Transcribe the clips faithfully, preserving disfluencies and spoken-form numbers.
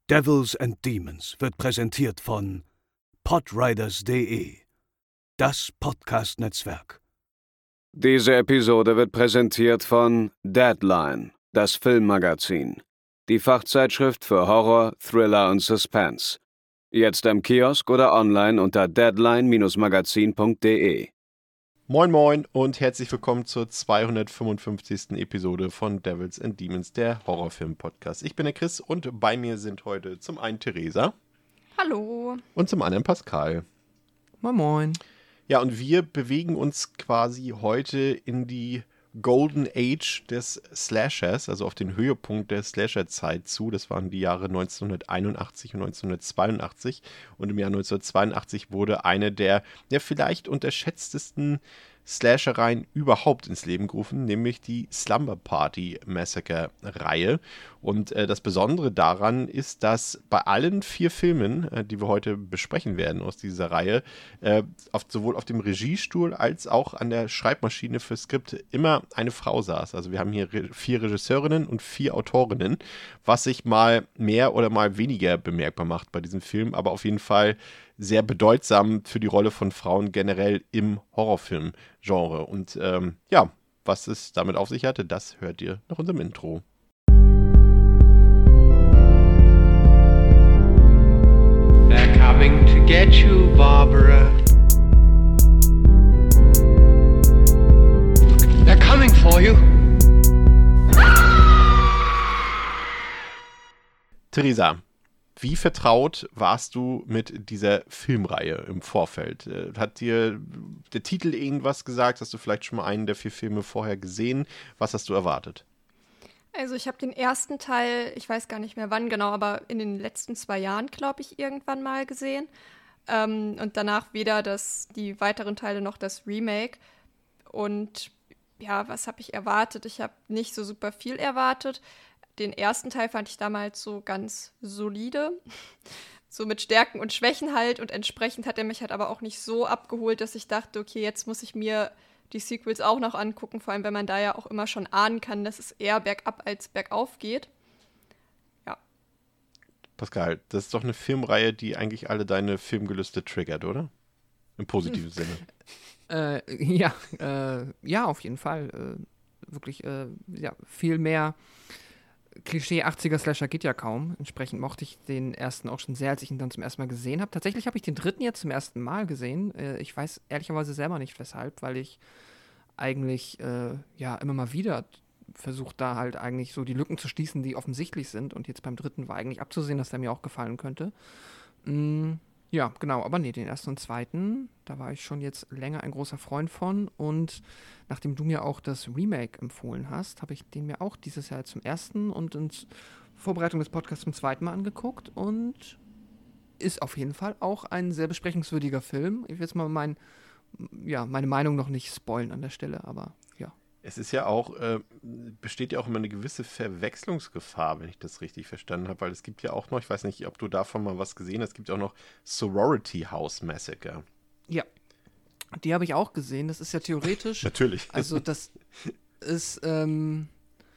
Devils and Demons wird präsentiert von podriders punkt de, das Podcast-Netzwerk. Diese Episode wird präsentiert von Deadline, das Filmmagazin, die Fachzeitschrift für Horror, Thriller und Suspense. Jetzt im Kiosk oder online unter deadline Bindestrich magazin punkt de. Moin moin und herzlich willkommen zur zweihundertfünfundfünfzigsten Episode von Devils and Demons, der Horrorfilm-Podcast. Ich bin der Chris und bei mir sind heute zum einen Theresa. Hallo. Und zum anderen Pascal. Moin moin. Ja, und wir bewegen uns quasi heute in die Golden Age des Slashers, also auf den Höhepunkt der Slasher-Zeit zu. Das waren die Jahre neunzehnhunderteinundachtzig und neunzehnhundertzweiundachtzig. Und im Jahr neunzehnhundertzweiundachtzig wurde eine der ja, vielleicht unterschätztesten Slashereien überhaupt ins Leben gerufen, nämlich die Slumber Party Massacre-Reihe. Und äh, das Besondere daran ist, dass bei allen vier Filmen, äh, die wir heute besprechen werden aus dieser Reihe, äh, auf, sowohl auf dem Regiestuhl als auch an der Schreibmaschine für Skript immer eine Frau saß. Also wir haben hier re- vier Regisseurinnen und vier Autorinnen, was sich mal mehr oder mal weniger bemerkbar macht bei diesem Film, aber auf jeden Fall sehr bedeutsam für die Rolle von Frauen generell im Horrorfilm-Genre. Und ähm, ja, was es damit auf sich hatte, das hört ihr nach unserem Intro. They're coming to get you, Barbara. They're coming for you. Theresa, wie vertraut warst du mit dieser Filmreihe im Vorfeld? Hat dir der Titel irgendwas gesagt? Hast du vielleicht schon mal einen der vier Filme vorher gesehen? Was hast du erwartet? Also ich habe den ersten Teil, ich weiß gar nicht mehr wann genau, aber in den letzten zwei Jahren, glaube ich, irgendwann mal gesehen. Ähm, und danach weder das, die weiteren Teile noch das Remake. Und ja, was habe ich erwartet? Ich habe nicht so super viel erwartet. Den ersten Teil fand ich damals so ganz solide, so mit Stärken und Schwächen halt. Und entsprechend hat er mich halt aber auch nicht so abgeholt, dass ich dachte, okay, jetzt muss ich mir die Sequels auch noch angucken, vor allem, wenn man da ja auch immer schon ahnen kann, dass es eher bergab als bergauf geht. Ja. Pascal, das ist doch eine Filmreihe, die eigentlich alle deine Filmgelüste triggert, oder? Im positiven Sinne. Äh, ja, äh, ja, auf jeden Fall. Äh, wirklich, äh, ja, viel mehr Klischee achtziger Slasher geht ja kaum. Entsprechend mochte ich den ersten auch schon sehr, als ich ihn dann zum ersten Mal gesehen habe. Tatsächlich habe ich den dritten jetzt zum ersten Mal gesehen. Äh, ich weiß ehrlicherweise selber nicht, weshalb, weil ich eigentlich äh, ja immer mal wieder versuche, da halt eigentlich so die Lücken zu schließen, die offensichtlich sind. Und jetzt beim dritten war eigentlich abzusehen, dass der mir auch gefallen könnte. Mm, ja, genau. Aber nee, den ersten und zweiten, da war ich schon jetzt länger ein großer Freund von. Und nachdem du mir auch das Remake empfohlen hast, habe ich den mir auch dieses Jahr zum ersten und in Vorbereitung des Podcasts zum zweiten Mal angeguckt und ist auf jeden Fall auch ein sehr besprechungswürdiger Film. Ich will jetzt mal mein, ja, meine Meinung noch nicht spoilen an der Stelle, aber ja. Es ist ja auch, äh, besteht ja auch immer eine gewisse Verwechslungsgefahr, wenn ich das richtig verstanden habe, weil es gibt ja auch noch, ich weiß nicht, ob du davon mal was gesehen hast, es gibt ja auch noch Sorority House Massacre. Ja. Die habe ich auch gesehen. Das ist ja theoretisch. Natürlich. Also das ist ähm,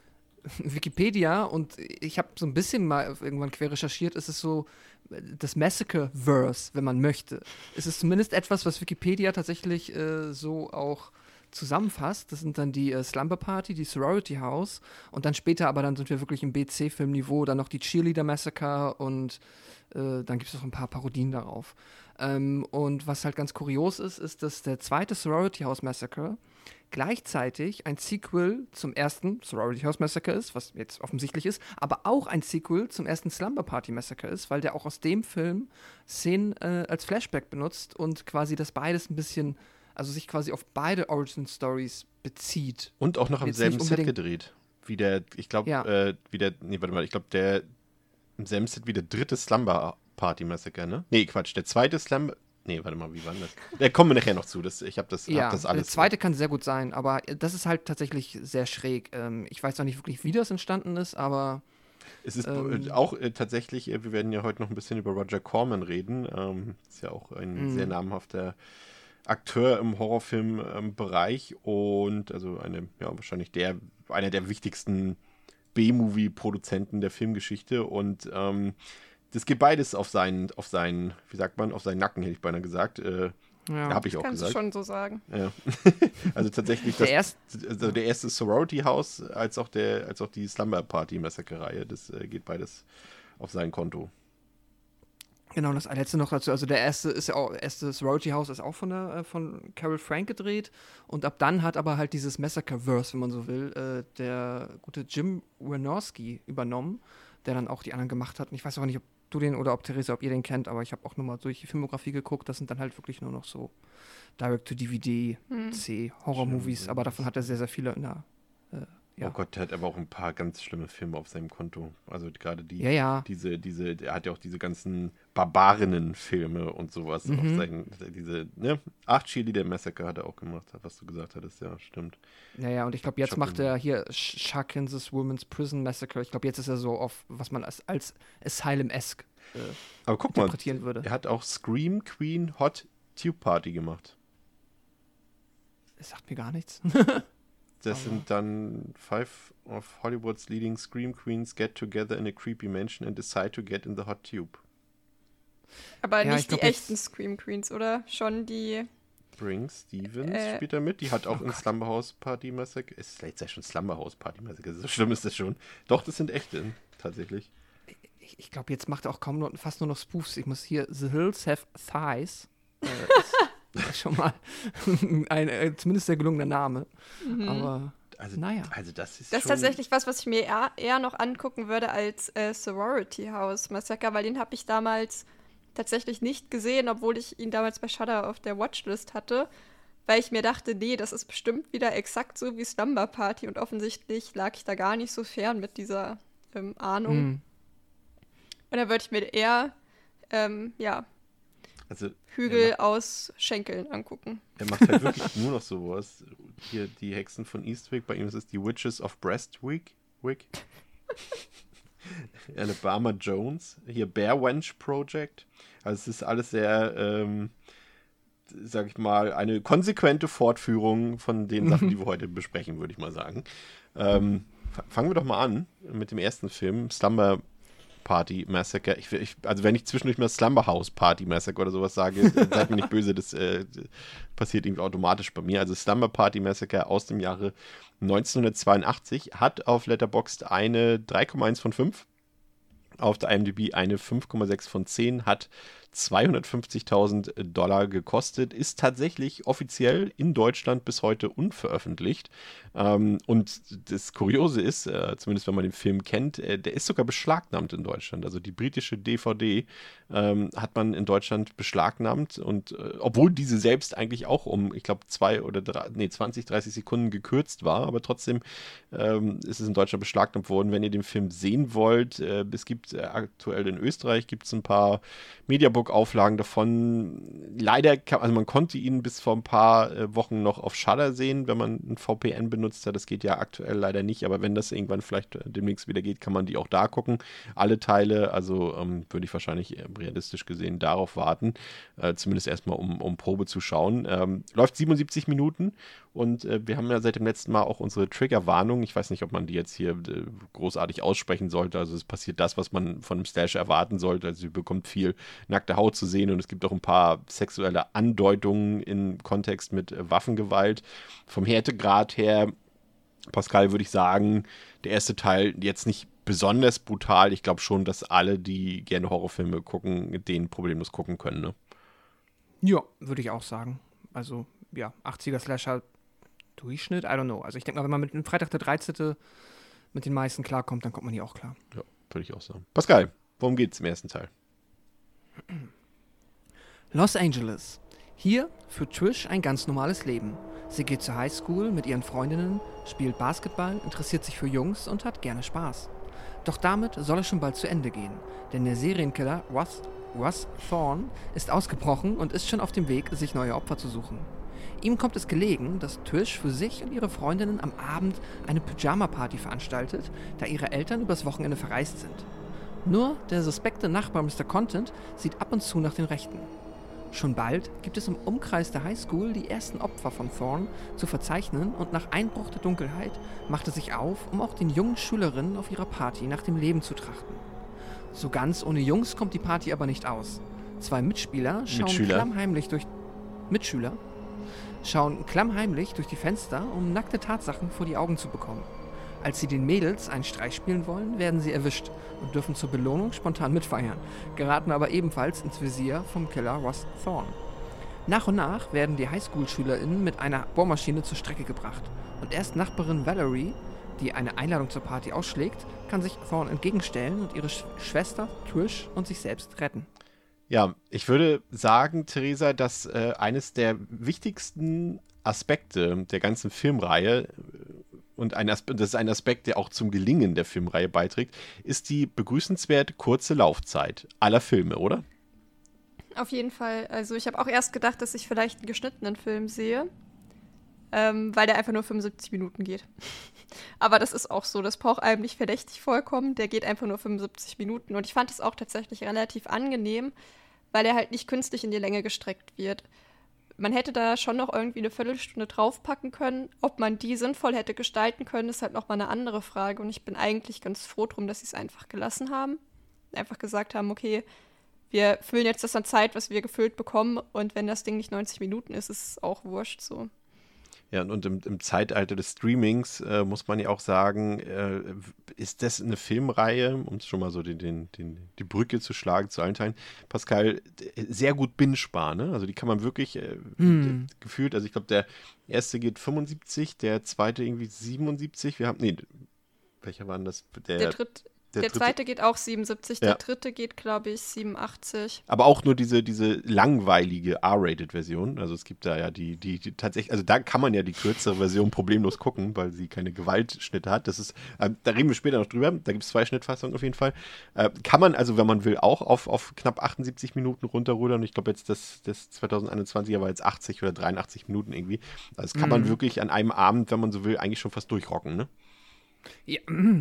Wikipedia und ich habe so ein bisschen mal irgendwann quer recherchiert. Es ist so das Massacre-Verse, wenn man möchte. Es ist zumindest etwas, was Wikipedia tatsächlich äh, so auch zusammenfasst. Das sind dann die äh, Slumber Party, die Sorority House und dann später aber dann sind wir wirklich im B C-Filmniveau. Dann noch die Cheerleader Massacre und äh, dann gibt es noch ein paar Parodien darauf. Ähm, und was halt ganz kurios ist, ist, dass der zweite Sorority House Massacre gleichzeitig ein Sequel zum ersten Sorority House Massacre ist, was jetzt offensichtlich ist, aber auch ein Sequel zum ersten Slumber Party Massacre ist, weil der auch aus dem Film Szenen äh, als Flashback benutzt und quasi das beides ein bisschen, also sich quasi auf beide Origin Stories bezieht. Und auch noch am Jetzt selben nicht Set unbedingt- gedreht. Wie der, ich glaube, Ja. äh, wie der, nee, warte mal, ich glaube, der im selben Set wie der dritte Slumber Party Massacre, ne? Nee, Quatsch, der zweite Slumber, nee, warte mal, wie war denn das? Da kommen wir nachher noch zu, das, ich habe das, Ja, hab das alles. der zweite kann sehr gut sein, aber das ist halt tatsächlich sehr schräg. Ähm, ich weiß noch nicht wirklich, wie das entstanden ist, aber Es ist ähm, äh, auch äh, tatsächlich, äh, wir werden ja heute noch ein bisschen über Roger Corman reden, ähm, ist ja auch ein Mhm. sehr namhafter Akteur im Horrorfilmbereich und also eine, ja, wahrscheinlich der, einer der wichtigsten B-Movie-Produzenten der Filmgeschichte und ähm, das geht beides auf seinen, auf seinen, wie sagt man, auf seinen Nacken, hätte ich beinahe gesagt. Äh, Ja. Habe ich auch Kannst gesagt. du schon so sagen. Ja. Also tatsächlich Der das, erst- also der erste Sorority House als auch der, als auch die Slumber Party Massacre-Reihe. Das äh, geht beides auf sein Konto. Genau, das letzte noch dazu. Also der erste ist ja auch, erste Sorority House ist auch von der äh, von Carol Frank gedreht. Und ab dann hat aber halt dieses Massacre-Verse, wenn man so will, äh, der gute Jim Wynorski übernommen, der dann auch die anderen gemacht hat. Und ich weiß auch nicht, ob du den oder ob Theresa, ob ihr den kennt, aber ich habe auch nochmal durch die Filmografie geguckt. Das sind dann halt wirklich nur noch so Direct-to-D V D, Hm. C, Horror-Movies. Aber davon hat er sehr, sehr viele in der, äh, ja. Oh Gott, der hat aber auch ein paar ganz schlimme Filme auf seinem Konto. Also gerade die, Ja, ja. diese, diese, er hat ja auch diese ganzen Barbarinnen-Filme und sowas. Mhm. Auf seinen, diese, ne? Ach, Chili, der Massacre hat er auch gemacht, was du gesagt hattest, ja, stimmt. Naja, und ich glaube, jetzt Schock macht ihn. er hier Sharkansas Women's Prison Massacre. Ich glaube, jetzt ist er so auf, was man als, als Asylum-esque äh, Aber guck mal, interpretieren würde. er hat auch Scream Queen Hot Tube Party gemacht. Das sagt mir gar nichts. Das sind dann five of Hollywoods leading Scream Queens get together in a creepy mansion and decide to get in the hot tube. Aber Ja, ich nicht die glaub, jetzt- echten Scream Queens, oder? Schon die. Bring Stevens Äh, spielt da mit. Die hat auch oh in Gott. Slumber House Party Massacre. Ist jetzt ja schon Slumber House Party Massacre. So schlimm ist das schon. Doch, das sind echte, tatsächlich. Ich, ich glaube, jetzt macht er auch kaum nur, fast nur noch Spoofs. Ich muss hier The Hills Have Thighs. Äh, ist, ist schon mal ein, äh, zumindest der gelungene Name. Aber Also, naja. also das ist Das ist schon, tatsächlich was, was ich mir eher, eher noch angucken würde als äh, Sorority House Massacre, weil den habe ich damals tatsächlich nicht gesehen, obwohl ich ihn damals bei Shudder auf der Watchlist hatte, weil ich mir dachte, nee, das ist bestimmt wieder exakt so wie Slumber Party und offensichtlich lag ich da gar nicht so fern mit dieser ähm, Ahnung. hm. Und da würde ich mir eher, ähm, ja, also Hügel er aus Schenkeln angucken. macht, er macht halt wirklich nur noch sowas. Hier die Hexen von Eastwick, bei ihm ist es die Witches of Brestwick. Wick. Alabama Jones. Hier Bear Wench Project. Also es ist alles sehr, ähm, sag ich mal, eine konsequente Fortführung von den Sachen, die wir heute besprechen, würde ich mal sagen. Ähm, f- fangen wir doch mal an mit dem ersten Film, Slumber Party Massacre. Ich, ich, also wenn ich zwischendurch mal Slumber House Party Massacre oder sowas sage, seid mir nicht böse, das äh, passiert irgendwie automatisch bei mir. Also Slumber Party Massacre aus dem Jahre neunzehnhundertzweiundachtzig hat auf Letterboxd eine drei Komma eins von fünf, auf der I M D B eine fünf Komma sechs von zehn, hat zweihundertfünfzigtausend Dollar gekostet, ist tatsächlich offiziell in Deutschland bis heute unveröffentlicht. Ähm, und das Kuriose ist, äh, zumindest wenn man den Film kennt, äh, der ist sogar beschlagnahmt in Deutschland. Also die britische D V D ähm, hat man in Deutschland beschlagnahmt und äh, obwohl diese selbst eigentlich auch um, ich glaube, zwei oder drei, nee, zwanzig, dreißig Sekunden gekürzt war, aber trotzdem ähm, ist es in Deutschland beschlagnahmt worden. Wenn ihr den Film sehen wollt, äh, es gibt äh, aktuell in Österreich gibt es ein paar Mediabook-Auflagen davon. Leider, kann, also man konnte ihn bis vor ein paar äh, Wochen noch auf Shudder sehen, wenn man ein V P N benutzt hat. Das geht ja aktuell leider nicht, aber wenn das irgendwann vielleicht äh, demnächst wieder geht, kann man die auch da gucken. Alle Teile, also ähm, würde ich wahrscheinlich äh, realistisch gesehen darauf warten, äh, zumindest erstmal um, um Probe zu schauen. Ähm, läuft siebenundsiebzig Minuten und äh, wir haben ja seit dem letzten Mal auch unsere Triggerwarnung. Ich weiß nicht, ob man die jetzt hier äh, großartig aussprechen sollte. Also es passiert das, was man von einem Slasher erwarten sollte. Also ihr bekommt viel nackte Haut zu sehen und es gibt auch ein paar sexuelle Andeutungen im Kontext mit äh, Waffengewalt. Vom Härtegrad her, Pascal, würde ich sagen, der erste Teil jetzt nicht besonders brutal. Ich glaube schon, dass alle, die gerne Horrorfilme gucken, den problemlos gucken können. Ne? Ja, würde ich auch sagen. Also, ja, achtziger Slasher Durchschnitt, I don't know. Also ich denke mal, wenn man mit dem Freitag der dreizehnte mit den meisten klarkommt, dann kommt man hier auch klar. Ja, würde ich auch sagen. Pascal, worum geht's im ersten Teil? Los Angeles. Hier führt Trish ein ganz normales Leben. Sie geht zur Highschool mit ihren Freundinnen, spielt Basketball, interessiert sich für Jungs und hat gerne Spaß. Doch damit soll es schon bald zu Ende gehen, denn der Serienkiller Russ, Russ Thorne ist ausgebrochen und ist schon auf dem Weg, sich neue Opfer zu suchen. Ihm kommt es gelegen, dass Trish für sich und ihre Freundinnen am Abend eine Pyjama-Party veranstaltet, da ihre Eltern übers Wochenende verreist sind. Nur der suspekte Nachbar Mister Content sieht ab und zu nach den Rechten. Schon bald gibt es im Umkreis der Highschool die ersten Opfer von Thorne zu verzeichnen und nach Einbruch der Dunkelheit macht er sich auf, um auch den jungen Schülerinnen auf ihrer Party nach dem Leben zu trachten. So ganz ohne Jungs kommt die Party aber nicht aus. Zwei Mitspieler schauen Mitschüler. klammheimlich durch Mitschüler schauen klammheimlich durch die Fenster, um nackte Tatsachen vor die Augen zu bekommen. Als sie den Mädels einen Streich spielen wollen, werden sie erwischt und dürfen zur Belohnung spontan mitfeiern, geraten aber ebenfalls ins Visier vom Killer Ross Thorn. Nach und nach werden die Highschool-SchülerInnen mit einer Bohrmaschine zur Strecke gebracht und erst Nachbarin Valerie, die eine Einladung zur Party ausschlägt, kann sich Thorn entgegenstellen und ihre Sch- Schwester Trish und sich selbst retten. Ja, ich würde sagen, Theresa, dass äh, eines der wichtigsten Aspekte der ganzen Filmreihe, äh, und ein Aspe- das ist ein Aspekt, der auch zum Gelingen der Filmreihe beiträgt, ist die begrüßenswert kurze Laufzeit aller Filme, oder? Auf jeden Fall. Also ich habe auch erst gedacht, dass ich vielleicht einen geschnittenen Film sehe, ähm, weil der einfach nur fünfundsiebzig Minuten geht. Aber das ist auch so, das braucht einem nicht verdächtig vorkommen, der geht einfach nur fünfundsiebzig Minuten. Und ich fand es auch tatsächlich relativ angenehm, weil er halt nicht künstlich in die Länge gestreckt wird. Man hätte da schon noch irgendwie eine Viertelstunde draufpacken können. Ob man die sinnvoll hätte gestalten können, ist halt nochmal eine andere Frage. Und ich bin eigentlich ganz froh drum, dass sie es einfach gelassen haben. Einfach gesagt haben, okay, wir füllen jetzt das an Zeit, was wir gefüllt bekommen. Und wenn das Ding nicht neunzig Minuten ist, ist es auch wurscht so. Ja, und im, im Zeitalter des Streamings äh, muss man ja auch sagen, äh, ist das eine Filmreihe, um schon mal so den, den, den, die Brücke zu schlagen zu allen Teilen, Pascal, sehr gut bingebar, ne? Also die kann man wirklich äh, Hm. gefühlt, also ich glaube, der erste geht fünfundsiebzig, der zweite irgendwie siebenundsiebzig, wir haben, nee, welcher war denn das? Der, Der, dritt, der der dritte- zweite geht auch siebenundsiebzig, Ja. der dritte geht, glaube ich, siebenundachtzig. Aber auch nur diese, diese langweilige R-Rated-Version. Also es gibt da ja die, die, die tatsächlich, also da kann man ja die kürzere Version problemlos gucken, weil sie keine Gewaltschnitte hat. Das ist, äh, da reden wir später noch drüber. Da gibt es zwei Schnittfassungen auf jeden Fall. Äh, kann man also, wenn man will, auch auf, auf knapp achtundsiebzig Minuten runterrudern. Ich glaube jetzt, das, das zwanzig einundzwanziger war jetzt achtzig oder dreiundachtzig Minuten irgendwie. Also das kann man Mhm. wirklich an einem Abend, wenn man so will, eigentlich schon fast durchrocken, ne? Ja,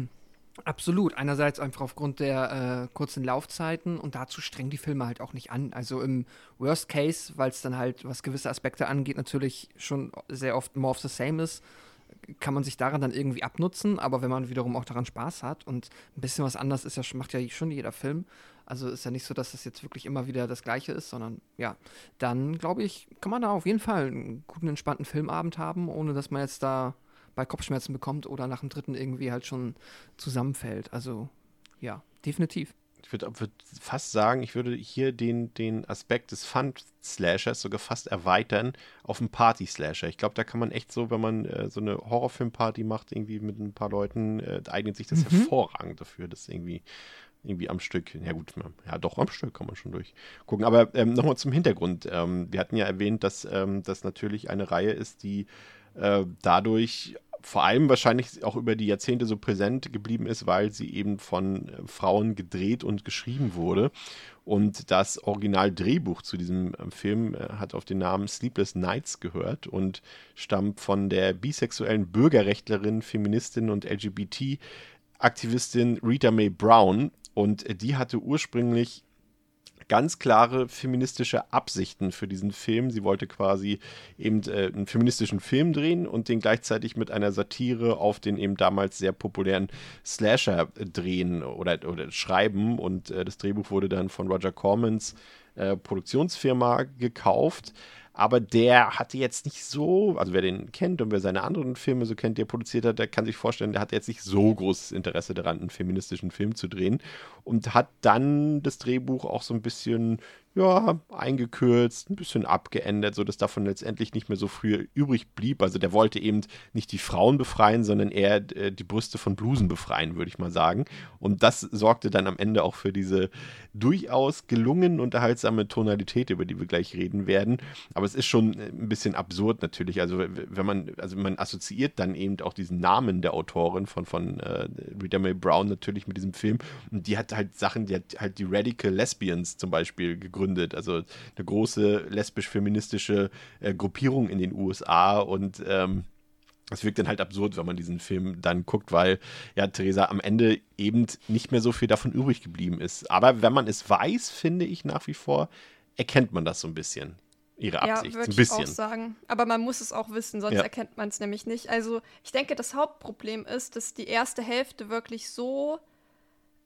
absolut. Einerseits einfach aufgrund der äh, kurzen Laufzeiten und dazu strengen die Filme halt auch nicht an. Also im Worst Case, weil es dann halt, was gewisse Aspekte angeht, natürlich schon sehr oft more of the same ist, kann man sich daran dann irgendwie abnutzen. Aber wenn man wiederum auch daran Spaß hat und ein bisschen was anders ist, ja, schon- macht ja schon jeder Film. Also ist ja nicht so, dass das jetzt wirklich immer wieder das Gleiche ist, sondern ja, dann glaube ich, kann man da auf jeden Fall einen guten, entspannten Filmabend haben, ohne dass man jetzt da bei Kopfschmerzen bekommt oder nach dem dritten irgendwie halt schon zusammenfällt. Also ja, definitiv. Ich würde würd fast sagen, ich würde hier den, den Aspekt des Fun-Slashers sogar fast erweitern auf einen Party-Slasher. Ich glaube, da kann man echt so, wenn man äh, so eine Horrorfilm-Party macht, irgendwie mit ein paar Leuten, äh, eignet sich das Mhm. hervorragend dafür, das irgendwie irgendwie am Stück, ja gut, ja doch, am Stück kann man schon durchgucken. Aber ähm, nochmal zum Hintergrund. Ähm, wir hatten ja erwähnt, dass ähm, das natürlich eine Reihe ist, die äh, dadurch vor allem wahrscheinlich auch über die Jahrzehnte so präsent geblieben ist, weil sie eben von äh, Frauen gedreht und geschrieben wurde. Und das Original-Drehbuch zu diesem äh, Film äh, hat auf den Namen Sleepless Nights gehört und stammt von der bisexuellen Bürgerrechtlerin, Feministin und L G B T-Aktivistin Rita Mae Brown. Und äh, die hatte ursprünglich ganz klare feministische Absichten für diesen Film. Sie wollte quasi eben äh, einen feministischen Film drehen und den gleichzeitig mit einer Satire auf den eben damals sehr populären Slasher drehen oder, oder schreiben. Und äh, das Drehbuch wurde dann von Roger Cormans äh, Produktionsfirma gekauft. Aber der hatte jetzt nicht so, also wer den kennt und wer seine anderen Filme so kennt, die er produziert hat, der kann sich vorstellen, der hat jetzt nicht so großes Interesse daran, einen feministischen Film zu drehen und hat dann das Drehbuch auch so ein bisschen, ja, eingekürzt, ein bisschen abgeändert, sodass davon letztendlich nicht mehr so früh übrig blieb. Also der wollte eben nicht die Frauen befreien, sondern eher äh, die Brüste von Blusen befreien, würde ich mal sagen. Und das sorgte dann am Ende auch für diese durchaus gelungen unterhaltsame Tonalität, über die wir gleich reden werden. Aber es ist schon ein bisschen absurd natürlich. Also wenn man, also man assoziiert dann eben auch diesen Namen der Autorin von, von äh, Rita Mae Brown natürlich mit diesem Film. Und die hat halt Sachen, die hat halt die Radical Lesbians zum Beispiel gegründet. Also eine große lesbisch-feministische äh, Gruppierung in den U S A und ähm, es wirkt dann halt absurd, wenn man diesen Film dann guckt, weil ja Theresa am Ende eben nicht mehr so viel davon übrig geblieben ist. Aber wenn man es weiß, finde ich nach wie vor, erkennt man das so ein bisschen. Ihre Absicht. Ja, würde ein ich bisschen. auch sagen. Aber man muss es auch wissen, sonst Ja. erkennt man es nämlich nicht. Also ich denke, das Hauptproblem ist, dass die erste Hälfte wirklich so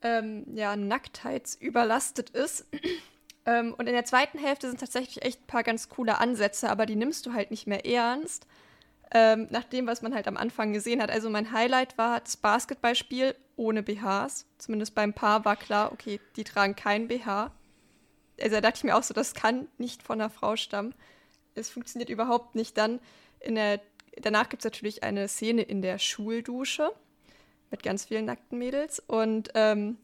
ähm, ja, nacktheitsüberlastet ist. ähm, und in der zweiten Hälfte sind tatsächlich echt ein paar ganz coole Ansätze, aber die nimmst du halt nicht mehr ernst, ähm, nach dem, was man halt am Anfang gesehen hat. Also mein Highlight war das Basketballspiel ohne B Hs. Zumindest beim Paar war klar, okay, die tragen kein B H. Also da dachte ich mir auch so, das kann nicht von einer Frau stammen. Es funktioniert überhaupt nicht. Dann in der, danach gibt es natürlich eine Szene in der Schuldusche mit ganz vielen nackten Mädels. Und ähm,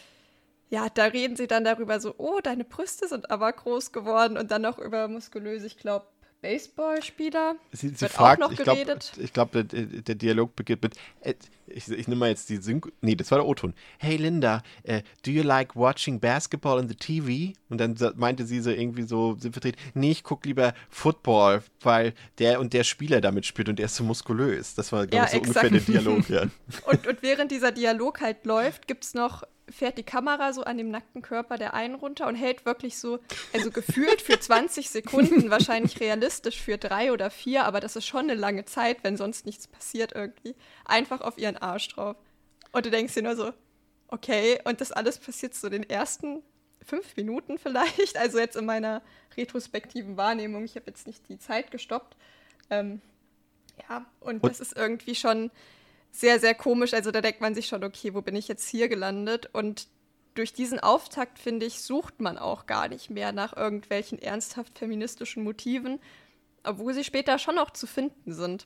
ja, da reden sie dann darüber so, oh, deine Brüste sind aber groß geworden. Und dann noch über muskulöse, ich glaube, Baseballspieler. Sie, sie wird fragt, auch noch ich glaube, geredet. ich glaub, der, der Dialog beginnt mit, äh, ich, ich nehme mal jetzt die Synchro, nee, das war der O-Ton. Hey Linda, uh, do you like watching basketball in the T V? Und dann sa- meinte sie so irgendwie so, sie verdreht, nee, ich gucke lieber Football, weil der und der Spieler damit spielt und der ist so muskulös. Das war, glaube Ja, ich, so exakt. ungefähr der Dialog, ja. Und, und während dieser Dialog halt läuft, gibt's noch, fährt die Kamera so an dem nackten Körper der einen runter und hält wirklich so, also gefühlt für zwanzig Sekunden, wahrscheinlich realistisch für drei oder vier, aber das ist schon eine lange Zeit, wenn sonst nichts passiert irgendwie, einfach auf ihren Arsch drauf. Und du denkst dir nur so, okay, und das alles passiert so in den ersten fünf Minuten vielleicht, also jetzt in meiner retrospektiven Wahrnehmung, ich habe jetzt nicht die Zeit gestoppt. Ähm, ja, und, und das ist irgendwie schon sehr, sehr komisch. Also da denkt man sich schon, okay, wo bin ich jetzt hier gelandet? Und durch diesen Auftakt, finde ich, sucht man auch gar nicht mehr nach irgendwelchen ernsthaft feministischen Motiven, obwohl sie später schon auch zu finden sind.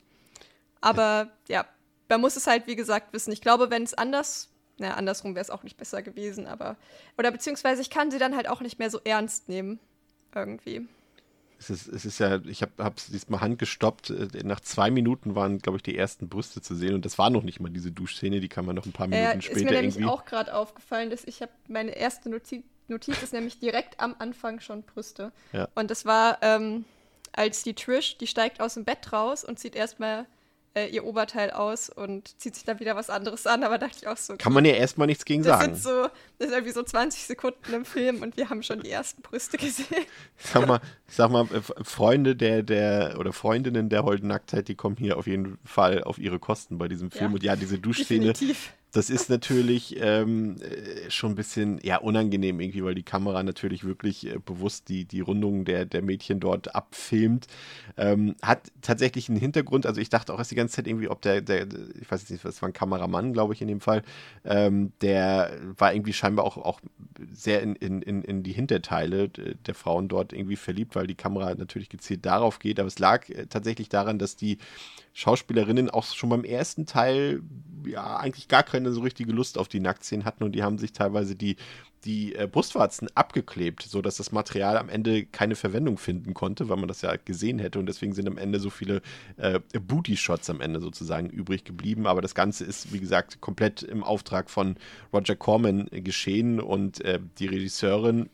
Aber ja, man muss es halt, wie gesagt, wissen. Ich glaube, wenn es anders, na, andersrum wäre es auch nicht besser gewesen, aber, oder beziehungsweise ich kann sie dann halt auch nicht mehr so ernst nehmen, irgendwie. Es ist, es ist ja, ich habe es diesmal handgestoppt. Nach zwei Minuten waren, glaube ich, die ersten Brüste zu sehen. Und das war noch nicht mal diese Duschszene, die kam man noch ein paar Minuten äh, später ist mir nämlich irgendwie. auch gerade aufgefallen, dass ich habe meine erste Notiz, Notiz ist nämlich direkt am Anfang schon Brüste. Ja. Und das war, ähm, als die Trish, die steigt aus dem Bett raus und zieht erstmal äh, ihr Oberteil aus und zieht sich dann wieder was anderes an. Aber dachte ich auch so, Kann man ja erstmal nichts gegen das sagen. sind so, das ist irgendwie so zwanzig Sekunden im Film und wir haben schon die ersten Brüste gesehen. Sag mal, sag mal, Freunde der, der oder Freundinnen der holden Nacktheit, die kommen hier auf jeden Fall auf ihre Kosten bei diesem Film. Ja, und ja, diese Duschszene, definitiv. das ist natürlich ähm, äh, schon ein bisschen ja, unangenehm irgendwie, weil die Kamera natürlich wirklich äh, bewusst die, die Rundungen der, der Mädchen dort abfilmt. Ähm, hat tatsächlich einen Hintergrund, also ich dachte auch erst die ganze Zeit irgendwie, ob der, der ich weiß jetzt nicht, das war ein Kameramann, glaube ich in dem Fall, ähm, der war irgendwie scheinbar auch, auch sehr in, in, in, in die Hinterteile der Frauen dort irgendwie verliebt, weil die Kamera natürlich gezielt darauf geht, aber es lag äh, tatsächlich daran, dass die Schauspielerinnen auch schon beim ersten Teil ja eigentlich gar keine so richtige Lust auf die Nacktszenen hatten und die haben sich teilweise die, die äh, Brustwarzen abgeklebt, sodass das Material am Ende keine Verwendung finden konnte, weil man das ja gesehen hätte und deswegen sind am Ende so viele äh, Booty-Shots am Ende sozusagen übrig geblieben, aber das Ganze ist, wie gesagt, komplett im Auftrag von Roger Corman äh, geschehen und äh, die Regisseurin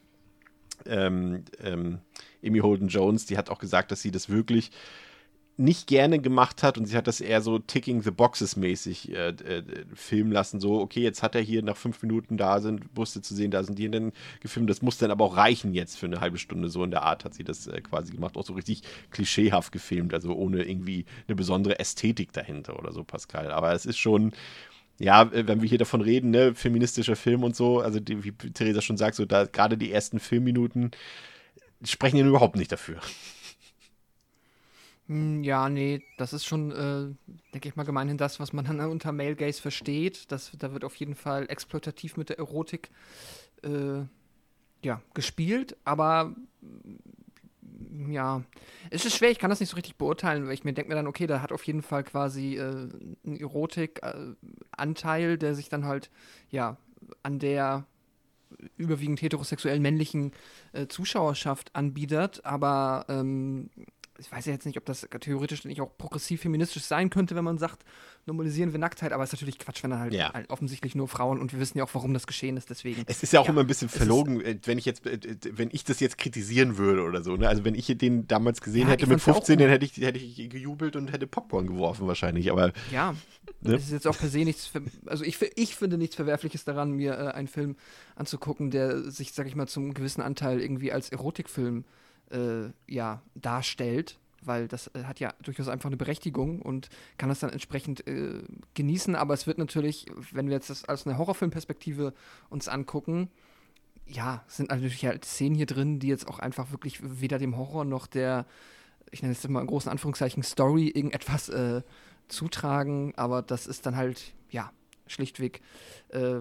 ähm, ähm, Amy Holden-Jones, die hat auch gesagt, dass sie das wirklich nicht gerne gemacht hat und sie hat das eher so Ticking the Boxes mäßig äh, äh, filmen lassen, so okay, jetzt hat er hier nach fünf Minuten, da sind Brüste zu sehen, da sind die dann gefilmt, das muss dann aber auch reichen jetzt für eine halbe Stunde, so in der Art hat sie das äh, quasi gemacht, auch so richtig klischeehaft gefilmt, also ohne irgendwie eine besondere Ästhetik dahinter oder so, Pascal, aber es ist schon, ja, wenn wir hier davon reden, ne, feministischer Film und so, also die, wie Theresa schon sagt, so da gerade die ersten Filmminuten sprechen ja überhaupt nicht dafür. Ja, nee, das ist schon, äh, denke ich mal, gemeinhin das, was man dann unter Male Gaze versteht. Das, da wird auf jeden Fall exploitativ mit der Erotik äh, ja, gespielt, aber ja, es ist schwer, ich kann das nicht so richtig beurteilen, weil ich mir denke mir dann, okay, da hat auf jeden Fall quasi äh, einen Erotik-Anteil, der sich dann halt, ja, an der überwiegend heterosexuell männlichen äh, Zuschauerschaft anbietet, aber ähm, ich weiß ja jetzt nicht, ob das theoretisch nicht auch progressiv feministisch sein könnte, wenn man sagt, normalisieren wir Nacktheit, aber es ist natürlich Quatsch, wenn dann halt, ja. halt offensichtlich nur Frauen und wir wissen ja auch, warum das geschehen ist, deswegen. Es ist ja auch ja, immer ein bisschen verlogen, wenn ich jetzt, wenn ich das jetzt kritisieren würde oder so, ne? Also wenn ich den damals gesehen ja, hätte mit fünfzehn, dann hätte ich, hätte ich gejubelt und hätte Popcorn geworfen wahrscheinlich, aber ja, ne? Es ist jetzt auch per se nichts, ver- also ich, ich finde nichts Verwerfliches daran, mir äh, einen Film anzugucken, der sich, sag ich mal, zum gewissen Anteil irgendwie als Erotikfilm äh, ja, darstellt. weil das äh, hat ja durchaus einfach eine Berechtigung und kann das dann entsprechend äh, genießen. Aber es wird natürlich, wenn wir jetzt das aus einer Horrorfilmperspektive uns angucken, ja, sind natürlich halt Szenen hier drin, die jetzt auch einfach wirklich weder dem Horror noch der, ich nenne es mal in großen Anführungszeichen, Story irgendetwas äh, zutragen. Aber das ist dann halt, ja, schlichtweg äh,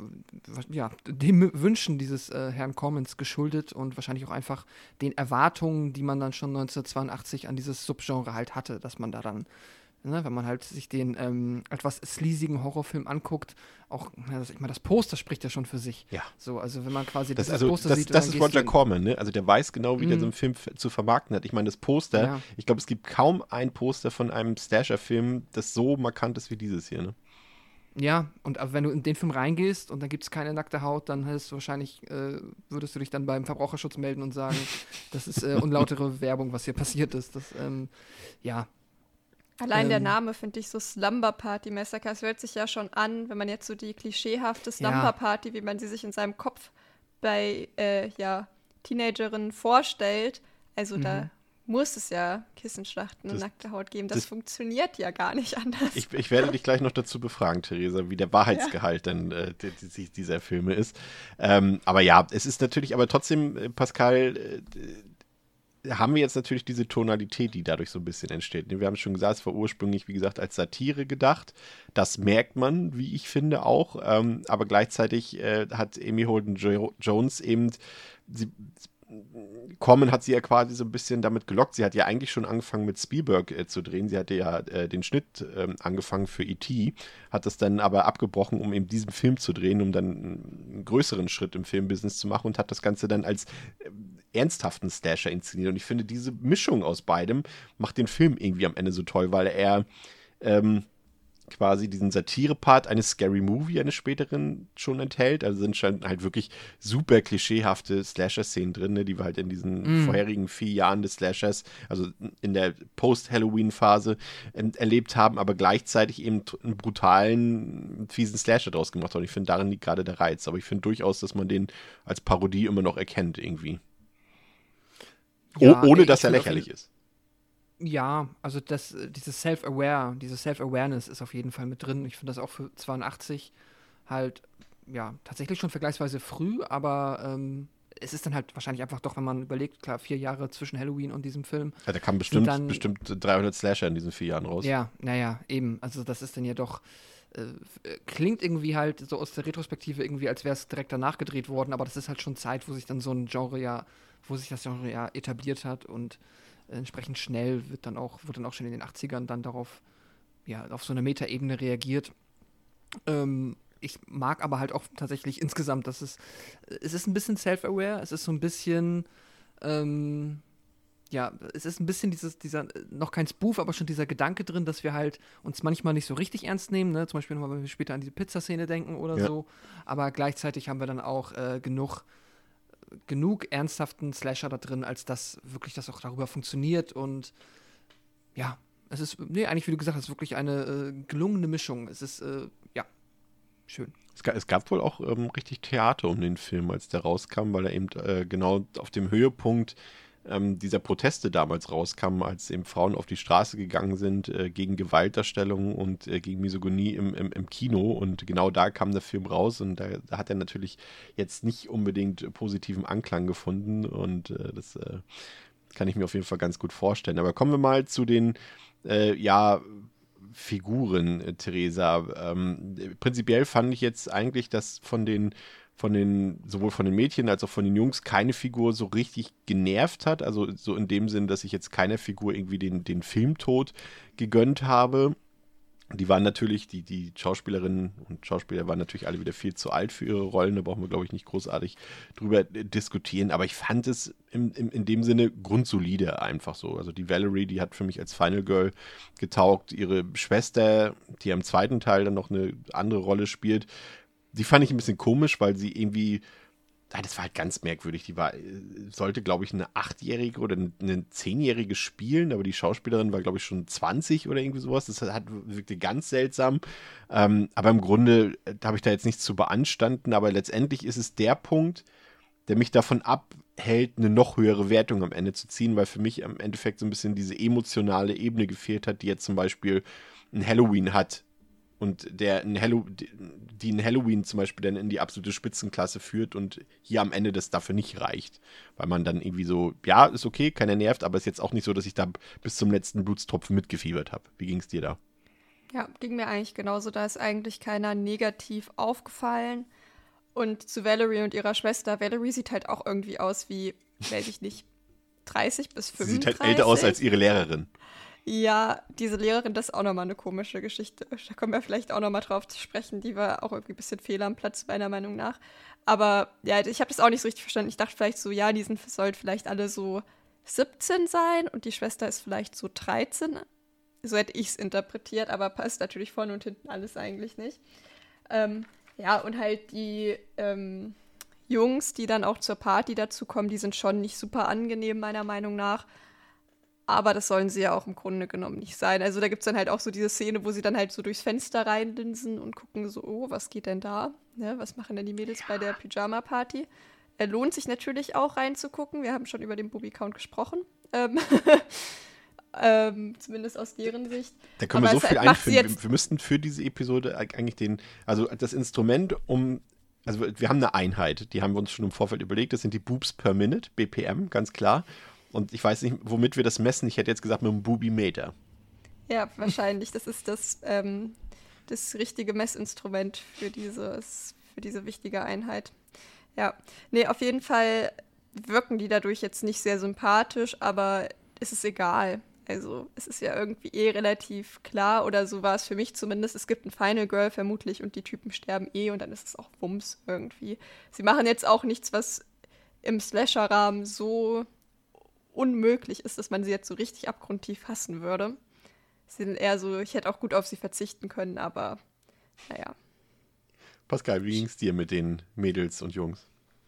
ja, den Wünschen dieses äh, Herrn Cormans geschuldet und wahrscheinlich auch einfach den Erwartungen, die man dann schon neunzehnhundertzweiundachtzig an dieses Subgenre halt hatte, dass man da dann, ne, wenn man halt sich den ähm, etwas sleasigen Horrorfilm anguckt, auch, ja, das, ich meine, das Poster spricht ja schon für sich. Ja. So, also wenn man quasi das, das also, Poster das, sieht. das und ist dann Roger gehst du- Corman, ne? Also der weiß genau, wie der Mhm. so einen Film f- zu vermarkten hat. Ich meine, das Poster, Ja. ich glaube, es gibt kaum ein Poster von einem Slasher-Film, das so markant ist wie dieses hier, ne? Ja, und aber wenn du in den Film reingehst und da gibt es keine nackte Haut, dann hättest du wahrscheinlich, äh, würdest du dich dann beim Verbraucherschutz melden und sagen, das ist äh, unlautere Werbung, was hier passiert ist. Das, ähm, ja. Allein der Ähm. Name finde ich so Slumber Party Massacre. Es hört sich ja schon an, wenn man jetzt so die klischeehafte Slumber Ja. Party, wie man sie sich in seinem Kopf bei äh, ja, Teenagerinnen vorstellt. Also Mhm. da muss es ja Kissenschlachten und Das- nackte Haut geben. Das, das- funktioniert ja gar nicht anders. Ich, ich werde dich gleich noch dazu befragen, Theresa, wie der Wahrheitsgehalt denn äh, die, die, dieser Filme ist. Ähm, aber ja, es ist natürlich, aber trotzdem, äh, Pascal, äh, haben wir jetzt natürlich diese Tonalität, die dadurch so ein bisschen entsteht. Wir haben schon gesagt, es war ursprünglich, wie gesagt, als Satire gedacht. Das merkt man, wie ich finde, auch. Ähm, aber gleichzeitig äh, hat Amy Holden jo- Jones eben, sie, Corman hat sie ja quasi so ein bisschen damit gelockt. Sie hat ja eigentlich schon angefangen mit Spielberg äh, zu drehen. Sie hatte ja äh, den Schnitt ähm, angefangen für E T, hat das dann aber abgebrochen, um eben diesen Film zu drehen, um dann einen größeren Schritt im Filmbusiness zu machen und hat das Ganze dann als äh, ernsthaften Slasher inszeniert. Und ich finde, diese Mischung aus beidem macht den Film irgendwie am Ende so toll, weil er ähm, quasi diesen Satire-Part eines Scary Movie, eines späteren, schon enthält. Also sind schon halt wirklich super klischeehafte Slasher-Szenen drin, ne, die wir halt in diesen Mm. vorherigen vier Jahren des Slashers, also in der Post-Halloween-Phase ähm, erlebt haben, aber gleichzeitig eben t- einen brutalen, fiesen Slasher draus gemacht haben. Und ich finde, darin liegt gerade der Reiz. Aber ich finde durchaus, dass man den als Parodie immer noch erkennt irgendwie. Ja, oh, ohne ich dass er finde auf lächerlich jeden- ist. Ja, also das, äh, dieses Self-Aware, diese Self-Awareness ist auf jeden Fall mit drin. Ich finde das auch für zweiundachtzig halt, ja, tatsächlich schon vergleichsweise früh, aber ähm, es ist dann halt wahrscheinlich einfach doch, wenn man überlegt, klar, vier Jahre zwischen Halloween und diesem Film. Ja, da kamen bestimmt, dann- bestimmt dreihundert Slasher in diesen vier Jahren raus. Ja, naja, eben. Also das ist dann ja doch, äh, äh, klingt irgendwie halt so aus der Retrospektive irgendwie, als wäre es direkt danach gedreht worden, aber das ist halt schon Zeit, wo sich dann so ein Genre ja, wo sich das Genre ja etabliert hat und äh, entsprechend schnell wird dann auch, wird dann auch schon in den achtzigern dann darauf, ja, auf so eine Metaebene reagiert. Ähm, ich mag aber halt auch tatsächlich insgesamt, dass es, es ist ein bisschen self-aware, es ist so ein bisschen, ähm, ja, es ist ein bisschen dieses, dieser, noch kein Spoof, aber schon dieser Gedanke drin, dass wir halt uns manchmal nicht so richtig ernst nehmen, ne? Zum Beispiel nochmal, wenn wir später an diese Pizzaszene denken oder Ja. so, aber gleichzeitig haben wir dann auch äh, genug, genug ernsthaften Slasher da drin, als dass wirklich das auch darüber funktioniert und ja, es ist, nee, eigentlich, wie du gesagt hast, wirklich eine äh, gelungene Mischung. Es ist, äh, ja, schön. Es gab, es gab wohl auch ähm, richtig Theater um den Film, als der rauskam, weil er eben äh, genau auf dem Höhepunkt ähm, dieser Proteste damals rauskam, als eben Frauen auf die Straße gegangen sind äh, gegen Gewaltdarstellung und äh, gegen Misogynie im, im, im Kino. Und genau da kam der Film raus und da, da hat er natürlich jetzt nicht unbedingt positiven Anklang gefunden und äh, das äh, kann ich mir auf jeden Fall ganz gut vorstellen. Aber kommen wir mal zu den, äh, ja, Figuren, äh, Theresa. Ähm, prinzipiell fand ich jetzt eigentlich, dass von den, von den, sowohl von den Mädchen als auch von den Jungs keine Figur so richtig genervt hat. Also so in dem Sinn, dass ich jetzt keiner Figur irgendwie den, den Filmtod gegönnt habe. Die waren natürlich, die, die Schauspielerinnen und Schauspieler waren natürlich alle wieder viel zu alt für ihre Rollen. Da brauchen wir, glaube ich, nicht großartig drüber äh, diskutieren. Aber ich fand es im, im, in dem Sinne grundsolide einfach so. Also die Valerie, die hat für mich als Final Girl getaugt. Ihre Schwester, die im zweiten Teil dann noch eine andere Rolle spielt, die fand ich ein bisschen komisch, weil sie irgendwie, nein, das war halt ganz merkwürdig. Die war, sollte, glaube ich, eine Achtjährige oder eine Zehnjährige spielen, aber die Schauspielerin war, glaube ich, schon zwanzig oder irgendwie sowas. Das hat wirklich ganz seltsam. Ähm, aber im Grunde äh, habe ich da jetzt nichts zu beanstanden, aber letztendlich ist es der Punkt, der mich davon ab hält, eine noch höhere Wertung am Ende zu ziehen, weil für mich im Endeffekt so ein bisschen diese emotionale Ebene gefehlt hat, die jetzt zum Beispiel ein Halloween hat und der ein Hallo- die ein Halloween zum Beispiel dann in die absolute Spitzenklasse führt und hier am Ende das dafür nicht reicht, weil man dann irgendwie so, ja, ist okay, keiner nervt, aber ist jetzt auch nicht so, dass ich da bis zum letzten Blutstropfen mitgefiebert habe. Wie ging es dir da? Ja, ging mir eigentlich genauso. Da ist eigentlich keiner negativ aufgefallen. Und zu Valerie und ihrer Schwester. Valerie sieht halt auch irgendwie aus wie, weiß ich nicht, dreißig bis Sie fünfunddreißig. sieht halt älter aus als ihre Lehrerin. Ja, diese Lehrerin, das ist auch nochmal eine komische Geschichte. Da kommen wir vielleicht auch nochmal drauf zu sprechen. Die war auch irgendwie ein bisschen fehl am Platz, meiner Meinung nach. Aber ja, ich habe das auch nicht so richtig verstanden. Ich dachte vielleicht so, ja, die sind, sollten vielleicht alle so siebzehn sein und die Schwester ist vielleicht so dreizehn. So hätte ich es interpretiert, aber passt natürlich vorne und hinten alles eigentlich nicht. Ähm, ja, und halt die ähm, Jungs, die dann auch zur Party dazu kommen, die sind schon nicht super angenehm, meiner Meinung nach. Aber das sollen sie ja auch im Grunde genommen nicht sein. Also da gibt es dann halt auch so diese Szene, wo sie dann halt so durchs Fenster reinlinsen und gucken so, oh, was geht denn da? Ne, was machen denn die Mädels ja. bei der Pyjama-Party? Er lohnt sich natürlich auch reinzugucken. Wir haben schon über den Booby-Count gesprochen. Ähm, ähm, zumindest aus deren Sicht. Da können Aber wir so viel halt, einführen. Wir, wir müssten für diese Episode eigentlich den, also das Instrument um, also wir haben eine Einheit, die haben wir uns schon im Vorfeld überlegt, das sind die Boobs per Minute, B P M, ganz klar. Und ich weiß nicht, womit wir das messen. Ich hätte jetzt gesagt mit einem Booby-Meter. Ja, wahrscheinlich. Das ist das, ähm, das richtige Messinstrument für, dieses, für diese wichtige Einheit. Ja, nee, auf jeden Fall wirken die dadurch jetzt nicht sehr sympathisch, aber es ist egal. Also es ist ja irgendwie eh relativ klar, oder so war es für mich zumindest. Es gibt ein Final Girl vermutlich und die Typen sterben eh und dann ist es auch Wumms irgendwie. Sie machen jetzt auch nichts, was im Slasher-Rahmen so unmöglich ist, dass man sie jetzt so richtig abgrundtief hassen würde. Sie sind eher so, ich hätte auch gut auf sie verzichten können, aber naja. Pascal, wie ging es dir mit den Mädels und Jungs?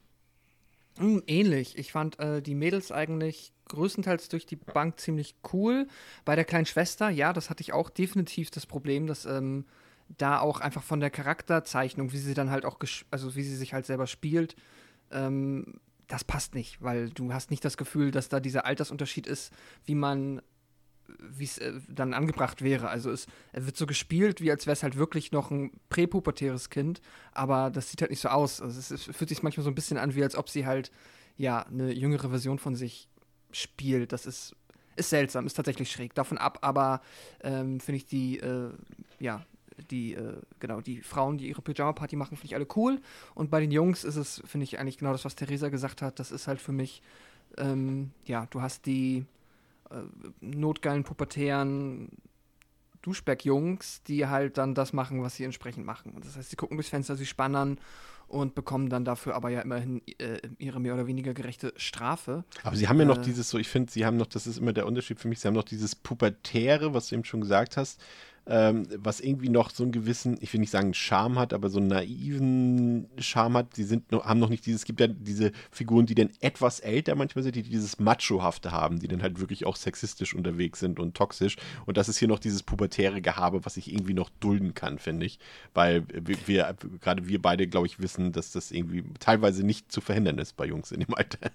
Mm, ähnlich. Ich fand äh, die Mädels eigentlich größtenteils durch die Bank ziemlich cool. Bei der kleinen Schwester, ja, das hatte ich auch definitiv das Problem, dass ähm, da auch einfach von der Charakterzeichnung, wie sie dann halt auch, gesch- also wie sie sich halt selber spielt, ähm, das passt nicht, weil du hast nicht das Gefühl, dass da dieser Altersunterschied ist, wie man, wie es äh, dann angebracht wäre. Also es, es wird so gespielt, wie als wäre es halt wirklich noch ein präpubertäres Kind, aber das sieht halt nicht so aus. Also es, es fühlt sich manchmal so ein bisschen an, wie als ob sie halt, ja, eine jüngere Version von sich spielt. Das ist, ist seltsam, ist tatsächlich schräg. Davon ab, aber ähm, finde ich die, äh, ja, die, äh, genau, die Frauen, die ihre Pyjama-Party machen, finde ich alle cool. Und bei den Jungs ist es, finde ich, eigentlich genau das, was Theresa gesagt hat. Das ist halt für mich, ähm, ja, du hast die äh, notgeilen, pubertären Duschback-Jungs, die halt dann das machen, was sie entsprechend machen. Und das heißt, sie gucken durchs Fenster, sie spannen und bekommen dann dafür aber ja immerhin äh, ihre mehr oder weniger gerechte Strafe. Aber sie haben ja noch Äh, dieses, so ich finde, sie haben noch, das ist immer der Unterschied für mich, sie haben noch dieses Pubertäre, was du eben schon gesagt hast, ähm, was irgendwie noch so einen gewissen, ich will nicht sagen Charme hat, aber so einen naiven Charme hat. Die sind noch, haben noch nicht dieses, es gibt ja diese Figuren, die dann etwas älter manchmal sind, die dieses Machohafte haben, die dann halt wirklich auch sexistisch unterwegs sind und toxisch. Und das ist hier noch dieses pubertäre Gehabe, was ich irgendwie noch dulden kann, finde ich. Weil wir, wir gerade wir beide, glaube ich, wissen, dass das irgendwie teilweise nicht zu verhindern ist bei Jungs in dem Alter.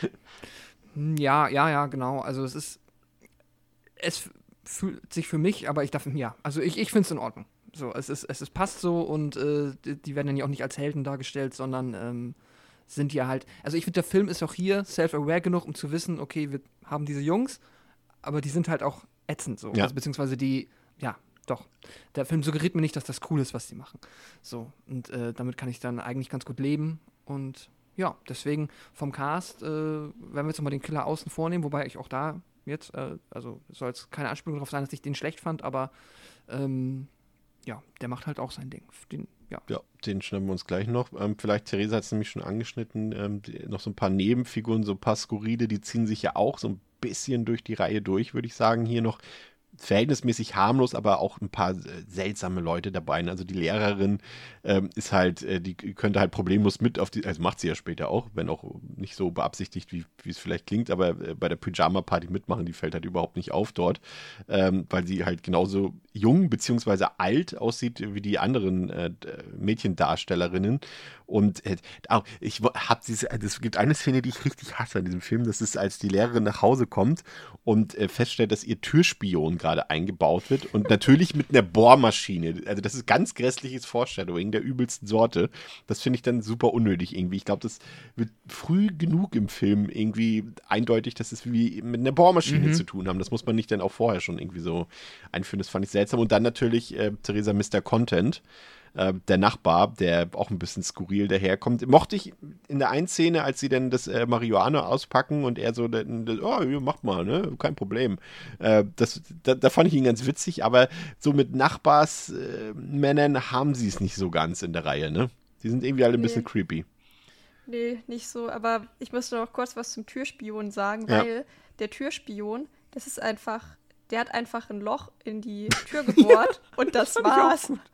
Ja, ja, ja, genau. Also es ist, es fühlt sich für mich, aber ich darf, ja, also ich, ich finde es in Ordnung. So, es ist, es ist, passt so und äh, die, die werden dann ja auch nicht als Helden dargestellt, sondern ähm, sind ja halt, also ich finde, der Film ist auch hier self-aware genug, um zu wissen, okay, wir haben diese Jungs, aber die sind halt auch ätzend so. Ja. Also, beziehungsweise die, ja, doch. Der Film suggeriert mir nicht, dass das cool ist, was die machen. So, und äh, damit kann ich dann eigentlich ganz gut leben und ja, deswegen vom Cast, äh, wenn wir jetzt mal den Killer außen vornehmen, wobei ich auch da jetzt, äh, also soll es keine Anspielung darauf sein, dass ich den schlecht fand, aber ähm, ja, der macht halt auch sein Ding. Den, ja. Ja, den schnappen wir uns gleich noch. Ähm, vielleicht, Theresa hat es nämlich schon angeschnitten, ähm, die, noch so ein paar Nebenfiguren, so ein paar Skurrile, die ziehen sich ja auch so ein bisschen durch die Reihe durch, würde ich sagen. Hier noch verhältnismäßig harmlos, aber auch ein paar äh, seltsame Leute dabei. Also die Lehrerin ähm, ist halt, äh, die könnte halt problemlos mit auf die, also macht sie ja später auch, wenn auch nicht so beabsichtigt, wie wie es vielleicht klingt, aber äh, bei der Pyjama-Party mitmachen, die fällt halt überhaupt nicht auf dort, ähm, weil sie halt genauso jung beziehungsweise alt aussieht wie die anderen äh, Mädchendarstellerinnen. Und äh, auch, ich habe diese, es gibt eine Szene, die ich richtig hasse an diesem Film, das ist, als die Lehrerin nach Hause kommt und äh, feststellt, dass ihr Türspion gerade eingebaut wird und natürlich mit einer Bohrmaschine. Also das ist ganz grässliches Foreshadowing der übelsten Sorte. Das finde ich dann super unnötig irgendwie. Ich glaube, das wird früh genug im Film irgendwie eindeutig, dass es wie mit einer Bohrmaschine Mhm. zu tun haben. Das muss man nicht dann auch vorher schon irgendwie so einführen. Das fand ich seltsam. Und dann natürlich äh, Theresa Mister Content, äh, der Nachbar, der auch ein bisschen skurril daherkommt. Mochte ich in der einen Szene, als sie dann das äh, Marihuana auspacken und er so, dann, das, oh, ja, macht mal, ne, kein Problem. Äh, das, da, da fand ich ihn ganz witzig, aber so mit Nachbarsmännern äh, haben sie es nicht so ganz in der Reihe, ne? Die sind irgendwie alle ein Nee. bisschen creepy. Nee, nicht so, aber ich musste noch kurz was zum Türspion sagen, Ja. weil der Türspion, das ist einfach, der hat einfach ein Loch in die Tür gebohrt und das fand ich auch war's. gut.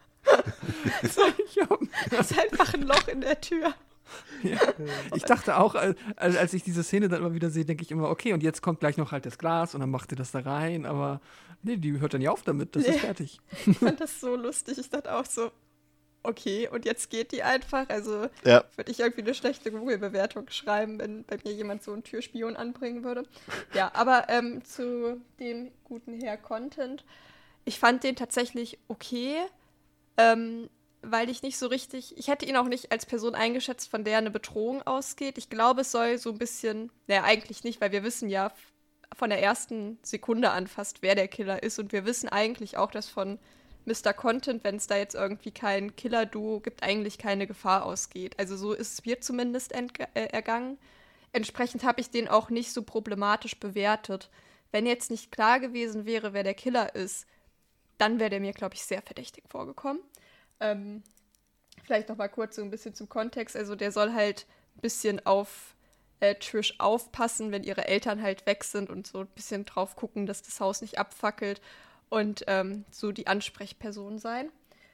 So, das ist einfach ein Loch in der Tür. Ja. Ich dachte auch, als, als ich diese Szene dann immer wieder sehe, denke ich immer, okay, und jetzt kommt gleich noch halt das Glas und dann macht ihr das da rein, aber nee, die hört dann ja auf damit, das Nee. ist fertig. Ich fand das so lustig. Ich dachte auch so, okay, und jetzt geht die einfach. Also Ja. würde ich irgendwie eine schlechte Google-Bewertung schreiben, wenn bei mir jemand so einen Türspion anbringen würde. Ja, aber ähm, zu dem guten Herr Content. Ich fand den tatsächlich okay, ähm, weil ich nicht so richtig, ich hätte ihn auch nicht als Person eingeschätzt, von der eine Bedrohung ausgeht. Ich glaube, es soll so ein bisschen, naja, eigentlich nicht, weil wir wissen ja f- von der ersten Sekunde an fast, wer der Killer ist. Und wir wissen eigentlich auch, dass von Mister Content, wenn es da jetzt irgendwie kein Killer-Duo gibt, eigentlich keine Gefahr ausgeht. Also so ist es mir zumindest entge- äh, ergangen. Entsprechend habe ich den auch nicht so problematisch bewertet. Wenn jetzt nicht klar gewesen wäre, wer der Killer ist, dann wäre der mir, glaube ich, sehr verdächtig vorgekommen. Ähm, vielleicht noch mal kurz so ein bisschen zum Kontext. Also der soll halt ein bisschen auf äh, Trish aufpassen, wenn ihre Eltern halt weg sind und so ein bisschen drauf gucken, dass das Haus nicht abfackelt und ähm, so die Ansprechperson sein.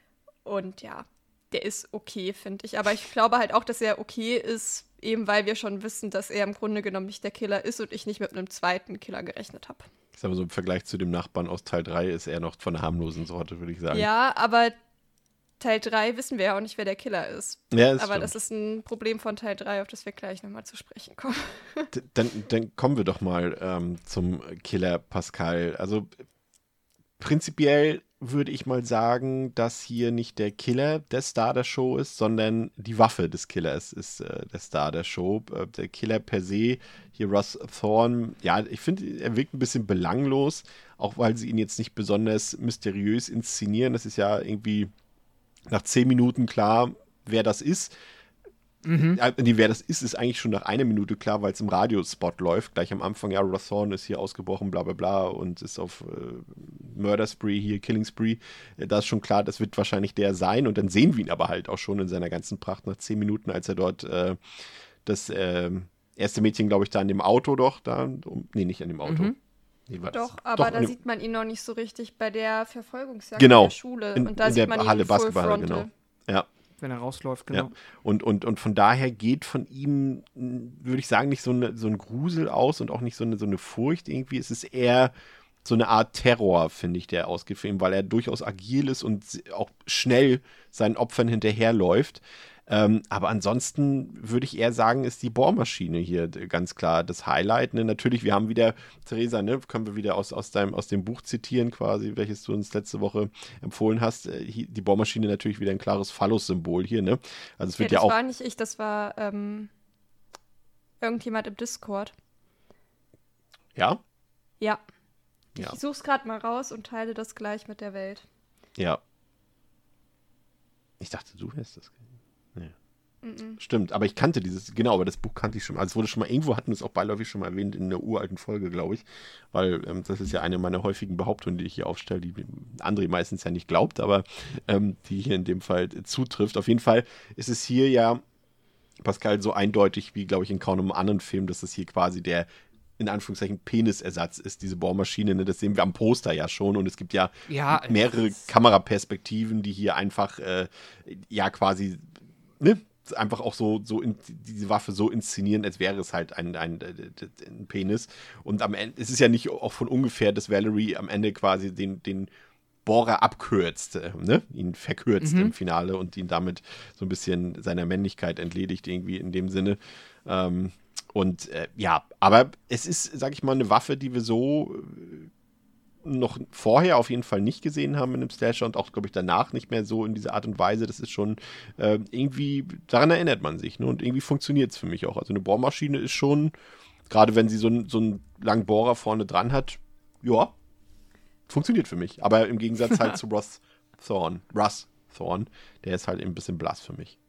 Und ja, der ist okay, finde ich. Aber ich glaube halt auch, dass er okay ist, eben weil wir schon wissen, dass er im Grunde genommen nicht der Killer ist und ich nicht mit einem zweiten Killer gerechnet habe. Ich sag mal so, im Vergleich zu dem Nachbarn aus Teil drei ist er noch von der harmlosen Sorte, würde ich sagen. Ja, aber Teil drei wissen wir ja auch nicht, wer der Killer ist. Ja, das aber stimmt. das ist ein Problem von Teil drei, auf das wir gleich nochmal zu sprechen kommen. D- Dann, dann kommen wir doch mal ähm, zum Killer Pascal. Also prinzipiell würde ich mal sagen, dass hier nicht der Killer der Star der Show ist, sondern die Waffe des Killers ist äh, der Star der Show. Äh, der Killer per se, hier Russ Thorne, ja, ich finde, er wirkt ein bisschen belanglos, auch weil sie ihn jetzt nicht besonders mysteriös inszenieren. Das ist ja irgendwie nach zehn Minuten klar, wer das ist. Mhm. Ja, nee, wer das ist, ist eigentlich schon nach einer Minute klar, weil es im Radiospot läuft. Gleich am Anfang, ja, Russ Thorne ist hier ausgebrochen, bla bla bla und ist auf äh, Murder Spree hier, Killing Spree. Äh, da ist schon klar, das wird wahrscheinlich der sein. Und dann sehen wir ihn aber halt auch schon in seiner ganzen Pracht nach zehn Minuten, als er dort äh, das äh, erste Mädchen, glaube ich, da an dem Auto doch, da, um, nee, nicht an dem Auto. Mhm. Nee, war das? Doch, aber an da dem- sieht man ihn noch nicht so richtig bei der Verfolgungsjagd Genau, in der Schule. in- und da in sieht der man Halle ihn Full Basketballhalle, Frontal. genau. Ja. Wenn er rausläuft, genau. Ja. Und, und, und von daher geht von ihm, mh, würde ich sagen, nicht so, eine, so ein Grusel aus und auch nicht so eine, so eine Furcht irgendwie. Es ist eher so eine Art Terror, finde ich, der ausgeht für ihn, weil er durchaus agil ist und s- auch schnell seinen Opfern hinterherläuft. Ähm, aber ansonsten würde ich eher sagen, ist die Bohrmaschine hier d- ganz klar das Highlight. Ne? Natürlich, wir haben wieder, Theresa, ne, können wir wieder aus, aus, deinem, aus dem Buch zitieren quasi, welches du uns letzte Woche empfohlen hast. Äh, hi- die Bohrmaschine natürlich wieder ein klares Phallus-Symbol hier. Ne? Also es Nee, wird das ja auch. war nicht ich, das war ähm, irgendjemand im Discord. Ja? Ja. Ja. Ich such's gerade mal raus und teile das gleich mit der Welt. Ja. Ich dachte, du wärst das. Nee. Mhm. Stimmt, aber ich kannte dieses, genau, aber das Buch kannte ich schon mal. Also es wurde schon mal, irgendwo hatten wir es auch beiläufig schon mal erwähnt in einer uralten Folge, glaube ich. Weil ähm, das ist ja eine meiner häufigen Behauptungen, die ich hier aufstelle, die André meistens ja nicht glaubt, aber ähm, die hier in dem Fall zutrifft. Auf jeden Fall ist es hier ja, Pascal, so eindeutig wie, glaube ich, in kaum einem anderen Film, dass es hier quasi der in Anführungszeichen Penisersatz ist, diese Bohrmaschine. Ne? Das sehen wir am Poster ja schon. Und es gibt ja, Ja, mehrere Kameraperspektiven, die hier einfach äh, ja quasi ne? einfach auch so, so in, diese Waffe so inszenieren, als wäre es halt ein, ein, ein Penis. Und am Ende, es ist ja nicht auch von ungefähr, dass Valerie am Ende quasi den, den Bohrer abkürzt, ne? Ihn verkürzt Mhm. im Finale und ihn damit so ein bisschen seiner Männlichkeit entledigt, irgendwie in dem Sinne. Ähm, und äh, ja, aber es ist, sag ich mal, eine Waffe, die wir so äh, noch vorher auf jeden Fall nicht gesehen haben in einem Slasher und auch, glaube ich, danach nicht mehr so in dieser Art und Weise. Das ist schon äh, irgendwie, daran erinnert man sich, ne? Und irgendwie funktioniert es für mich auch. Also eine Bohrmaschine ist schon, gerade wenn sie so, ein, so einen langen Bohrer vorne dran hat, ja, funktioniert für mich. Aber im Gegensatz halt zu Ross Thorn, Russ Thorn, der ist halt eben ein bisschen blass für mich.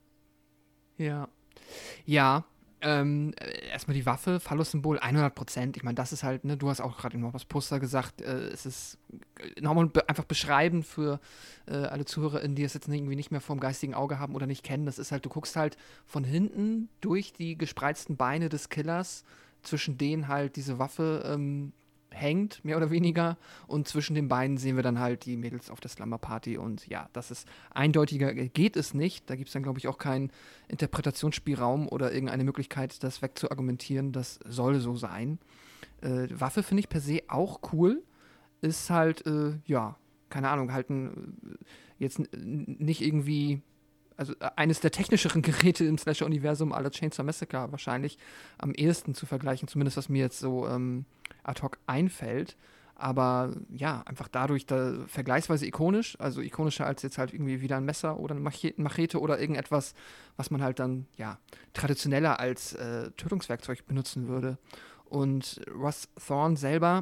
Ja. Ja, ähm, erstmal die Waffe, Phallus-Symbol, hundert Prozent. Ich meine, das ist halt, ne, du hast auch gerade noch das Poster gesagt, äh, es ist nochmal be- einfach beschreibend für äh, alle ZuhörerInnen, die es jetzt irgendwie nicht mehr vorm geistigen Auge haben oder nicht kennen. Das ist halt, du guckst halt von hinten durch die gespreizten Beine des Killers, zwischen denen halt diese Waffe ähm, hängt, mehr oder weniger. Und zwischen den Beinen sehen wir dann halt die Mädels auf der Slumber-Party. Und ja, das ist eindeutiger, geht es nicht. Da gibt es dann, glaube ich, auch keinen Interpretationsspielraum oder irgendeine Möglichkeit, das wegzuargumentieren. Das soll so sein. Äh, Waffe finde ich per se auch cool. Ist halt, äh, ja, keine Ahnung, halt ein, jetzt n- nicht irgendwie, also äh, eines der technischeren Geräte im Slasher-Universum aller Chainsaw Massacre wahrscheinlich am ehesten zu vergleichen, zumindest was mir jetzt so ähm, ad hoc einfällt. Aber ja, einfach dadurch da vergleichsweise ikonisch, also ikonischer als jetzt halt irgendwie wieder ein Messer oder eine Mache- Machete oder irgendetwas, was man halt dann, ja, traditioneller als äh, Tötungswerkzeug benutzen würde. Und Russ Thorn selber,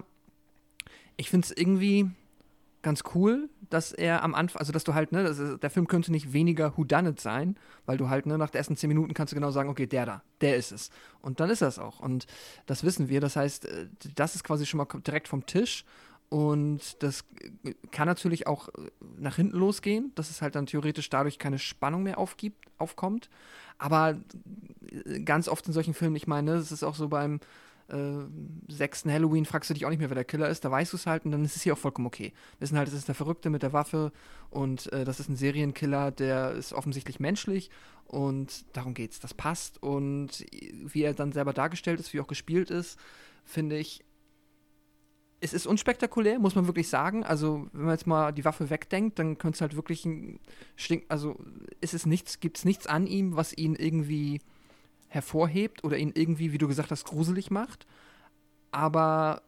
ich finde es irgendwie ganz cool, dass er am Anfang, also dass du halt, ne, das ist, der Film könnte nicht weniger Whodunit sein, weil du halt, ne, nach den ersten zehn Minuten kannst du genau sagen, okay, der da, der ist es. Und dann ist das auch. Und das wissen wir. Das heißt, äh, das ist quasi schon mal ko- direkt vom Tisch. Und das äh, kann natürlich auch äh, nach hinten losgehen, dass es halt dann theoretisch dadurch keine Spannung mehr aufgibt, aufkommt. Aber äh, ganz oft in solchen Filmen, ich meine, ne, das ist auch so beim äh, sechsten Halloween, fragst du dich auch nicht mehr, wer der Killer ist, da weißt du es halt und dann ist es hier auch vollkommen okay. Wir wissen halt, es ist der Verrückte mit der Waffe und äh, das ist ein Serienkiller, der ist offensichtlich menschlich und darum geht's. Das passt und wie er dann selber dargestellt ist, wie auch gespielt ist, finde ich, es ist unspektakulär, muss man wirklich sagen. Also, wenn man jetzt mal die Waffe wegdenkt, dann könnte es halt wirklich ein Stink, also ist es nichts, gibt es nichts an ihm, was ihn irgendwie hervorhebt oder ihn irgendwie, wie du gesagt hast, gruselig macht. Aber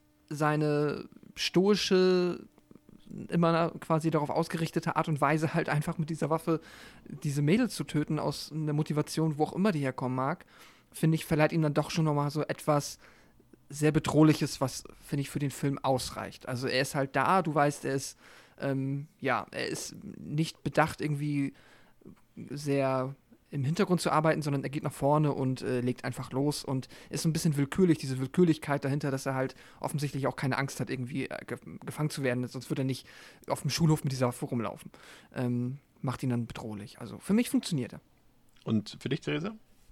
seine stoische, immer quasi darauf ausgerichtete Art und Weise, halt einfach mit dieser Waffe diese Mädels zu töten, aus einer Motivation, wo auch immer die herkommen mag, finde ich, verleiht ihm dann doch schon nochmal so etwas sehr Bedrohliches, was, finde ich, für den Film ausreicht. Also er ist halt da, du weißt, er ist, ähm, ja, er ist nicht bedacht, irgendwie sehr im Hintergrund zu arbeiten, sondern er geht nach vorne und äh, legt einfach los und ist so ein bisschen willkürlich, diese Willkürlichkeit dahinter, dass er halt offensichtlich auch keine Angst hat, irgendwie äh, ge- gefangen zu werden, sonst würde er nicht auf dem Schulhof mit dieser Waffe rumlaufen. Ähm, macht ihn dann bedrohlich. Also für mich funktioniert er. Und für dich, Theresa?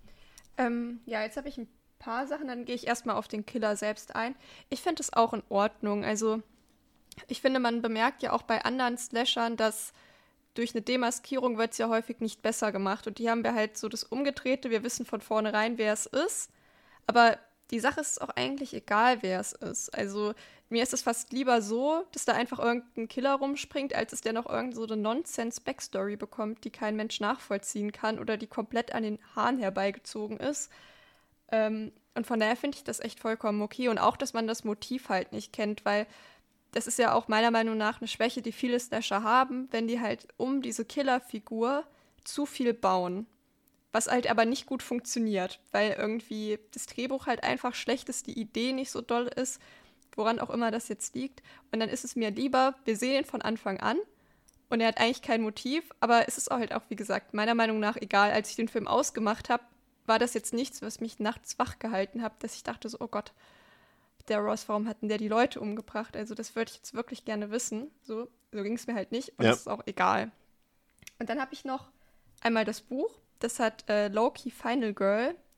Ähm, ja, jetzt habe ich ein paar Sachen, dann gehe ich erstmal auf den Killer selbst ein. Ich finde es auch in Ordnung. Also, ich finde, man bemerkt ja auch bei anderen Slashern, dass durch eine Demaskierung wird es ja häufig nicht besser gemacht. Und die haben wir halt so das Umgedrehte. Wir wissen von vornherein, wer es ist. Aber die Sache ist auch eigentlich egal, wer es ist. Also, mir ist es fast lieber so, dass da einfach irgendein Killer rumspringt, als dass der noch irgend so eine Nonsense-Backstory bekommt, die kein Mensch nachvollziehen kann oder die komplett an den Haaren herbeigezogen ist. Ähm, und von daher finde ich das echt vollkommen okay. Und auch, dass man das Motiv halt nicht kennt, weil das ist ja auch meiner Meinung nach eine Schwäche, die viele Slasher haben, wenn die halt um diese Killerfigur zu viel bauen. Was halt aber nicht gut funktioniert, weil irgendwie das Drehbuch halt einfach schlecht ist, die Idee nicht so doll ist, woran auch immer das jetzt liegt. Und dann ist es mir lieber, wir sehen ihn von Anfang an und er hat eigentlich kein Motiv, aber es ist auch halt auch, wie gesagt, meiner Meinung nach egal. Als ich den Film ausgemacht habe, war das jetzt nichts, was mich nachts wach gehalten hat, dass ich dachte so, oh Gott, der Ross, warum hat denn der die Leute umgebracht? Also das würde ich jetzt wirklich gerne wissen. So, so ging es mir halt nicht und Ja. das ist auch egal. Und dann habe ich noch einmal das Buch. Das hat äh, Loki Final Girl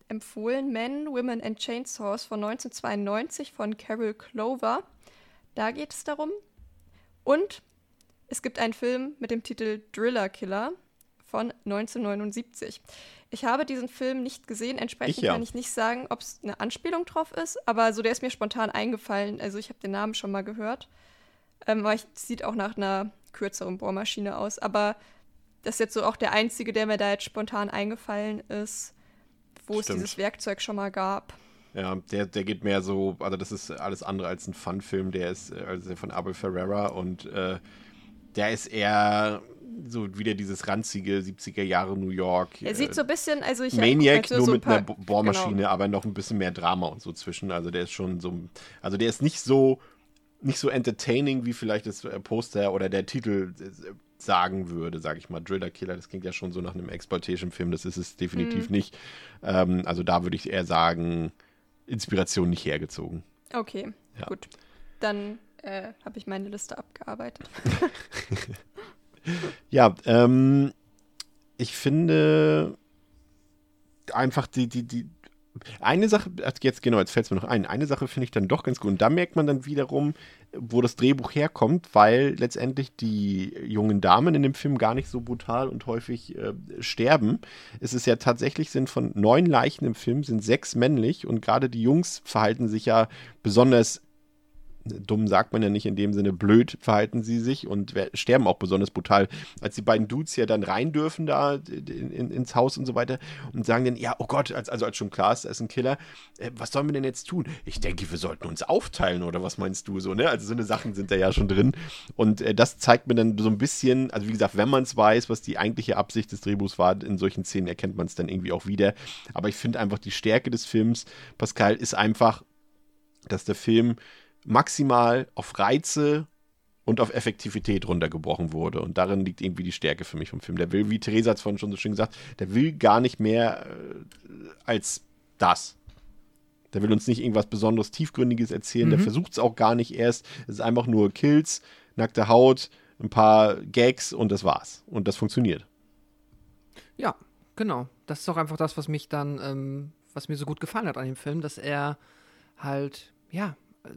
empfohlen Men, Women and Chainsaws von neunzehnhundertzweiundneunzig von Carol Clover. Da geht es darum. Und es gibt einen Film mit dem Titel Driller Killer von neunzehnhundertneunundsiebzig. Ich habe diesen Film nicht gesehen, entsprechend ich ja. kann ich nicht sagen, ob es eine Anspielung drauf ist, aber so der ist mir spontan eingefallen. Also ich habe den Namen schon mal gehört. Ähm, aber es sieht auch nach einer kürzeren Bohrmaschine aus. Aber das ist jetzt so auch der einzige, der mir da jetzt spontan eingefallen ist, wo Stimmt. es dieses Werkzeug schon mal gab. Ja, der, der geht mehr so, also das ist alles andere als ein Fun-Film, der ist also von Abel Ferrara und äh, der ist eher so wieder dieses ranzige siebziger Jahre New York. Er sieht so ein bisschen, also ich Maniac, nur so ein mit paar, einer Bohrmaschine, genau. aber noch ein bisschen mehr Drama und so zwischen. Also der ist schon so, also der ist nicht so, nicht so entertaining, wie vielleicht das Poster oder der Titel sagen würde, sage ich mal. Driller Killer, das klingt ja schon so nach einem Exploitation-Film, das ist es definitiv hm. nicht. Ähm, also da würde ich eher sagen, Inspiration nicht hergezogen. Okay, ja. gut. Dann äh, habe ich meine Liste abgearbeitet. Ja, ähm, ich finde einfach die, die, die, eine Sache, jetzt genau, jetzt fällt es mir noch ein, eine Sache finde ich dann doch ganz gut und da merkt man dann wiederum, wo das Drehbuch herkommt, weil letztendlich die jungen Damen in dem Film gar nicht so brutal und häufig äh, sterben. Es ist ja tatsächlich, sind von neun Leichen im Film, sind sechs männlich und gerade die Jungs verhalten sich ja besonders dumm sagt man ja nicht in dem Sinne, blöd verhalten sie sich und sterben auch besonders brutal. Als die beiden Dudes ja dann rein dürfen da in, in, ins Haus und so weiter und sagen dann, ja, oh Gott, als, also als schon klar ist, er ist ein Killer, äh, was sollen wir denn jetzt tun? Ich denke, wir sollten uns aufteilen oder was meinst du so, ne? Also so eine Sachen sind da ja schon drin und äh, das zeigt mir dann so ein bisschen, also wie gesagt, wenn man es weiß, was die eigentliche Absicht des Drehbuchs war, in solchen Szenen erkennt man es dann irgendwie auch wieder. Aber ich finde einfach, die Stärke des Films, Pascal, ist einfach, dass der Film maximal auf Reize und auf Effektivität runtergebrochen wurde. Und darin liegt irgendwie die Stärke für mich vom Film. Der will, wie Theresa hat es vorhin schon so schön gesagt, der will gar nicht mehr äh, als das. Der will uns nicht irgendwas besonders Tiefgründiges erzählen. Mhm. Der versucht es auch gar nicht erst. Es ist einfach nur Kills, nackte Haut, ein paar Gags und das war's. Und das funktioniert. Ja, genau. Das ist auch einfach das, was mich dann, ähm, was mir so gut gefallen hat an dem Film, dass er halt, ja,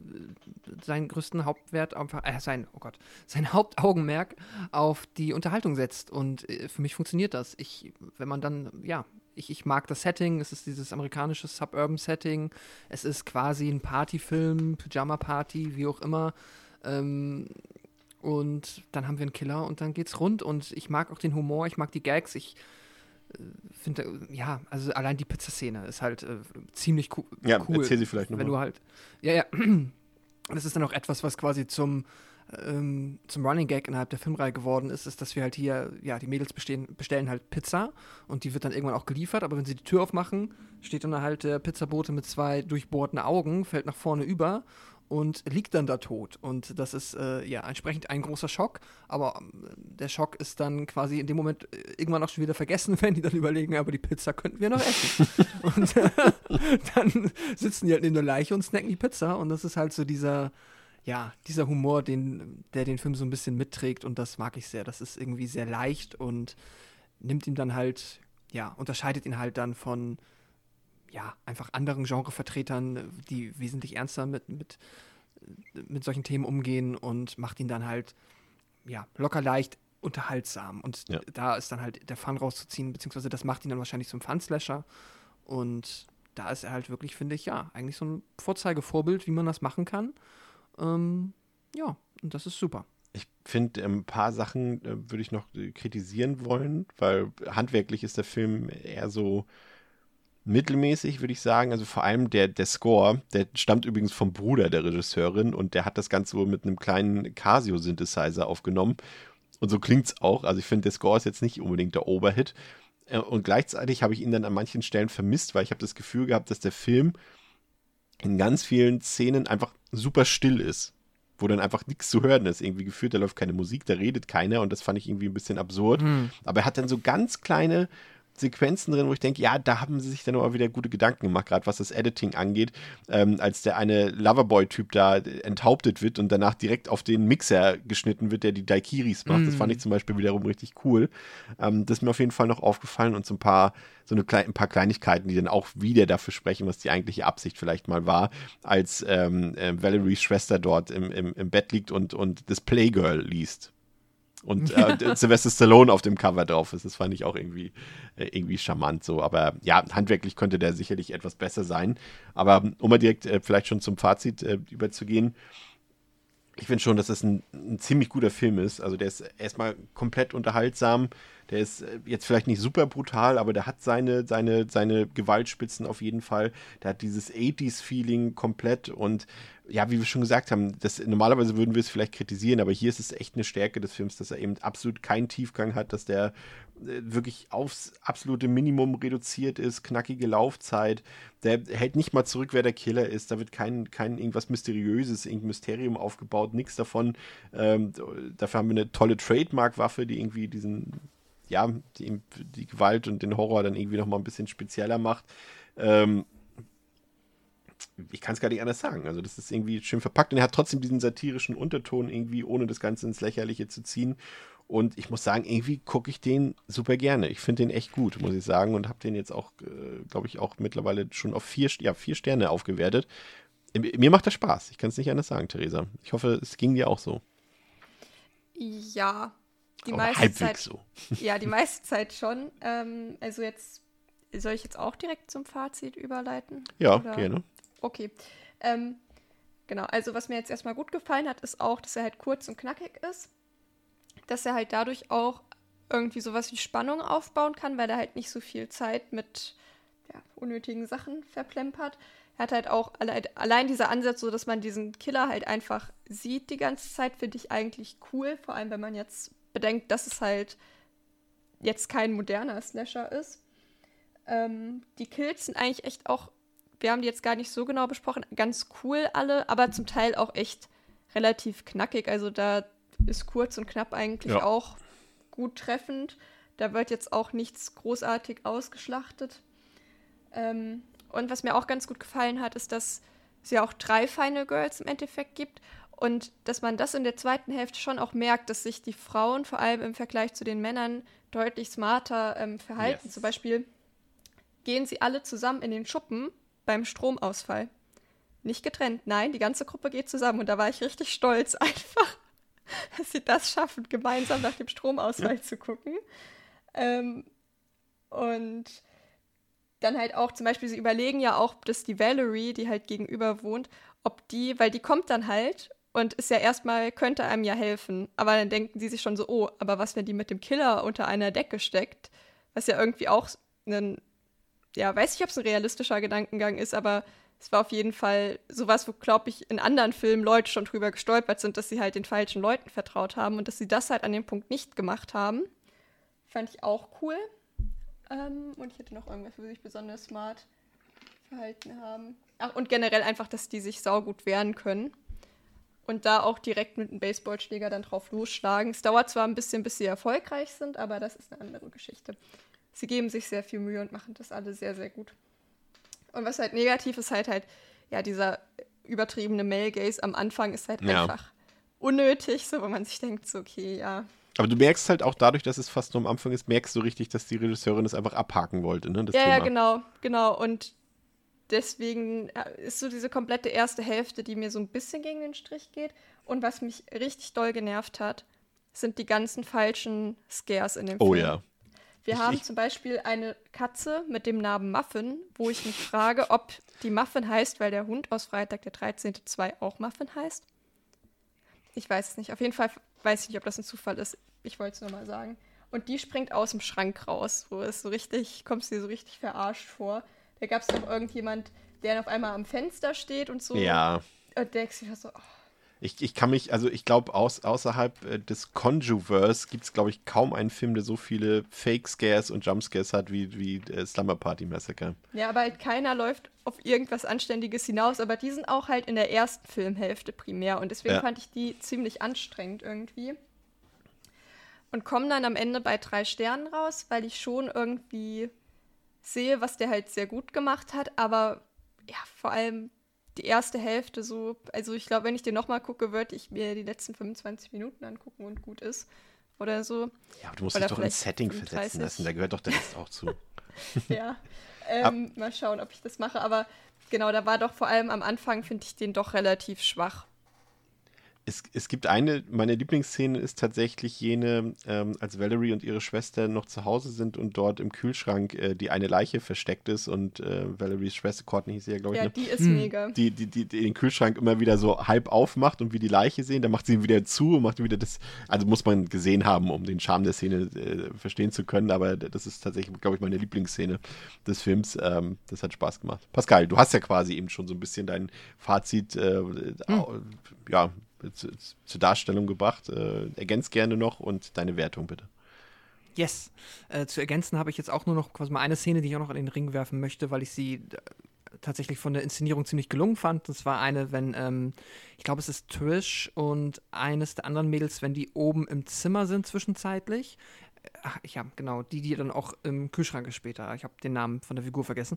seinen größten Hauptwert, einfach, äh, sein, oh Gott, sein Hauptaugenmerk auf die Unterhaltung setzt. Und äh, für mich funktioniert das. Ich, wenn man dann, ja, ich, ich mag das Setting, es ist dieses amerikanische Suburban-Setting, es ist quasi ein Partyfilm, Pyjama-Party, wie auch immer. Ähm, und dann haben wir einen Killer und dann geht's rund. Und ich mag auch den Humor, ich mag die Gags, ich finde, ja, also allein die Pizzaszene ist halt äh, ziemlich co- ja, cool. Erzähl sie vielleicht wenn nochmal. du halt, ja, ja, das ist dann auch etwas, was quasi zum, ähm, zum Running Gag innerhalb der Filmreihe geworden ist, ist, dass wir halt hier, ja, die Mädels bestehen, bestellen halt Pizza und die wird dann irgendwann auch geliefert, aber wenn sie die Tür aufmachen, steht dann halt der Pizzabote mit zwei durchbohrten Augen, fällt nach vorne über und liegt dann da tot. Und das ist, äh, ja, entsprechend ein großer Schock. Aber äh, der Schock ist dann quasi in dem Moment äh, irgendwann auch schon wieder vergessen, wenn die dann überlegen, aber die Pizza könnten wir noch essen. Und äh, dann sitzen die halt neben der Leiche und snacken die Pizza. Und das ist halt so dieser, ja, dieser Humor, den, der den Film so ein bisschen mitträgt. Und das mag ich sehr. Das ist irgendwie sehr leicht und nimmt ihn dann halt, ja, unterscheidet ihn halt dann von ja, einfach anderen Genrevertretern, die wesentlich ernster mit, mit, mit solchen Themen umgehen und macht ihn dann halt, ja, locker leicht unterhaltsam. Und ja. da ist dann halt der Fun rauszuziehen, beziehungsweise das macht ihn dann wahrscheinlich zum Fun-Slasher. Und da ist er halt wirklich, finde ich, ja, eigentlich so ein Vorzeigevorbild, wie man das machen kann. Ähm, ja, und das ist super. Ich finde, ein paar Sachen äh, würde ich noch äh, kritisieren wollen, weil handwerklich ist der Film eher so mittelmäßig, würde ich sagen. Also vor allem der, der Score, der stammt übrigens vom Bruder der Regisseurin und der hat das Ganze wohl mit einem kleinen Casio-Synthesizer aufgenommen. Und so klingt es auch. Also ich finde, der Score ist jetzt nicht unbedingt der Oberhit. Und gleichzeitig habe ich ihn dann an manchen Stellen vermisst, weil ich habe das Gefühl gehabt, dass der Film in ganz vielen Szenen einfach super still ist. Wo dann einfach nichts zu hören ist. Irgendwie gefühlt, da läuft keine Musik, da redet keiner und das fand ich irgendwie ein bisschen absurd. Mhm. Aber er hat dann so ganz kleine Sequenzen drin, wo ich denke, ja, da haben sie sich dann aber wieder gute Gedanken gemacht, gerade was das Editing angeht, ähm, als der eine Loverboy-Typ da enthauptet wird und danach direkt auf den Mixer geschnitten wird, der die Daiquiris macht. Mm. Das fand ich zum Beispiel wiederum richtig cool. Ähm, das ist mir auf jeden Fall noch aufgefallen und so ein paar, so eine klein, ein paar Kleinigkeiten, die dann auch wieder dafür sprechen, was die eigentliche Absicht vielleicht mal war, als ähm, äh, Valeries Schwester dort im, im, im Bett liegt und, und das Playgirl liest. Und äh, Sylvester Stallone auf dem Cover drauf ist. Das fand ich auch irgendwie, äh, irgendwie charmant so. Aber ja, handwerklich könnte der sicherlich etwas besser sein. Aber um mal direkt äh, vielleicht schon zum Fazit äh, überzugehen, ich finde schon, dass das ein, ein ziemlich guter Film ist. Also der ist erstmal komplett unterhaltsam. Der ist jetzt vielleicht nicht super brutal, aber der hat seine, seine, seine Gewaltspitzen auf jeden Fall. Der hat dieses achtziger-Feeling komplett und ja, wie wir schon gesagt haben, das, normalerweise würden wir es vielleicht kritisieren, aber hier ist es echt eine Stärke des Films, dass er eben absolut keinen Tiefgang hat, dass der äh, wirklich aufs absolute Minimum reduziert ist, knackige Laufzeit, der hält nicht mal zurück, wer der Killer ist, da wird kein, kein irgendwas Mysteriöses, irgendein Mysterium aufgebaut, nichts davon. Ähm, dafür haben wir eine tolle Trademark-Waffe, die irgendwie diesen, ja, die, die Gewalt und den Horror dann irgendwie nochmal ein bisschen spezieller macht. Ähm, ich kann es gar nicht anders sagen. Also das ist irgendwie schön verpackt und er hat trotzdem diesen satirischen Unterton irgendwie, ohne das Ganze ins Lächerliche zu ziehen. Und ich muss sagen, irgendwie gucke ich den super gerne. Ich finde den echt gut, muss ich sagen. Und habe den jetzt auch, äh, glaube ich, auch mittlerweile schon auf vier, ja, vier Sterne aufgewertet. Mir macht das Spaß. Ich kann es nicht anders sagen, Theresa. Ich hoffe, es ging dir auch so. Ja, die Oder meiste halbwegs Zeit. so. Ja, die meiste Zeit schon. Ähm, also jetzt, soll ich jetzt auch direkt zum Fazit überleiten? Ja, Oder? gerne. Okay. Ähm, genau, also was mir jetzt erstmal gut gefallen hat, ist auch, dass er halt kurz und knackig ist. Dass er halt dadurch auch irgendwie sowas wie Spannung aufbauen kann, weil er halt nicht so viel Zeit mit ja, unnötigen Sachen verplempert. Er hat halt auch alle, allein dieser Ansatz, so dass man diesen Killer halt einfach sieht die ganze Zeit, finde ich eigentlich cool. Vor allem, wenn man jetzt bedenkt, dass es halt jetzt kein moderner Slasher ist. Ähm, die Kills sind eigentlich echt auch, wir haben die jetzt gar nicht so genau besprochen, ganz cool alle, aber zum Teil auch echt relativ knackig. Also da ist kurz und knapp eigentlich ja. auch gut treffend. Da wird jetzt auch nichts großartig ausgeschlachtet. Ähm, und was mir auch ganz gut gefallen hat, ist, dass es ja auch drei Final Girls im Endeffekt gibt und dass man das in der zweiten Hälfte schon auch merkt, dass sich die Frauen vor allem im Vergleich zu den Männern deutlich smarter ähm, verhalten. Yes. Zum Beispiel gehen sie alle zusammen in den Schuppen beim Stromausfall. Nicht getrennt, nein, die ganze Gruppe geht zusammen und da war ich richtig stolz einfach, dass sie das schaffen, gemeinsam nach dem Stromausfall ja. zu gucken. Ähm, und dann halt auch zum Beispiel, sie überlegen ja auch, dass die Valerie, die halt gegenüber wohnt, ob die, weil die kommt dann halt und ist ja erstmal, könnte einem ja helfen, aber dann denken sie sich schon so, oh, aber was, wenn die mit dem Killer unter einer Decke steckt, was ja irgendwie auch ein, ja, weiß nicht, ob es ein realistischer Gedankengang ist, aber es war auf jeden Fall sowas, wo, glaube ich, in anderen Filmen Leute schon drüber gestolpert sind, dass sie halt den falschen Leuten vertraut haben und dass sie das halt an dem Punkt nicht gemacht haben. Fand ich auch cool. Ähm, und ich hätte noch irgendwas, wo sie sich besonders smart verhalten haben. Ach, und generell einfach, dass die sich saugut wehren können. Und da auch direkt mit einem Baseballschläger dann drauf losschlagen. Es dauert zwar ein bisschen, bis sie erfolgreich sind, aber das ist eine andere Geschichte. Sie geben sich sehr viel Mühe und machen das alle sehr, sehr gut. Und was halt negativ ist, halt halt, ja, dieser übertriebene Male Gaze am Anfang ist halt ja. einfach unnötig, so, wo man sich denkt, so, okay, ja. Aber du merkst halt auch dadurch, dass es fast nur am Anfang ist, merkst du richtig, dass die Regisseurin das einfach abhaken wollte, ne? Das ja, Thema. ja, genau, genau. Und deswegen ist so diese komplette erste Hälfte, die mir so ein bisschen gegen den Strich geht. Und was mich richtig doll genervt hat, sind die ganzen falschen Scares in dem Oh Film. ja. Wir ich, haben ich, zum Beispiel eine Katze mit dem Namen Muffin, wo ich mich frage, ob die Muffin heißt, weil der Hund aus Freitag der dreizehnte zwei auch Muffin heißt. Ich weiß es nicht. Auf jeden Fall weiß ich nicht, ob das ein Zufall ist. Ich wollte es nur mal sagen. Und die springt aus dem Schrank raus, wo es so richtig, kommst du dir so richtig verarscht vor. Da gab es noch irgendjemand, der auf einmal am Fenster steht und so. Ja. Und denkst dir so, oh. Ich, ich kann mich, also ich glaube, aus, außerhalb äh, des Conjuverse gibt es, glaube ich, kaum einen Film, der so viele Fake-Scares und Jumpscares hat wie, wie äh, Slumber Party Massacre. Ja, aber halt keiner läuft auf irgendwas Anständiges hinaus, aber die sind auch halt in der ersten Filmhälfte primär und deswegen ja. fand ich die ziemlich anstrengend irgendwie. und komme dann am Ende bei drei Sternen raus, weil ich schon irgendwie sehe, was der halt sehr gut gemacht hat, aber ja, vor allem die erste Hälfte so, also ich glaube, wenn ich den nochmal gucke, würde ich mir die letzten fünfundzwanzig Minuten angucken und gut ist oder so. Ja, aber du musst Oder dich doch ins Setting fünfunddreißig. versetzen lassen, da gehört doch der Rest auch zu. Ja, ähm, mal schauen, ob ich das mache, aber genau, da war doch vor allem am Anfang, finde ich den doch relativ schwach. Es, es gibt eine, meine Lieblingsszene ist tatsächlich jene, ähm, als Valerie und ihre Schwester noch zu Hause sind und dort im Kühlschrank äh, die eine Leiche versteckt ist und äh, Valeries Schwester, Courtney hieß sie ja, glaube ich, Ja, ne? die ist Hm. mega. Die, die, die, die den Kühlschrank immer wieder so halb aufmacht und wie die Leiche sehen, dann macht sie ihn wieder zu und macht wieder das, also muss man gesehen haben, um den Charme der Szene äh, verstehen zu können, aber das ist tatsächlich, glaube ich, meine Lieblingsszene des Films. Ähm, das hat Spaß gemacht. Pascal, du hast ja quasi eben schon so ein bisschen dein Fazit äh, hm. ja, Zu, zur Darstellung gebracht. Äh, ergänz gerne noch und deine Wertung bitte. Yes. Äh, zu ergänzen habe ich jetzt auch nur noch quasi mal eine Szene, die ich auch noch in den Ring werfen möchte, weil ich sie äh, tatsächlich von der Inszenierung ziemlich gelungen fand. Das war eine, wenn, ähm, ich glaube, es ist Trish und eines der anderen Mädels, wenn die oben im Zimmer sind zwischenzeitlich. Ach, ja, genau, die, die dann auch im Kühlschrank ist später. Ich habe den Namen von der Figur vergessen.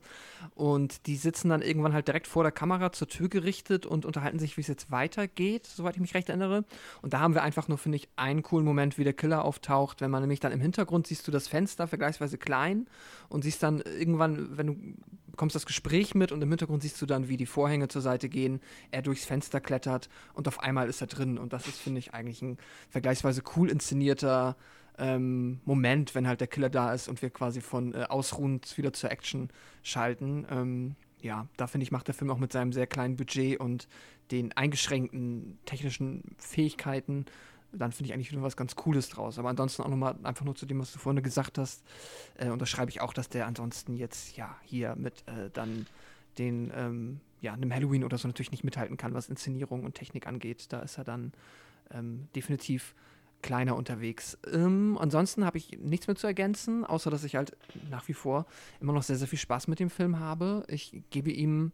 Und die sitzen dann irgendwann halt direkt vor der Kamera zur Tür gerichtet und unterhalten sich, wie es jetzt weitergeht, soweit ich mich recht erinnere. Und da haben wir einfach nur, finde ich, einen coolen Moment, wie der Killer auftaucht. Wenn man nämlich dann im Hintergrund siehst du das Fenster vergleichsweise klein und siehst dann irgendwann, wenn du bekommst das Gespräch mit und im Hintergrund siehst du dann, wie die Vorhänge zur Seite gehen, er durchs Fenster klettert und auf einmal ist er drin. Und das ist, finde ich, eigentlich ein vergleichsweise cool inszenierter Ähm, Moment, wenn halt der Killer da ist und wir quasi von äh, ausruhend wieder zur Action schalten. Ähm, ja, da finde ich, macht der Film auch mit seinem sehr kleinen Budget und den eingeschränkten technischen Fähigkeiten, dann finde ich eigentlich wieder was ganz Cooles draus. Aber ansonsten auch nochmal einfach nur zu dem, was du vorhin gesagt hast, äh, unterschreibe ich auch, dass der ansonsten jetzt ja hier mit äh, dann den, ähm, ja, einem Halloween oder so natürlich nicht mithalten kann, was Inszenierung und Technik angeht. Da ist er dann ähm, definitiv kleiner unterwegs. Ähm, ansonsten habe ich nichts mehr zu ergänzen, außer dass ich halt nach wie vor immer noch sehr, sehr viel Spaß mit dem Film habe. Ich gebe ihm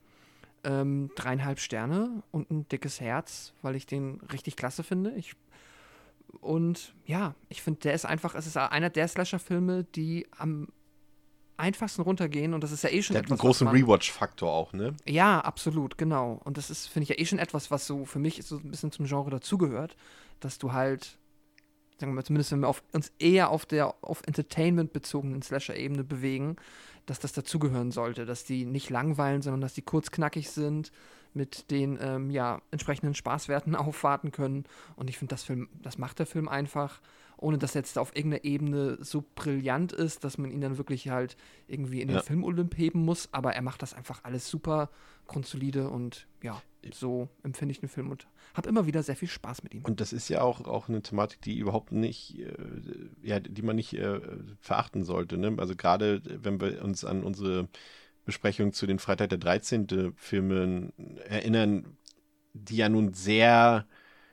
ähm, dreieinhalb Sterne und ein dickes Herz, weil ich den richtig klasse finde. Ich, und ja, ich finde, der ist einfach, es ist einer der Slasher-Filme, die am einfachsten runtergehen und das ist ja eh schon der etwas, hat einen großen was man, Rewatch-Faktor auch, ne? Ja, absolut, genau. Und das ist, finde ich, ja eh schon etwas, was so für mich so ein bisschen zum Genre dazugehört, dass du halt sagen wir mal, zumindest wenn wir auf, uns eher auf der auf Entertainment bezogenen Slasher-Ebene bewegen, dass das dazugehören sollte, dass die nicht langweilen, sondern dass die kurz knackig sind, mit den ähm, ja, entsprechenden Spaßwerten aufwarten können. Und ich finde, das Film, das macht der Film einfach, ohne dass er jetzt auf irgendeiner Ebene so brillant ist, dass man ihn dann wirklich halt irgendwie in den ja. Film-Olymp heben muss, aber er macht das einfach alles super grundsolide und ja, so empfinde ich den Film und habe immer wieder sehr viel Spaß mit ihm. Und das ist ja auch, auch eine Thematik, die überhaupt nicht, äh, ja, die man nicht äh, verachten sollte, ne? Also gerade, wenn wir uns an unsere Besprechung zu den Freitag der dreizehnte Filmen erinnern, die ja nun sehr,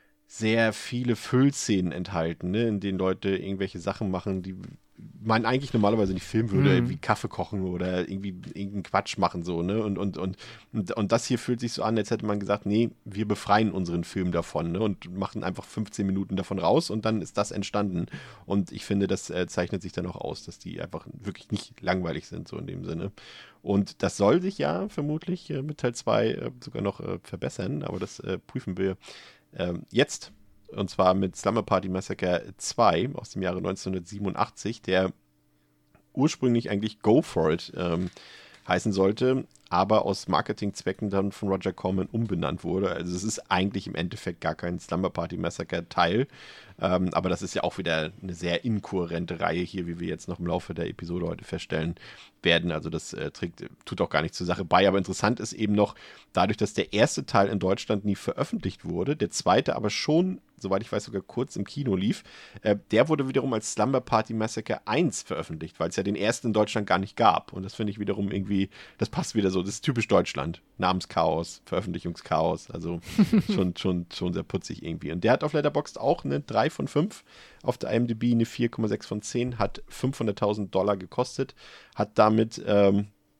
sehr viele Füllszenen enthalten, ne? In denen Leute irgendwelche Sachen machen, die man eigentlich normalerweise nicht filmen würde, Mhm. wie Kaffee kochen oder irgendwie irgendeinen Quatsch machen, so, ne? Und, und, und, und, und das hier fühlt sich so an, als hätte man gesagt, nee, wir befreien unseren Film davon, ne? Und machen einfach fünfzehn Minuten davon raus und dann ist das entstanden. Und ich finde, das äh, zeichnet sich dann auch aus, dass die einfach wirklich nicht langweilig sind, so in dem Sinne. Und das soll sich ja vermutlich äh, mit Teil zwei äh, sogar noch äh, verbessern, aber das äh, prüfen wir äh, jetzt. Und zwar mit Slumber Party Massacre zwei aus dem Jahre neunzehnhundertsiebenundachtzig, der ursprünglich eigentlich Go For It ähm, heißen sollte, aber aus Marketingzwecken dann von Roger Corman umbenannt wurde. Also es ist eigentlich im Endeffekt gar kein Slumber Party Massacre Teil, ähm, aber das ist ja auch wieder eine sehr inkohärente Reihe hier, wie wir jetzt noch im Laufe der Episode heute feststellen werden. Also das äh, trägt, tut auch gar nichts zur Sache bei, aber interessant ist eben noch, dadurch, dass der erste Teil in Deutschland nie veröffentlicht wurde, der zweite aber schon, soweit ich weiß, sogar kurz im Kino lief, äh, der wurde wiederum als Slumber Party Massacre eins veröffentlicht, weil es ja den ersten in Deutschland gar nicht gab. Und das finde ich wiederum irgendwie, das passt wieder so, das ist typisch Deutschland. Namenschaos, Veröffentlichungschaos, also schon, schon, schon sehr putzig irgendwie. Und der hat auf Letterboxd auch eine drei von fünf, auf der I M D B eine vier Komma sechs von zehn, hat fünfhunderttausend Dollar gekostet, hat damit ähm,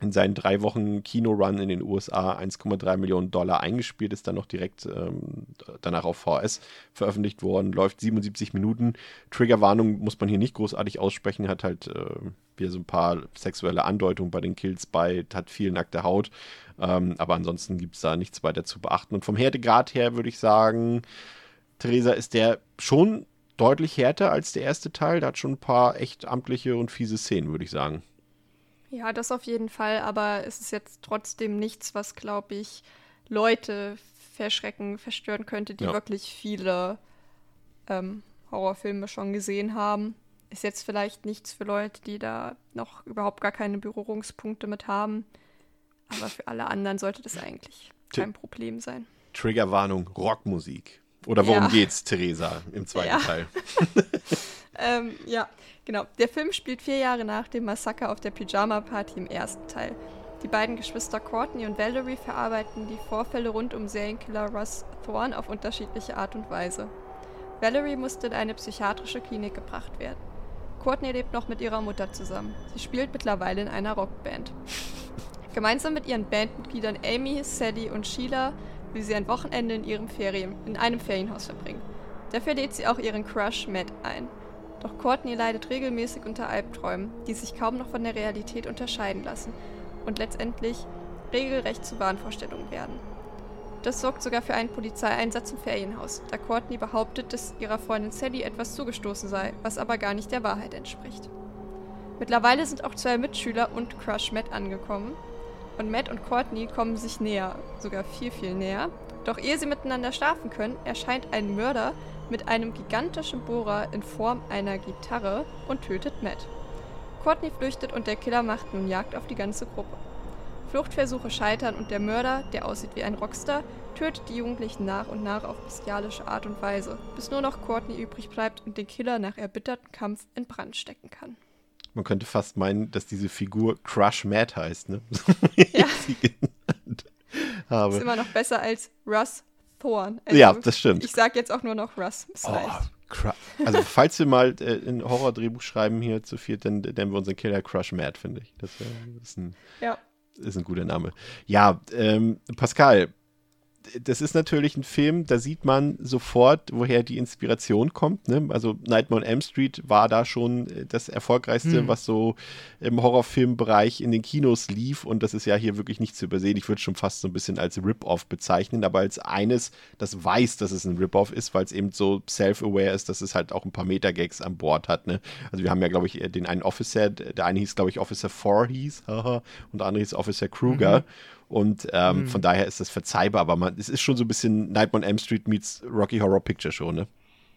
in seinen drei Wochen Kino-Run in den U S A eins Komma drei Millionen Dollar eingespielt, ist dann noch direkt ähm, danach auf V H S veröffentlicht worden, läuft siebenundsiebzig Minuten. Triggerwarnung muss man hier nicht großartig aussprechen, hat halt äh, wieder so ein paar sexuelle Andeutungen bei den Kills bei, hat viel nackte Haut, ähm, aber ansonsten gibt es da nichts weiter zu beachten. Und vom Härtegrad her würde ich sagen, Theresa, ist der schon deutlich härter als der erste Teil, der hat schon ein paar echt amtliche und fiese Szenen, würde ich sagen. Ja, das auf jeden Fall, aber es ist jetzt trotzdem nichts, was, glaube ich, Leute verschrecken, verstören könnte, die Ja. wirklich viele ähm, Horrorfilme schon gesehen haben. Ist jetzt vielleicht nichts für Leute, die da noch überhaupt gar keine Berührungspunkte mit haben, aber für alle anderen sollte das eigentlich kein Problem sein. Triggerwarnung, Rockmusik. Oder worum Ja. geht's, Theresa, im zweiten Ja. Teil? Ähm, ja, genau. Der Film spielt vier Jahre nach dem Massaker auf der Pyjama-Party im ersten Teil. Die beiden Geschwister Courtney und Valerie verarbeiten die Vorfälle rund um Serienkiller Russ Thorne auf unterschiedliche Art und Weise. Valerie musste in eine psychiatrische Klinik gebracht werden. Courtney lebt noch mit ihrer Mutter zusammen. Sie spielt mittlerweile in einer Rockband. Gemeinsam mit ihren Bandmitgliedern Amy, Sally und Sheila will sie ein Wochenende in, ihrem Ferien, in einem Ferienhaus verbringen. Dafür lädt sie auch ihren Crush Matt ein. Doch Courtney leidet regelmäßig unter Albträumen, die sich kaum noch von der Realität unterscheiden lassen und letztendlich regelrecht zu Wahnvorstellungen werden. Das sorgt sogar für einen Polizeieinsatz im Ferienhaus, da Courtney behauptet, dass ihrer Freundin Sally etwas zugestoßen sei, was aber gar nicht der Wahrheit entspricht. Mittlerweile sind auch zwei Mitschüler und Crush Matt angekommen und Matt und Courtney kommen sich näher, sogar viel, viel näher. Doch ehe sie miteinander schlafen können, erscheint ein Mörder mit einem gigantischen Bohrer in Form einer Gitarre und tötet Matt. Courtney flüchtet und der Killer macht nun Jagd auf die ganze Gruppe. Fluchtversuche scheitern und der Mörder, der aussieht wie ein Rockstar, tötet die Jugendlichen nach und nach auf bestialische Art und Weise, bis nur noch Courtney übrig bleibt und den Killer nach erbittertem Kampf in Brand stecken kann. Man könnte fast meinen, dass diese Figur Crush Matt heißt, ne? Ja. Sie genannt habe. Ist immer noch besser als Russ Thorne. Also, Ja, das stimmt. Ich sag jetzt auch nur noch Russ. Es Oh, reicht. Cru- also falls wir mal äh, ein Horror-Drehbuch schreiben hier zu viert, dann nennen wir unseren Killer Crush Matt, finde ich. Das wär, ist, ein, Ja. ist ein guter Name. Ja, ähm, Pascal, das ist natürlich ein Film, da sieht man sofort, woher die Inspiration kommt. Ne? Also Nightmare on Elm Street war da schon das Erfolgreichste, Hm. was so im Horrorfilmbereich in den Kinos lief. Und das ist ja hier wirklich nicht zu übersehen. Ich würde schon fast so ein bisschen als Rip-Off bezeichnen, aber als eines, das weiß, dass es ein Rip-Off ist, weil es eben so self-aware ist, dass es halt auch ein paar Meta-Gags an Bord hat. Ne? Also wir haben ja, glaube ich, den einen Officer, der eine hieß, glaube ich, Officer Four hieß, haha, und der andere hieß Officer Kruger. Mhm. Und ähm, Mhm. von daher ist das verzeihbar, aber man, es ist schon so ein bisschen Nightmare on Elm Street meets Rocky Horror Picture Show, ne?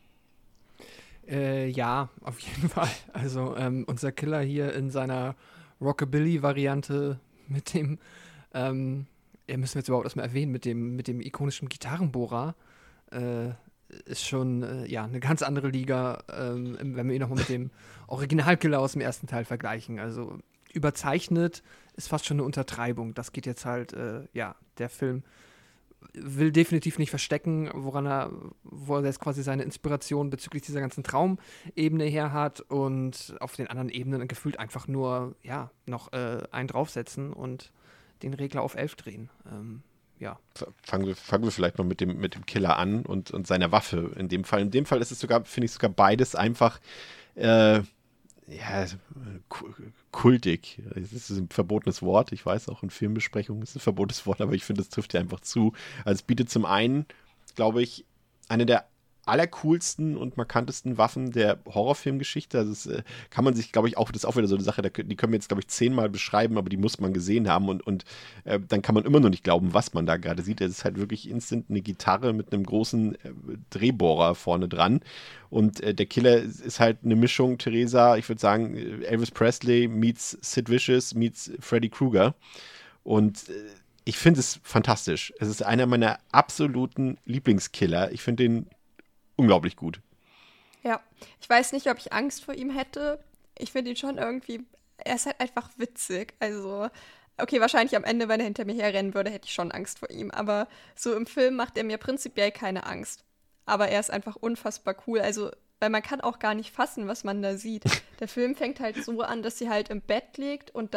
Äh, ja, auf jeden Fall. Also ähm, unser Killer hier in seiner Rockabilly-Variante mit dem, ähm, ja, müssen wir jetzt überhaupt erstmal erwähnen, mit dem, mit dem ikonischen Gitarrenbohrer, äh, ist schon äh, ja, eine ganz andere Liga, ähm, wenn wir ihn nochmal mit dem Originalkiller aus dem ersten Teil vergleichen. Also überzeichnet ist fast schon eine Untertreibung. Das geht jetzt halt, äh, ja, der Film will definitiv nicht verstecken, woran er, wo er jetzt quasi seine Inspiration bezüglich dieser ganzen Traumebene her hat und auf den anderen Ebenen gefühlt einfach nur, ja, noch äh, einen draufsetzen und den Regler auf elf drehen. Ähm, ja. Fangen wir, fangen wir vielleicht mal mit dem, mit dem Killer an und, und seiner Waffe. In dem Fall, in dem Fall ist es sogar, finde ich sogar beides einfach, äh, ja, kultig. Das ist ein verbotenes Wort. Ich weiß, auch in Filmbesprechungen ist es ein verbotenes Wort, aber ich finde, es trifft ja einfach zu. Also es bietet zum einen, glaube ich, eine der allercoolsten und markantesten Waffen der Horrorfilmgeschichte. Also das äh, kann man sich, glaube ich, auch, das ist auch wieder so eine Sache, die können wir jetzt, glaube ich, zehnmal beschreiben, aber die muss man gesehen haben und, und äh, dann kann man immer noch nicht glauben, was man da gerade sieht. Es ist halt wirklich instant eine Gitarre mit einem großen äh, Drehbohrer vorne dran und äh, der Killer ist halt eine Mischung, Theresa, ich würde sagen, Elvis Presley meets Sid Vicious meets Freddy Krueger und äh, ich finde es fantastisch. Es ist einer meiner absoluten Lieblingskiller. Ich finde den unglaublich gut. Ja, ich weiß nicht, ob ich Angst vor ihm hätte. Ich finde ihn schon irgendwie, er ist halt einfach witzig. Also, okay, wahrscheinlich am Ende, wenn er hinter mir herrennen würde, hätte ich schon Angst vor ihm. Aber so im Film macht er mir prinzipiell keine Angst. Aber er ist einfach unfassbar cool. Also, weil man kann auch gar nicht fassen, was man da sieht. Der Film fängt halt so an, dass sie halt im Bett liegt und dann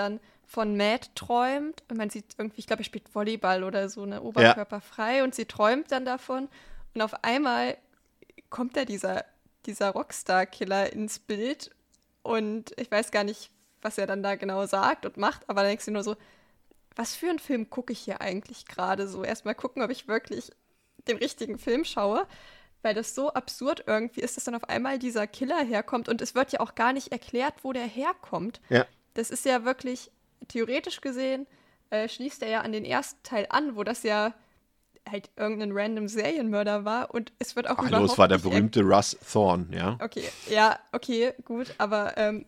von Matt träumt und man sieht irgendwie, ich glaube, er spielt Volleyball oder so, ne, oberkörperfrei ja. und sie träumt dann davon und auf einmal kommt da dieser, dieser Rockstar-Killer ins Bild und ich weiß gar nicht, was er dann da genau sagt und macht, aber dann denkst du nur so, was für einen Film gucke ich hier eigentlich gerade so? Erstmal gucken, ob ich wirklich den richtigen Film schaue, weil das so absurd irgendwie ist, dass dann auf einmal dieser Killer herkommt und es wird ja auch gar nicht erklärt, wo der herkommt. Ja. Das ist ja wirklich, theoretisch gesehen, äh, schließt er ja an den ersten Teil an, wo das ja halt irgendein random Serienmörder war und es wird auch Ach, überhaupt los, war der nicht berühmte Russ Thorne, ja? Okay, ja, okay, gut, aber ähm,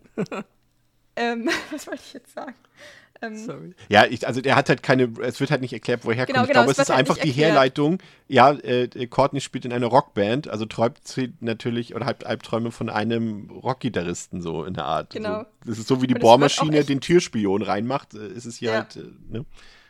ähm, was wollte ich jetzt sagen? Ähm, Sorry. Ja, ich, also der hat halt keine, es wird halt nicht erklärt, woher Genau, kommt. Ich genau, glaube, es es ist wird halt einfach nicht die erklärt. Herleitung. Ja, äh, Courtney spielt in einer Rockband, also träumt sie natürlich oder hat Albträume von einem Rockgitarristen so in der Art. Genau. So, das ist so wie die Und es wird auch Bohrmaschine echt- den Türspion reinmacht, äh, ist es hier Ja. halt, äh, ne?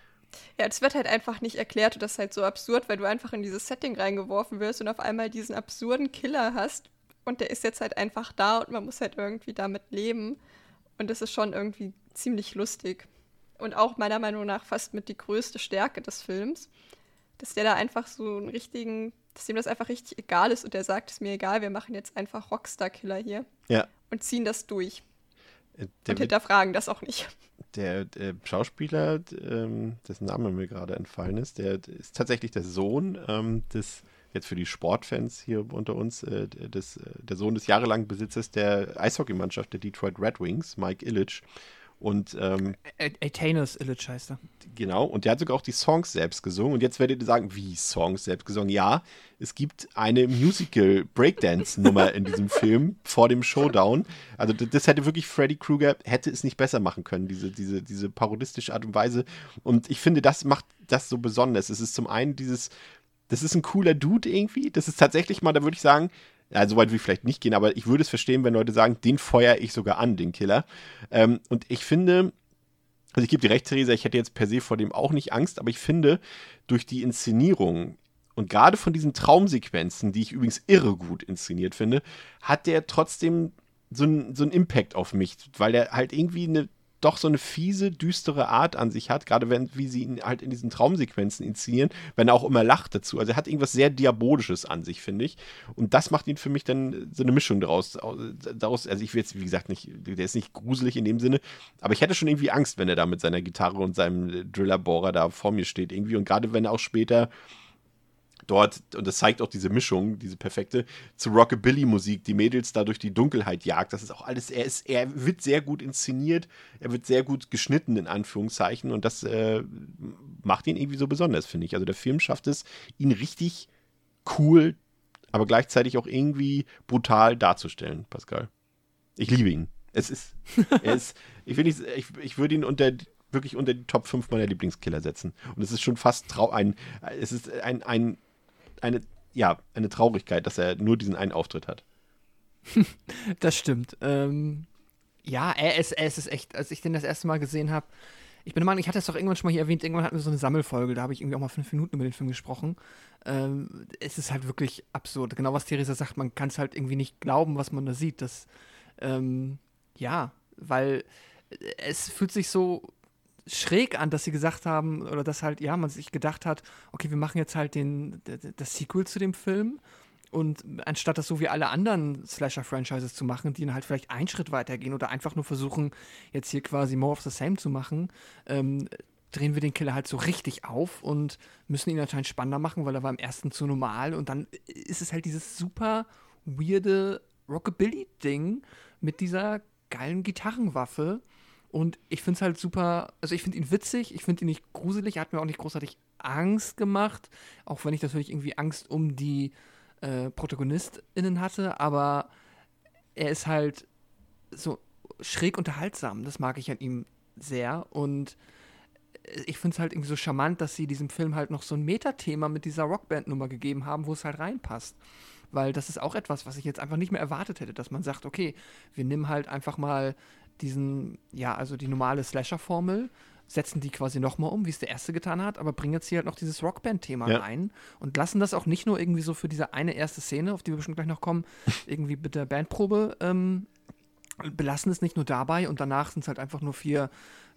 Ja, es wird halt einfach nicht erklärt und das ist halt so absurd, weil du einfach in dieses Setting reingeworfen wirst und auf einmal diesen absurden Killer hast und der ist jetzt halt einfach da und man muss halt irgendwie damit leben und das ist schon irgendwie ziemlich lustig. Und auch meiner Meinung nach fast mit die größte Stärke des Films, dass der da einfach so einen richtigen, dass dem das einfach richtig egal ist und der sagt, ist mir egal, wir machen jetzt einfach Rockstar-Killer hier Ja. und ziehen das durch Äh, Der, und wird- hinterfragen das auch nicht. der, der Schauspieler, ähm, dessen Name mir gerade entfallen ist, der ist tatsächlich der Sohn ähm, des, jetzt für die Sportfans hier unter uns, äh, des, der Sohn des jahrelangen Besitzers der Eishockeymannschaft der Detroit Red Wings, Mike Ilitch. Und ähm, Attainers Illich heißt er. genau, und der hat sogar auch die Songs selbst gesungen. Und jetzt werdet ihr sagen, wie Songs selbst gesungen? Ja, es gibt eine Musical-Breakdance-Nummer in diesem Film vor dem Showdown. Also d- das hätte wirklich Freddy Krueger, hätte es nicht besser machen können, diese, diese, diese parodistische Art und Weise. Und ich finde, das macht das so besonders. Es ist zum einen dieses, das ist ein cooler Dude irgendwie. Das ist tatsächlich mal, da würde ich sagen, ja, so weit will ich vielleicht nicht gehen, aber ich würde es verstehen, wenn Leute sagen, den feuere ich sogar an, den Killer. Ähm, und ich finde, also ich gebe dir recht, Theresa, ich hätte jetzt per se vor dem auch nicht Angst, aber ich finde, durch die Inszenierung und gerade von diesen Traumsequenzen, die ich übrigens irre gut inszeniert finde, hat der trotzdem so einen so einen Impact auf mich, weil der halt irgendwie eine doch so eine fiese, düstere Art an sich hat, gerade wenn, wie sie ihn halt in diesen Traumsequenzen inszenieren, wenn er auch immer lacht dazu. Also er hat irgendwas sehr Diabolisches an sich, finde ich. Und das macht ihn für mich dann so eine Mischung daraus. daraus also ich will jetzt, wie gesagt, nicht, der ist nicht gruselig in dem Sinne, aber ich hätte schon irgendwie Angst, wenn er da mit seiner Gitarre und seinem Drillerbohrer da vor mir steht irgendwie. Und gerade wenn er auch später dort, und das zeigt auch diese Mischung, diese perfekte, zu Rockabilly-Musik, die Mädels da durch die Dunkelheit jagt. Das ist auch alles, er ist, er wird sehr gut inszeniert, er wird sehr gut geschnitten, in Anführungszeichen, und das äh, macht ihn irgendwie so besonders, finde ich. Also der Film schafft es, ihn richtig cool, aber gleichzeitig auch irgendwie brutal darzustellen, Pascal. Ich liebe ihn. Es ist, er ist, ich will nicht, ich, ich würde ihn unter wirklich unter die Top fünf meiner Lieblingskiller setzen. Und es ist schon fast trau ein, es ist ein, ein eine, ja, eine Traurigkeit, dass er nur diesen einen Auftritt hat. Das stimmt. Ähm, ja, er ist, er ist echt, als ich den das erste Mal gesehen habe, ich bin der Meinung, ich hatte es doch irgendwann schon mal hier erwähnt, irgendwann hatten wir so eine Sammelfolge, da habe ich irgendwie auch mal fünf Minuten über den Film gesprochen. Ähm, es ist halt wirklich absurd. Genau, was Theresa sagt, man kann es halt irgendwie nicht glauben, was man da sieht. Das, ähm, ja, weil es fühlt sich so schräg an, dass sie gesagt haben, oder dass halt, ja, man sich gedacht hat, okay, wir machen jetzt halt den, das Sequel zu dem Film und anstatt das so wie alle anderen Slasher-Franchises zu machen, die dann halt vielleicht einen Schritt weitergehen oder einfach nur versuchen, jetzt hier quasi more of the same zu machen, ähm, drehen wir den Killer halt so richtig auf und müssen ihn anscheinend spannender machen, weil er war im ersten zu normal und dann ist es halt dieses super weirde Rockabilly-Ding mit dieser geilen Gitarrenwaffe. Und ich finde es halt super, also ich finde ihn witzig, ich finde ihn nicht gruselig, er hat mir auch nicht großartig Angst gemacht, auch wenn ich natürlich irgendwie Angst um die äh, ProtagonistInnen hatte, aber er ist halt so schräg unterhaltsam, das mag ich an ihm sehr und ich finde es halt irgendwie so charmant, dass sie diesem Film halt noch so ein Metathema mit dieser Rockband-Nummer gegeben haben, wo es halt reinpasst. Weil das ist auch etwas, was ich jetzt einfach nicht mehr erwartet hätte, dass man sagt, okay, wir nehmen halt einfach mal diesen, ja, also die normale Slasher-Formel, setzen die quasi nochmal um, wie es der erste getan hat, aber bringen jetzt hier halt noch dieses Rockband-Thema Ja. rein und lassen das auch nicht nur irgendwie so für diese eine erste Szene, auf die wir bestimmt gleich noch kommen, irgendwie mit der Bandprobe, ähm, belassen es nicht nur dabei und danach sind es halt einfach nur vier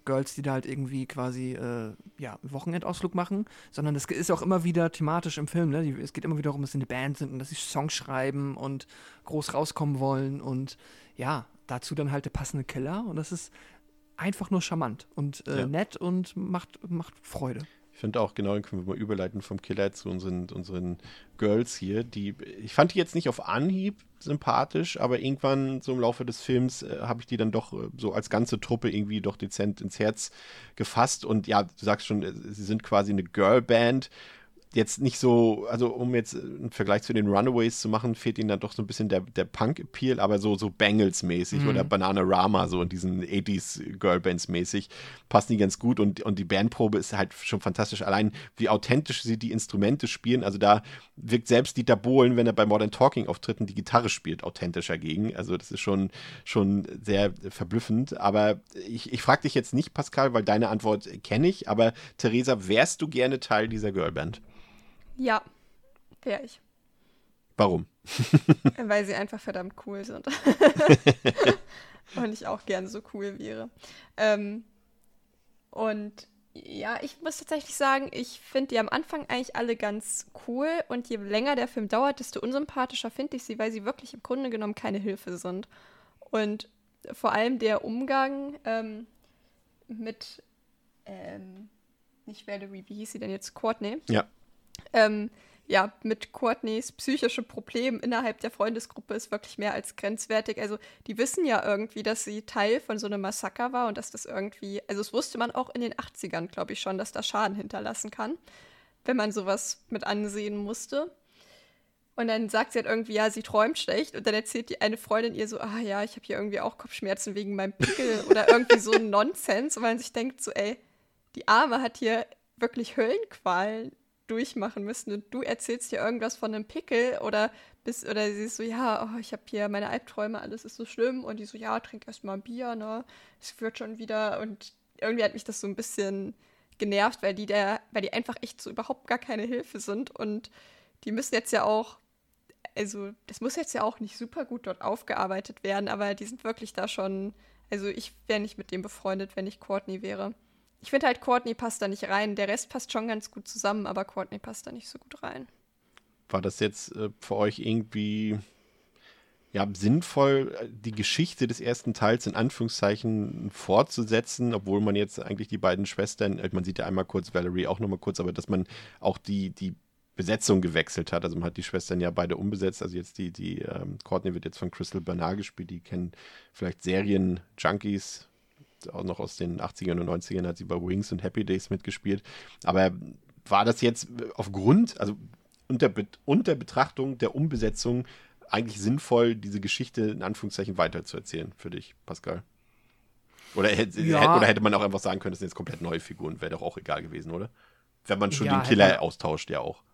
Girls, die da halt irgendwie quasi äh, ja, einen Wochenendausflug machen, sondern es ist auch immer wieder thematisch im Film. Ne? Die, es geht immer wieder darum, dass sie eine Band sind und dass sie Songs schreiben und groß rauskommen wollen und ja, dazu dann halt der passende Killer und das ist einfach nur charmant und äh, Ja. nett und macht, macht Freude. Ich finde auch, genau, dann können wir mal überleiten vom Killer zu unseren, unseren Girls hier. Die, ich fand die jetzt nicht auf Anhieb sympathisch, aber irgendwann so im Laufe des Films äh, habe ich die dann doch äh, so als ganze Truppe irgendwie doch dezent ins Herz gefasst. Und ja, du sagst schon, äh, sie sind quasi eine Girlband. Jetzt nicht so, also um jetzt einen Vergleich zu den Runaways zu machen, fehlt ihnen dann doch so ein bisschen der, der Punk-Appeal, aber so, so Bangles-mäßig Mhm. oder Bananarama, so in diesen achtziger-Girlbands-mäßig, passen die ganz gut und, und die Bandprobe ist halt schon fantastisch. Allein wie authentisch sie die Instrumente spielen, also da wirkt selbst Dieter Bohlen, wenn er bei Modern Talking Auftritten die Gitarre spielt, authentischer gegen. Also das ist schon, schon sehr verblüffend. Aber ich, ich frage dich jetzt nicht, Pascal, weil deine Antwort kenne ich, aber Theresa, wärst du gerne Teil dieser Girlband? Ja, wäre ich. Warum? Weil sie einfach verdammt cool sind. Und ich auch gerne so cool wäre. Ähm, und ja, ich muss tatsächlich sagen, ich finde die am Anfang eigentlich alle ganz cool. Und je länger der Film dauert, desto unsympathischer finde ich sie, weil sie wirklich im Grunde genommen keine Hilfe sind. Und vor allem der Umgang ähm, mit, ähm, nicht Valerie, wie hieß sie denn jetzt? Courtney. Ja. Ähm, ja, mit Courtneys psychische Problem innerhalb der Freundesgruppe ist wirklich mehr als grenzwertig. Also die wissen ja irgendwie, dass sie Teil von so einem Massaker war und dass das irgendwie, also das wusste man auch in den achtzigern, glaube ich schon, dass das Schaden hinterlassen kann, wenn man sowas mit ansehen musste. Und dann sagt sie halt irgendwie, ja, sie träumt schlecht. Und dann erzählt die eine Freundin ihr so, ah ja, ich habe hier irgendwie auch Kopfschmerzen wegen meinem Pickel oder irgendwie so ein Nonsens, weil man sich denkt so, ey, die Arme hat hier wirklich Höllenqualen durchmachen müssen und du erzählst dir irgendwas von einem Pickel oder bist, oder sie ist so, ja, oh, ich habe hier meine Albträume, alles ist so schlimm und die so, ja, trink erst mal ein Bier, ne, es wird schon wieder und irgendwie hat mich das so ein bisschen genervt, weil die der, weil die einfach echt so überhaupt gar keine Hilfe sind und die müssen jetzt ja auch, also das muss jetzt ja auch nicht super gut dort aufgearbeitet werden, aber die sind wirklich da schon, also ich wäre nicht mit dem befreundet, wenn ich Courtney wäre. Ich finde halt, Courtney passt da nicht rein. Der Rest passt schon ganz gut zusammen, aber Courtney passt da nicht so gut rein. War das jetzt äh, für euch irgendwie ja, sinnvoll, die Geschichte des ersten Teils in Anführungszeichen fortzusetzen, obwohl man jetzt eigentlich die beiden Schwestern, man sieht ja einmal kurz Valerie auch nochmal kurz, aber dass man auch die, die Besetzung gewechselt hat. Also man hat die Schwestern ja beide umbesetzt. Also jetzt die, die ähm, Courtney wird jetzt von Crystal Bernard gespielt. Die kennen vielleicht Serien-Junkies, auch noch aus den achtzigern und neunzigern hat sie bei Wings und Happy Days mitgespielt. Aber war das jetzt aufgrund, also unter, unter Betrachtung der Umbesetzung eigentlich sinnvoll, diese Geschichte in Anführungszeichen weiterzuerzählen für dich, Pascal? Oder hätte, Ja. oder hätte man auch einfach sagen können, das sind jetzt komplett neue Figuren, wäre doch auch egal gewesen, oder? Wenn man schon Ja, den Killer hätte- austauscht, ja auch.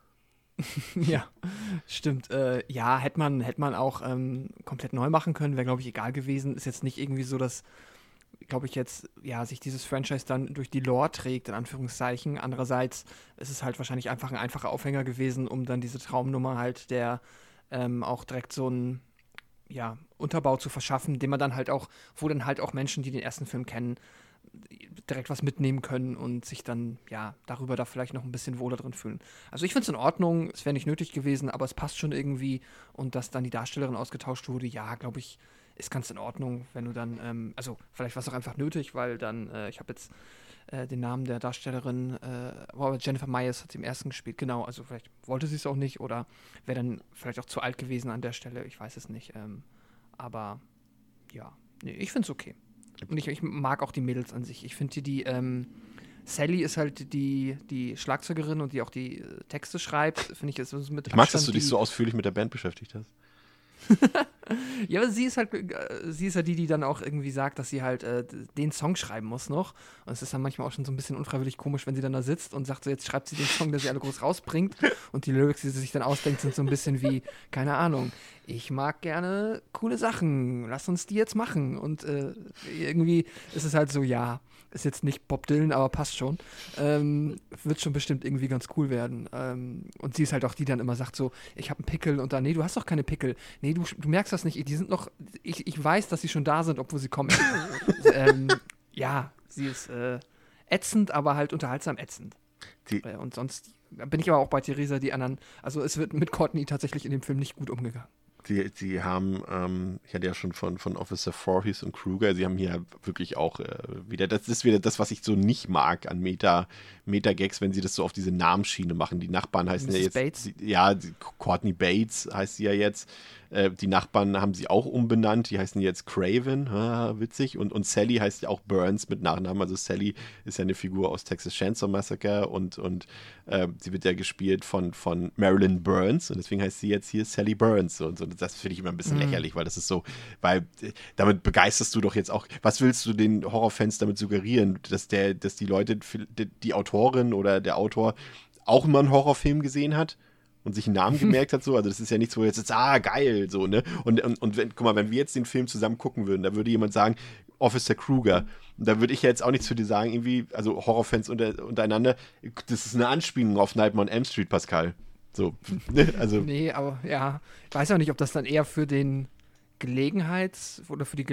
Ja, stimmt. Äh, ja, hätte man, hätte man auch ähm, komplett neu machen können, wäre, glaube ich, egal gewesen. Ist jetzt nicht irgendwie so, dass, glaube ich, jetzt, ja, sich dieses Franchise dann durch die Lore trägt, in Anführungszeichen. Andererseits ist es halt wahrscheinlich einfach ein einfacher Aufhänger gewesen, um dann diese Traumnummer halt der ähm, auch direkt so einen, ja, Unterbau zu verschaffen, den man dann halt auch, wo dann halt auch Menschen, die den ersten Film kennen, direkt was mitnehmen können und sich dann, ja, darüber da vielleicht noch ein bisschen wohler drin fühlen. Also ich finde es in Ordnung, es wäre nicht nötig gewesen, aber es passt schon irgendwie und dass dann die Darstellerin ausgetauscht wurde, ja, glaube ich, ist ganz in Ordnung, wenn du dann, ähm, also vielleicht war es auch einfach nötig, weil dann, äh, ich habe jetzt äh, den Namen der Darstellerin, äh, aber Jennifer Myers hat sie im ersten gespielt, genau, also vielleicht wollte sie es auch nicht oder wäre dann vielleicht auch zu alt gewesen an der Stelle, ich weiß es nicht, ähm, aber ja, nee, ich finde es okay. Und ich, ich mag auch die Mädels an sich. Ich finde die, die ähm, Sally ist halt die, die Schlagzeugerin und die auch die äh, Texte schreibt, finde ich, ist mit Ich mag, dass Abstand du dich die- so ausführlich mit der Band beschäftigt hast. Ja, aber sie ist halt, äh, sie ist ja die, die dann auch irgendwie sagt, dass sie halt äh, den Song schreiben muss noch. Und es ist dann manchmal auch schon so ein bisschen unfreiwillig komisch, wenn sie dann da sitzt und sagt so, jetzt schreibt sie den Song, der sie alle groß rausbringt. Und die Lyrics, die sie sich dann ausdenkt, sind so ein bisschen wie, keine Ahnung, ich mag gerne coole Sachen, lass uns die jetzt machen. Und äh, irgendwie ist es halt so, ja, ist jetzt nicht Bob Dylan, aber passt schon. Ähm, wird schon bestimmt irgendwie ganz cool werden. Ähm, und sie ist halt auch die, die dann immer sagt so, ich habe einen Pickel und dann, nee, du hast doch keine Pickel. Nee, du, du merkst das nicht, die sind noch, ich, ich weiß, dass sie schon da sind, obwohl sie kommen. ähm, ja, sie ist äh, ätzend, aber halt unterhaltsam ätzend. Die, Und sonst bin ich aber auch bei Theresa, die anderen, also es wird mit Courtney tatsächlich in dem Film nicht gut umgegangen. Die, die haben, ähm, ich hatte ja schon von, von Officer Voorhees und Kruger, sie haben hier wirklich auch äh, wieder, das ist wieder das, was ich so nicht mag an Meta, Meta-Gags, wenn sie das so auf diese Namensschiene machen. Die Nachbarn heißen Missus ja jetzt, Bates? Die, ja, die, Courtney Bates heißt sie ja jetzt. Äh, die Nachbarn haben sie auch umbenannt, die heißen jetzt Craven, ah, witzig. Und, und Sally heißt ja auch Burns mit Nachnamen. Also Sally ist ja eine Figur aus Texas Chainsaw Massacre und, und äh, sie wird ja gespielt von, von Marilyn Burns und deswegen heißt sie jetzt hier Sally Burns und so. Das finde ich immer ein bisschen Mhm. lächerlich, weil das ist so, weil äh, damit begeisterst du doch jetzt auch, was willst du den Horrorfans damit suggerieren, dass der, dass die Leute, die, die Autorin oder der Autor auch mal einen Horrorfilm gesehen hat und sich einen Namen gemerkt hat, so, also das ist ja nichts, wo jetzt jetzt, ah, geil, so, ne, und, und, und wenn, guck mal, wenn wir jetzt den Film zusammen gucken würden, da würde jemand sagen, Officer Kruger, und da würde ich ja jetzt auch nichts zu dir sagen, irgendwie, also Horrorfans unter, untereinander, das ist eine Anspielung auf Nightmare on Elm Street, Pascal, so, ne, also. Nee, aber ja, ich weiß auch nicht, ob das dann eher für den Gelegenheits- oder für die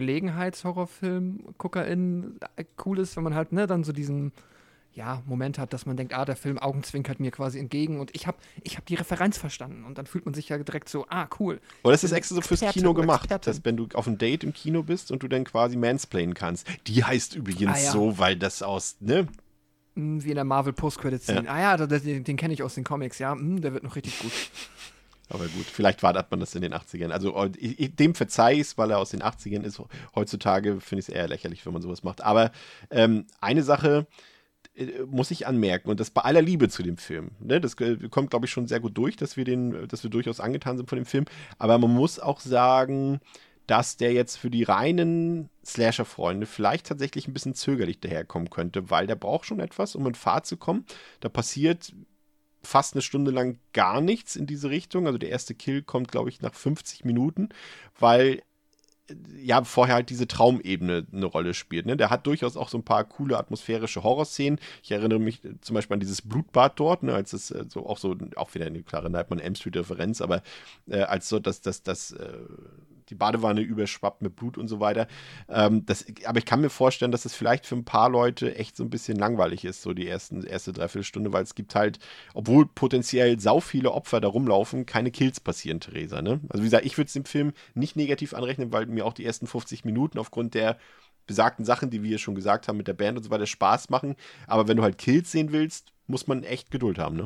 Gelegenheits-Horrorfilm-GuckerInnen cool ist, wenn man halt, ne, dann so diesen, ja, Moment hat, dass man denkt, ah, der Film augenzwinkert mir quasi entgegen und ich habe ich hab die Referenz verstanden und dann fühlt man sich ja direkt so, ah, cool. Oder das ist extra so fürs Experte Kino oder gemacht, Expertin. dass wenn du auf einem Date im Kino bist und du dann quasi mansplainen kannst. Die heißt übrigens Ah, ja. so, weil das aus, ne? Mm, Wie in der Marvel Post-Credit-Scene. Ja. Ah ja, da- den, den kenne ich aus den Comics, ja, mm, der wird noch richtig gut. Aber gut, vielleicht war hat man das in den achtzigern. Also ich, ich, dem verzeih ich es, weil er aus den achtzigern ist. Heutzutage finde ich es eher lächerlich, wenn man sowas macht. Aber ähm, eine Sache äh, muss ich anmerken, und das bei aller Liebe zu dem Film. Ne? Das äh, kommt, glaube ich, schon sehr gut durch, dass wir, den, dass wir durchaus angetan sind von dem Film. Aber man muss auch sagen, dass der jetzt für die reinen Slasher-Freunde vielleicht tatsächlich ein bisschen zögerlich daherkommen könnte, weil der braucht schon etwas, um in Fahrt zu kommen. Da passiert fast eine Stunde lang gar nichts in diese Richtung. Also der erste Kill kommt, glaube ich, nach fünfzig Minuten, weil äh, ja vorher halt diese Traumebene eine Rolle spielt. Ne? Der hat durchaus auch so ein paar coole atmosphärische Horrorszenen. Ich erinnere mich äh, zum Beispiel an dieses Blutbad dort, ne? Als es äh, so auch so, auch wieder eine klare Nightmare on Elm Street-Referenz, aber äh, als so, dass das, das, äh, die Badewanne überschwappt mit Blut und so weiter. Ähm, das, aber ich kann mir vorstellen, dass es vielleicht für ein paar Leute echt so ein bisschen langweilig ist, so die ersten, erste Dreiviertelstunde, weil es gibt halt, obwohl potenziell sau viele Opfer da rumlaufen, keine Kills passieren, Theresa. Ne? Also wie gesagt, ich würde es dem Film nicht negativ anrechnen, weil mir auch die ersten fünfzig Minuten aufgrund der besagten Sachen, die wir hier schon gesagt haben mit der Band und so weiter, Spaß machen. Aber wenn du halt Kills sehen willst, muss man echt Geduld haben, ne?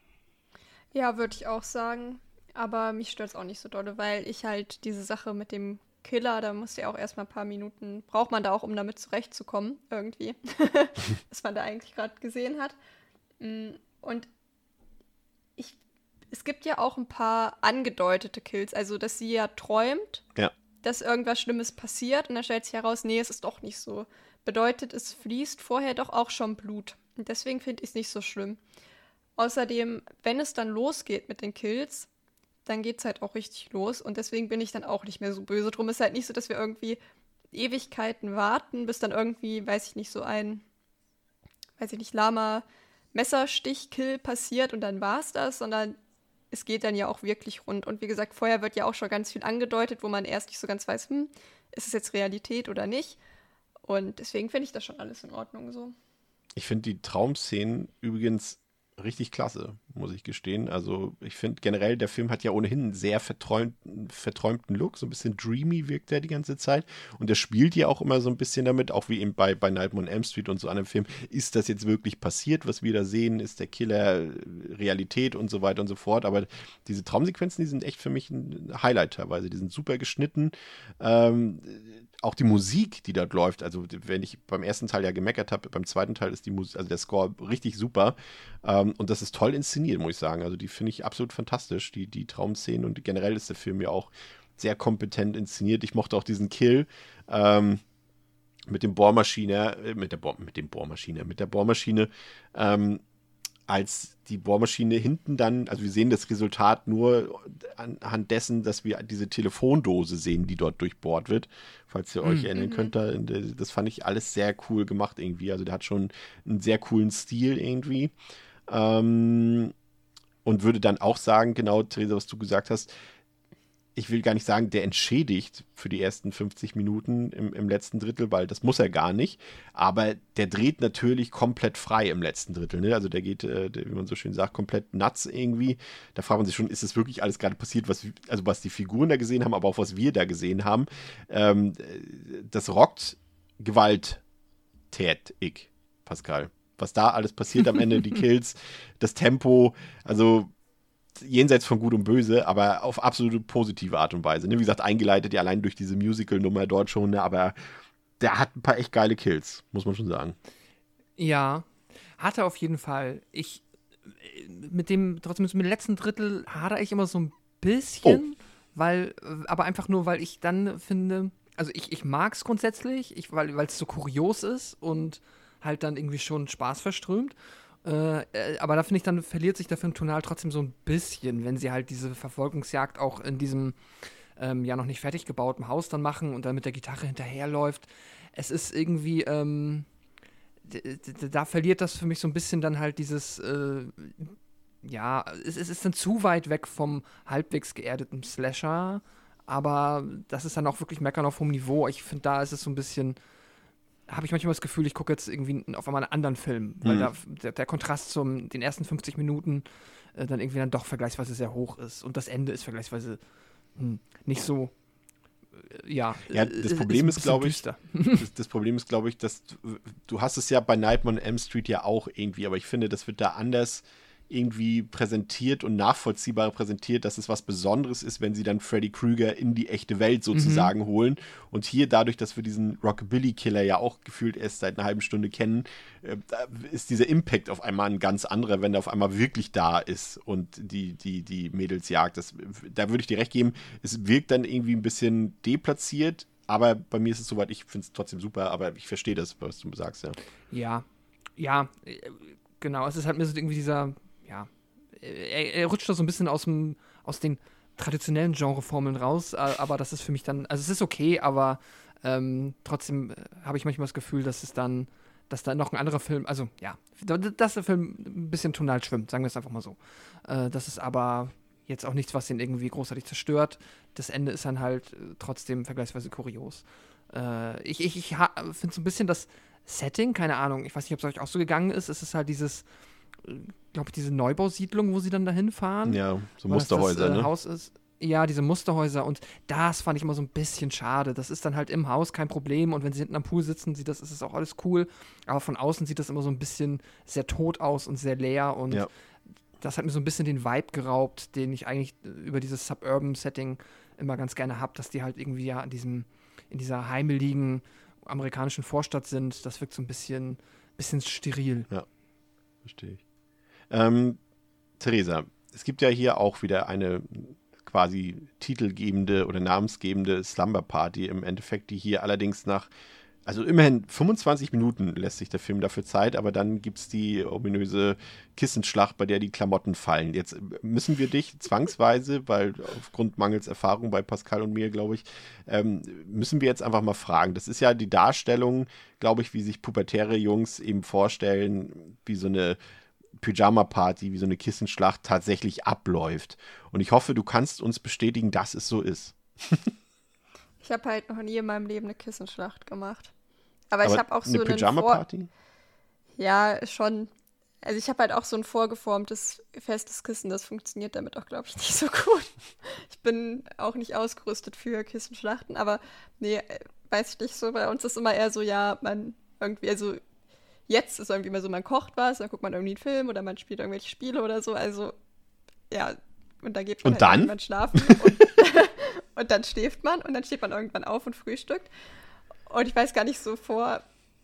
Ja, würde ich auch sagen. Aber mich stört es auch nicht so dolle, weil ich halt diese Sache mit dem Killer, da muss ja auch erstmal ein paar Minuten, braucht man da auch, um damit zurechtzukommen, irgendwie. Was man da eigentlich gerade gesehen hat. Mm, Und ich, es gibt ja auch ein paar angedeutete Kills, also dass sie ja träumt, Ja. dass irgendwas Schlimmes passiert und dann stellt sich heraus, nee, es ist doch nicht so. Bedeutet, es fließt vorher doch auch schon Blut. Und deswegen finde ich es nicht so schlimm. Außerdem, wenn es dann losgeht mit den Kills, dann geht es halt auch richtig los. Und deswegen bin ich dann auch nicht mehr so böse. Drum ist halt nicht so, dass wir irgendwie Ewigkeiten warten, bis dann irgendwie, weiß ich nicht, so ein, weiß ich nicht, lahmer Messerstich-Kill passiert und dann war es das, sondern es geht dann ja auch wirklich rund. Und wie gesagt, vorher wird ja auch schon ganz viel angedeutet, wo man erst nicht so ganz weiß, hm, ist es jetzt Realität oder nicht? Und deswegen finde ich das schon alles in Ordnung so. Ich finde die Traumszenen übrigens richtig klasse, muss ich gestehen. Also ich finde generell, der Film hat ja ohnehin einen sehr verträumten, verträumten Look, so ein bisschen dreamy wirkt er die ganze Zeit und der spielt ja auch immer so ein bisschen damit, auch wie eben bei, bei Nightmare on Elm Street und so einem Film, ist das jetzt wirklich passiert, was wir da sehen, ist der Killer Realität und so weiter und so fort, aber diese Traumsequenzen, die sind echt für mich ein Highlight teilweise, die sind super geschnitten, ähm, auch die Musik, die dort läuft, also wenn ich beim ersten Teil ja gemeckert habe, beim zweiten Teil ist die Musik, also der Score richtig super, ähm, und das ist toll inszeniert, muss ich sagen. Also die finde ich absolut fantastisch, die, die Traumszenen und generell ist der Film ja auch sehr kompetent inszeniert. Ich mochte auch diesen Kill ähm, mit dem Bohrmaschine, äh, mit der Bohr, mit dem Bohrmaschine, mit der Bohrmaschine, ähm, als die Bohrmaschine hinten dann, also wir sehen das Resultat nur anhand dessen, dass wir diese Telefondose sehen, die dort durchbohrt wird, falls ihr euch Mhm. erinnern könnt, da, das fand ich alles sehr cool gemacht irgendwie, also der hat schon einen sehr coolen Stil irgendwie. Ähm, und würde dann auch sagen, genau, Theresa, was du gesagt hast, ich will gar nicht sagen, der entschädigt für die ersten fünfzig Minuten im, im letzten Drittel, weil das muss er gar nicht. Aber der dreht natürlich komplett frei im letzten Drittel. Ne? Also der geht, äh, der, wie man so schön sagt, komplett nuts irgendwie. Da fragt man sich schon, ist das wirklich alles gerade passiert, was, also was die Figuren da gesehen haben, aber auch was wir da gesehen haben. Ähm, das rockt gewalttätig, Pascal. Was da alles passiert am Ende, die Kills, das Tempo, also jenseits von Gut und Böse, aber auf absolute positive Art und Weise. Ne? Wie gesagt, eingeleitet ja allein durch diese Musical-Nummer dort schon, ne? Aber der hat ein paar echt geile Kills, muss man schon sagen. Ja, hat er auf jeden Fall. Ich, mit dem, trotzdem mit dem letzten Drittel hadere ich immer so ein bisschen, oh. weil, aber einfach nur, weil ich dann finde, also ich, ich mag es grundsätzlich, ich, weil es so kurios ist und halt dann irgendwie schon Spaß verströmt. Äh, aber da finde ich, dann verliert sich der Film tonal trotzdem so ein bisschen, wenn sie halt diese Verfolgungsjagd auch in diesem ähm, ja noch nicht fertig gebauten Haus dann machen und dann mit der Gitarre hinterherläuft. Es ist irgendwie, ähm, d- d- da verliert das für mich so ein bisschen dann halt dieses, äh, ja, es, es ist dann zu weit weg vom halbwegs geerdeten Slasher, aber das ist dann auch wirklich Meckern auf hohem Niveau. Ich finde, da ist es so ein bisschen, habe ich manchmal das Gefühl, ich gucke jetzt irgendwie auf einmal einen anderen Film, weil mhm. da, der, der Kontrast zu den ersten fünfzig Minuten äh, dann irgendwie dann doch vergleichsweise sehr hoch ist und das Ende ist vergleichsweise hm, nicht so, äh, ja. Ja, das äh, Problem ist, ist glaube ich, das, das Problem ist, glaube ich, dass du, du hast es ja bei Nightmare on Elm Street ja auch irgendwie, aber ich finde, das wird da anders irgendwie präsentiert und nachvollziehbar präsentiert, dass es was Besonderes ist, wenn sie dann Freddy Krueger in die echte Welt sozusagen mhm. holen. Und hier, dadurch, dass wir diesen Rockabilly-Killer ja auch gefühlt erst seit einer halben Stunde kennen, äh, ist dieser Impact auf einmal ein ganz anderer, wenn er auf einmal wirklich da ist und die, die, die Mädels jagt. Das, da würde ich dir recht geben, es wirkt dann irgendwie ein bisschen deplatziert, aber bei mir ist es soweit, ich finde es trotzdem super, aber ich verstehe das, was du sagst, ja. Ja, ja, genau, es ist halt mir so irgendwie dieser, ja, er, er rutscht da so ein bisschen aus dem, aus den traditionellen Genreformeln raus, aber das ist für mich dann, also es ist okay, aber ähm, trotzdem habe ich manchmal das Gefühl, dass es dann, dass da noch ein anderer Film, also ja, dass der Film ein bisschen tonal schwimmt, sagen wir es einfach mal so. Äh, das ist aber jetzt auch nichts, was ihn irgendwie großartig zerstört. Das Ende ist dann halt trotzdem vergleichsweise kurios. Äh, ich ich, ich ha- finde so ein bisschen das Setting, keine Ahnung, ich weiß nicht, ob es euch auch so gegangen ist, es ist halt dieses, glaube ich, diese Neubausiedlung, wo sie dann dahin fahren. Ja, so Musterhäuser, das, äh, ne? Haus ist. Ja, diese Musterhäuser und das fand ich immer so ein bisschen schade. Das ist dann halt im Haus kein Problem und wenn sie hinten am Pool sitzen, sieht das, ist es auch alles cool, aber von außen sieht das immer so ein bisschen sehr tot aus und sehr leer und ja. Das hat mir so ein bisschen den Vibe geraubt, den ich eigentlich über dieses Suburban-Setting immer ganz gerne habe, dass die halt irgendwie ja in diesem, in dieser heimeligen amerikanischen Vorstadt sind. Das wirkt so ein bisschen, bisschen steril. Ja, verstehe ich. Ähm, Theresa, es gibt ja hier auch wieder eine quasi titelgebende oder namensgebende Slumber-Party im Endeffekt, die hier allerdings nach, also immerhin fünfundzwanzig Minuten lässt sich der Film dafür Zeit, aber dann gibt es die ominöse Kissenschlacht, bei der die Klamotten fallen. Jetzt müssen wir dich zwangsweise, weil aufgrund mangels Erfahrung bei Pascal und mir, glaube ich, ähm, müssen wir jetzt einfach mal fragen. Das ist ja die Darstellung, glaube ich, wie sich pubertäre Jungs eben vorstellen, wie so eine Pyjama-Party, wie so eine Kissenschlacht tatsächlich abläuft. Und ich hoffe, du kannst uns bestätigen, dass es so ist. Ich habe halt noch nie in meinem Leben eine Kissenschlacht gemacht. Aber, Aber ich habe auch so eine Pyjama-Party? Vor- ja, schon. Also ich habe halt auch so ein vorgeformtes, festes Kissen. Das funktioniert damit auch, glaube ich, nicht so gut. Ich bin auch nicht ausgerüstet für Kissenschlachten. Aber nee, weiß ich nicht so. Bei uns ist immer eher so, ja, man irgendwie, also jetzt ist irgendwie immer so, man kocht was, dann guckt man irgendwie einen Film oder man spielt irgendwelche Spiele oder so. Also, ja, und dann geht man und halt dann? irgendwann schlafen. Und, und dann schläft man und dann steht man irgendwann auf und frühstückt. Und ich weiß gar nicht, so vor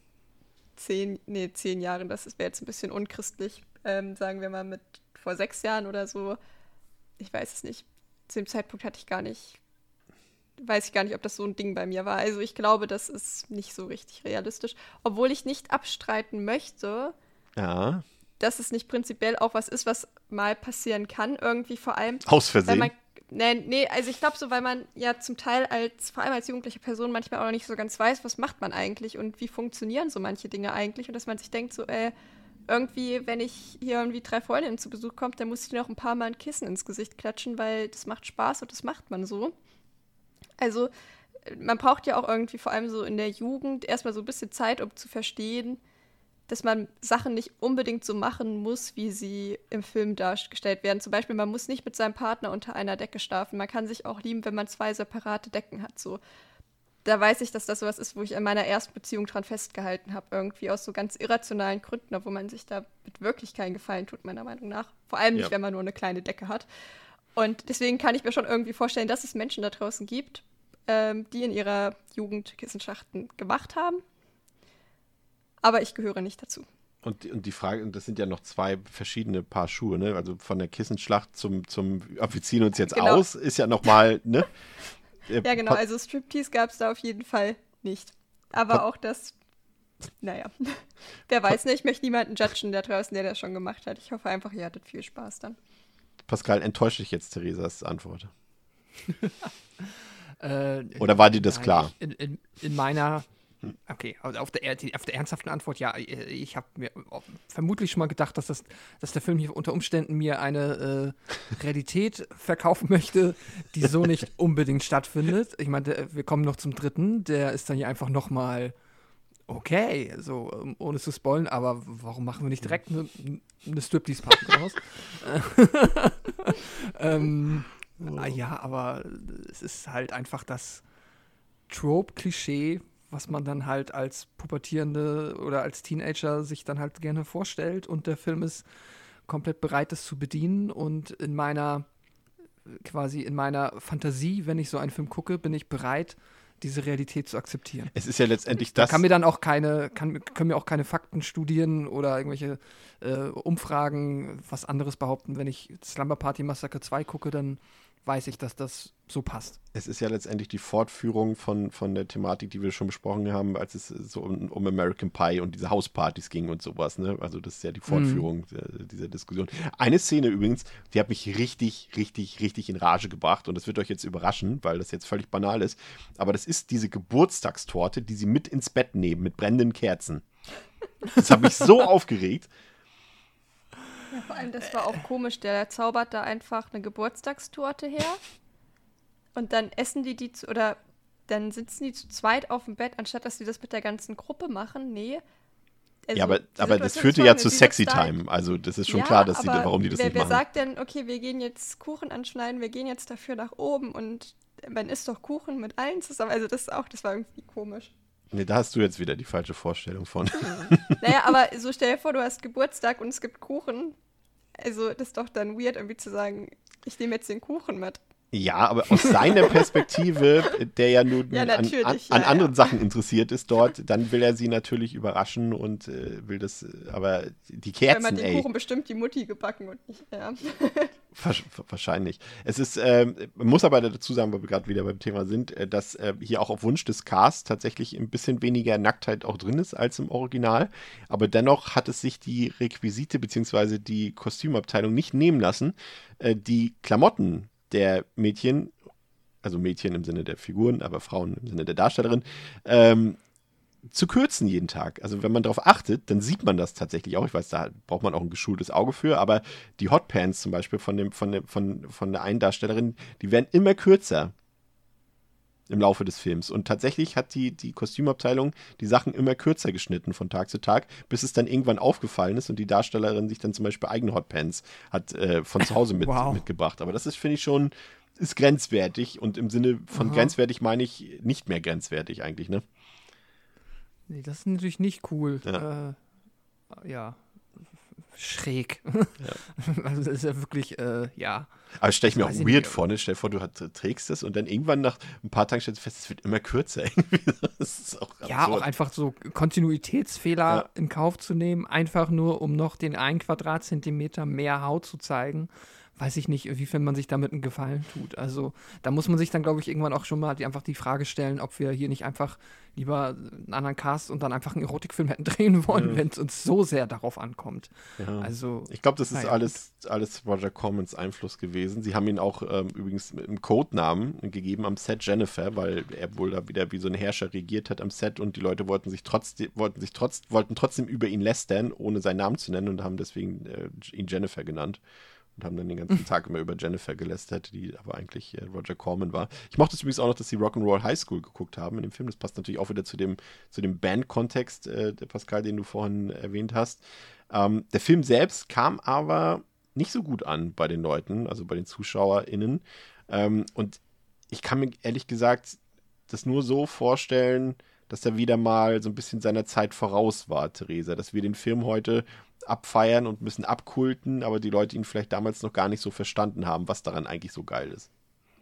zehn, nee, zehn Jahren, das wäre jetzt ein bisschen unchristlich, ähm, sagen wir mal mit vor sechs Jahren oder so. Ich weiß es nicht. Zu dem Zeitpunkt hatte ich gar nicht, weiß ich gar nicht, ob das so ein Ding bei mir war. Also ich glaube, das ist nicht so richtig realistisch. Obwohl ich nicht abstreiten möchte, ja. dass es nicht prinzipiell auch was ist, was mal passieren kann. Irgendwie vor allem. Aus Versehen. Man, nee, nee, also ich glaube so, weil man ja zum Teil als, vor allem als jugendliche Person manchmal auch noch nicht so ganz weiß, was macht man eigentlich und wie funktionieren so manche Dinge eigentlich. Und dass man sich denkt so, äh, irgendwie, wenn ich hier irgendwie drei Freundinnen zu Besuch komme, dann muss ich noch ein paar Mal ein Kissen ins Gesicht klatschen, weil das macht Spaß und das macht man so. Also man braucht ja auch irgendwie vor allem so in der Jugend erstmal so ein bisschen Zeit, um zu verstehen, dass man Sachen nicht unbedingt so machen muss, wie sie im Film dargestellt werden. Zum Beispiel, man muss nicht mit seinem Partner unter einer Decke schlafen. Man kann sich auch lieben, wenn man zwei separate Decken hat. So. Da weiß ich, dass das sowas ist, wo ich in meiner ersten Beziehung dran festgehalten habe. Irgendwie aus so ganz irrationalen Gründen, obwohl man sich da mit wirklich keinen Gefallen tut, meiner Meinung nach. Vor allem nicht, ja. wenn man nur eine kleine Decke hat. Und deswegen kann ich mir schon irgendwie vorstellen, dass es Menschen da draußen gibt, ähm, die in ihrer Jugend Kissenschlachten gemacht haben. Aber ich gehöre nicht dazu. Und, und die Frage, und das sind ja noch zwei verschiedene Paar Schuhe, ne? Also von der Kissenschlacht zum, zum wir ziehen uns jetzt genau. aus, ist ja nochmal, ne? Ja, genau, also Striptease gab es da auf jeden Fall nicht. Aber auch das, naja, wer weiß nicht, ich möchte niemanden judgen da draußen, der das schon gemacht hat. Ich hoffe einfach, ihr hattet viel Spaß dann. Pascal, enttäuscht dich jetzt Theresas Antwort? äh, Oder war dir das nein, klar? In, in, in meiner... Okay, auf der, auf der ernsthaften Antwort, ja, ich habe mir vermutlich schon mal gedacht, dass, das, dass der Film hier unter Umständen mir eine äh, Realität verkaufen möchte, die so nicht unbedingt stattfindet. Ich meine, wir kommen noch zum dritten, der ist dann hier einfach nochmal okay, so ohne zu spoilen, aber warum machen wir nicht direkt eine, eine Striptease-Party draus? ähm, oh. Ja, aber es ist halt einfach das Trope-Klischee, was man dann halt als Pubertierende oder als Teenager sich dann halt gerne vorstellt, und der Film ist komplett bereit, das zu bedienen, und in meiner quasi in meiner Fantasie, wenn ich so einen Film gucke, bin ich bereit, diese Realität zu akzeptieren. Es ist ja letztendlich das... Da kann mir dann auch keine, kann, können mir auch keine Faktenstudien oder irgendwelche äh, Umfragen was anderes behaupten. Wenn ich Slumber Party Massacre zwei gucke, dann weiß ich, dass das so passt. Es ist ja letztendlich die Fortführung von, von der Thematik, die wir schon besprochen haben, als es so um, um American Pie und diese Hauspartys ging und sowas, ne? Also das ist ja die Fortführung mhm. der, dieser Diskussion. Eine Szene übrigens, die hat mich richtig, richtig, richtig in Rage gebracht, und das wird euch jetzt überraschen, weil das jetzt völlig banal ist, aber das ist diese Geburtstagstorte, die sie mit ins Bett nehmen, mit brennenden Kerzen. Das hat mich so aufgeregt. Ja, vor allem, das war auch komisch. Der zaubert da einfach eine Geburtstagstorte her und dann essen die die, zu, oder dann sitzen die zu zweit auf dem Bett, anstatt dass die das mit der ganzen Gruppe machen. Nee. Also, ja, aber, aber das führte ja zu Sexy Time. Also das ist schon ja, klar, dass die, warum die das wer, nicht wer machen. Wer sagt denn, okay, wir gehen jetzt Kuchen anschneiden, wir gehen jetzt dafür nach oben und man isst doch Kuchen mit allen zusammen. Also das auch, das war irgendwie komisch. Nee, da hast du jetzt wieder die falsche Vorstellung von. Naja, aber so stell dir vor, du hast Geburtstag und es gibt Kuchen. Also das ist doch dann weird, irgendwie zu sagen, ich nehme jetzt den Kuchen mit. Ja, aber aus seiner Perspektive, der ja nun ja, an, an, ja, an anderen ja. Sachen interessiert ist dort, dann will er sie natürlich überraschen und äh, will das, aber die Kerzen, Weil man den ey. Kuchen bestimmt die Mutti gebacken und nicht, ja. Wahrscheinlich. Es ist, ähm, man muss aber dazu sagen, weil wir gerade wieder beim Thema sind, äh, dass äh, hier auch auf Wunsch des Casts tatsächlich ein bisschen weniger Nacktheit auch drin ist als im Original, aber dennoch hat es sich die Requisite bzw. die Kostümabteilung nicht nehmen lassen, äh, die Klamotten der Mädchen, also Mädchen im Sinne der Figuren, aber Frauen im Sinne der Darstellerin, ähm, zu kürzen jeden Tag. Also wenn man darauf achtet, dann sieht man das tatsächlich auch. Ich weiß, da braucht man auch ein geschultes Auge für, aber die Hotpants zum Beispiel von, dem, von, dem, von, von der einen Darstellerin, die werden immer kürzer im Laufe des Films. Und tatsächlich hat die, die Kostümabteilung die Sachen immer kürzer geschnitten von Tag zu Tag, bis es dann irgendwann aufgefallen ist und die Darstellerin sich dann zum Beispiel eigene Hotpants hat äh, von zu Hause mit, wow. mitgebracht. Aber das ist, finde ich, schon, ist grenzwertig, und im Sinne von Aha. grenzwertig meine ich nicht mehr grenzwertig eigentlich, ne? Nee, das ist natürlich nicht cool. Ja. Äh, ja. Schräg. Ja. Also das ist ja wirklich, äh, ja. Aber stell ich mir auch weird nicht. vor, ne? Stell dir vor, du hat, trägst das und dann irgendwann nach ein paar Tagen stellst du fest, es wird immer kürzer. Das ist auch ja, auch einfach so Kontinuitätsfehler ja. in Kauf zu nehmen, einfach nur, um noch den einen Quadratzentimeter mehr Haut zu zeigen, weiß ich nicht, inwiefern man sich damit einen Gefallen tut. Also da muss man sich dann, glaube ich, irgendwann auch schon mal die, einfach die Frage stellen, ob wir hier nicht einfach lieber einen anderen Cast und dann einfach einen Erotikfilm hätten drehen wollen, mhm. wenn es uns so sehr darauf ankommt. Ja. Also, ich glaube, das ist naja, alles, alles Roger Cormans Einfluss gewesen. Sie haben ihn auch ähm, übrigens mit einem Codenamen gegeben am Set Jennifer, weil er wohl da wieder wie so ein Herrscher regiert hat am Set und die Leute wollten sich trotzdem, wollten sich trotz, wollten trotzdem über ihn lästern, ohne seinen Namen zu nennen und haben deswegen äh, ihn Jennifer genannt. Und haben dann den ganzen Tag immer über Jennifer gelästert, die aber eigentlich äh, Roger Corman war. Ich mochte es übrigens auch noch, dass sie Rock'n'Roll High School geguckt haben in dem Film. Das passt natürlich auch wieder zu dem, zu dem Band-Kontext, äh, der Pascal, den du vorhin erwähnt hast. Ähm, der Film selbst kam aber nicht so gut an bei den Leuten, also bei den ZuschauerInnen. Ähm, und ich kann mir ehrlich gesagt das nur so vorstellen, dass er wieder mal so ein bisschen seiner Zeit voraus war, Theresa. Dass wir den Film heute abfeiern und müssen abkulten, aber die Leute ihn vielleicht damals noch gar nicht so verstanden haben, was daran eigentlich so geil ist.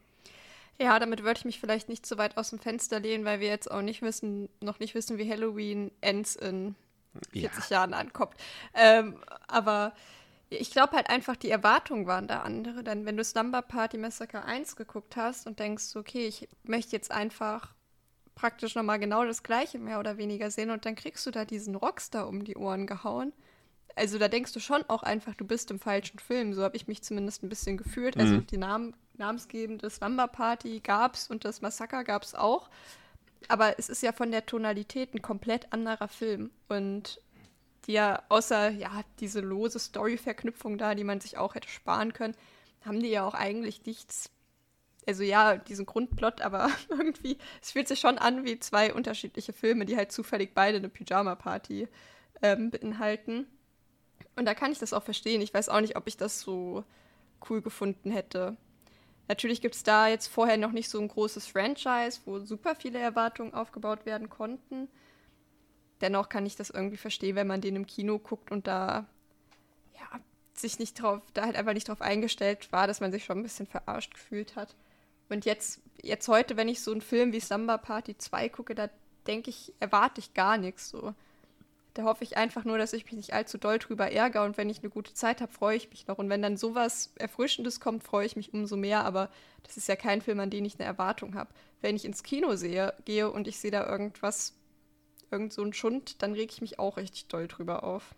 Ja, damit würde ich mich vielleicht nicht so weit aus dem Fenster lehnen, weil wir jetzt auch nicht wissen, noch nicht wissen, wie Halloween Ends in vierzig ja. Jahren ankommt. Ähm, aber ich glaube halt einfach, die Erwartungen waren da andere. Denn wenn du Slumber Party Massacre eins geguckt hast und denkst, okay, ich möchte jetzt einfach praktisch nochmal genau das Gleiche mehr oder weniger sehen und dann kriegst du da diesen Rockstar um die Ohren gehauen. Also da denkst du schon auch einfach, du bist im falschen Film. So habe ich mich zumindest ein bisschen gefühlt. Mhm. Also die Namen, namensgebende Slumber Party gab's und das Massaker gab's auch. Aber es ist ja von der Tonalität ein komplett anderer Film. Und die ja, außer ja diese lose Story-Verknüpfung da, die man sich auch hätte sparen können, haben die ja auch eigentlich nichts. Also ja, diesen Grundplot, aber irgendwie, es fühlt sich schon an wie zwei unterschiedliche Filme, die halt zufällig beide eine Pyjama-Party ähm, beinhalten. Und da kann ich das auch verstehen. Ich weiß auch nicht, ob ich das so cool gefunden hätte. Natürlich gibt es da jetzt vorher noch nicht so ein großes Franchise, wo super viele Erwartungen aufgebaut werden konnten. Dennoch kann ich das irgendwie verstehen, wenn man den im Kino guckt und da ja, sich nicht drauf, da halt einfach nicht drauf eingestellt war, dass man sich schon ein bisschen verarscht gefühlt hat. Und jetzt, jetzt heute, wenn ich so einen Film wie Slumber Party zwei gucke, da denke ich, erwarte ich gar nichts so. Da hoffe ich einfach nur, dass ich mich nicht allzu doll drüber ärgere und wenn ich eine gute Zeit habe, freue ich mich noch. Und wenn dann sowas Erfrischendes kommt, freue ich mich umso mehr. Aber das ist ja kein Film, an den ich eine Erwartung habe. Wenn ich ins Kino sehe, gehe und ich sehe da irgendwas, irgend so einen Schund, dann rege ich mich auch richtig doll drüber auf.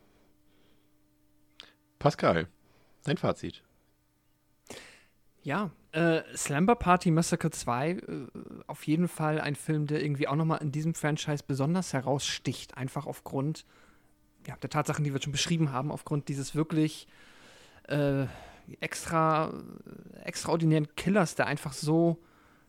Pascal, dein Fazit. Ja, äh, Slumber Party Massacre zwei, äh, auf jeden Fall ein Film, der irgendwie auch nochmal in diesem Franchise besonders heraussticht, einfach aufgrund ja, der Tatsachen, die wir schon beschrieben haben, aufgrund dieses wirklich äh, extra, extraordinären Killers, der einfach so,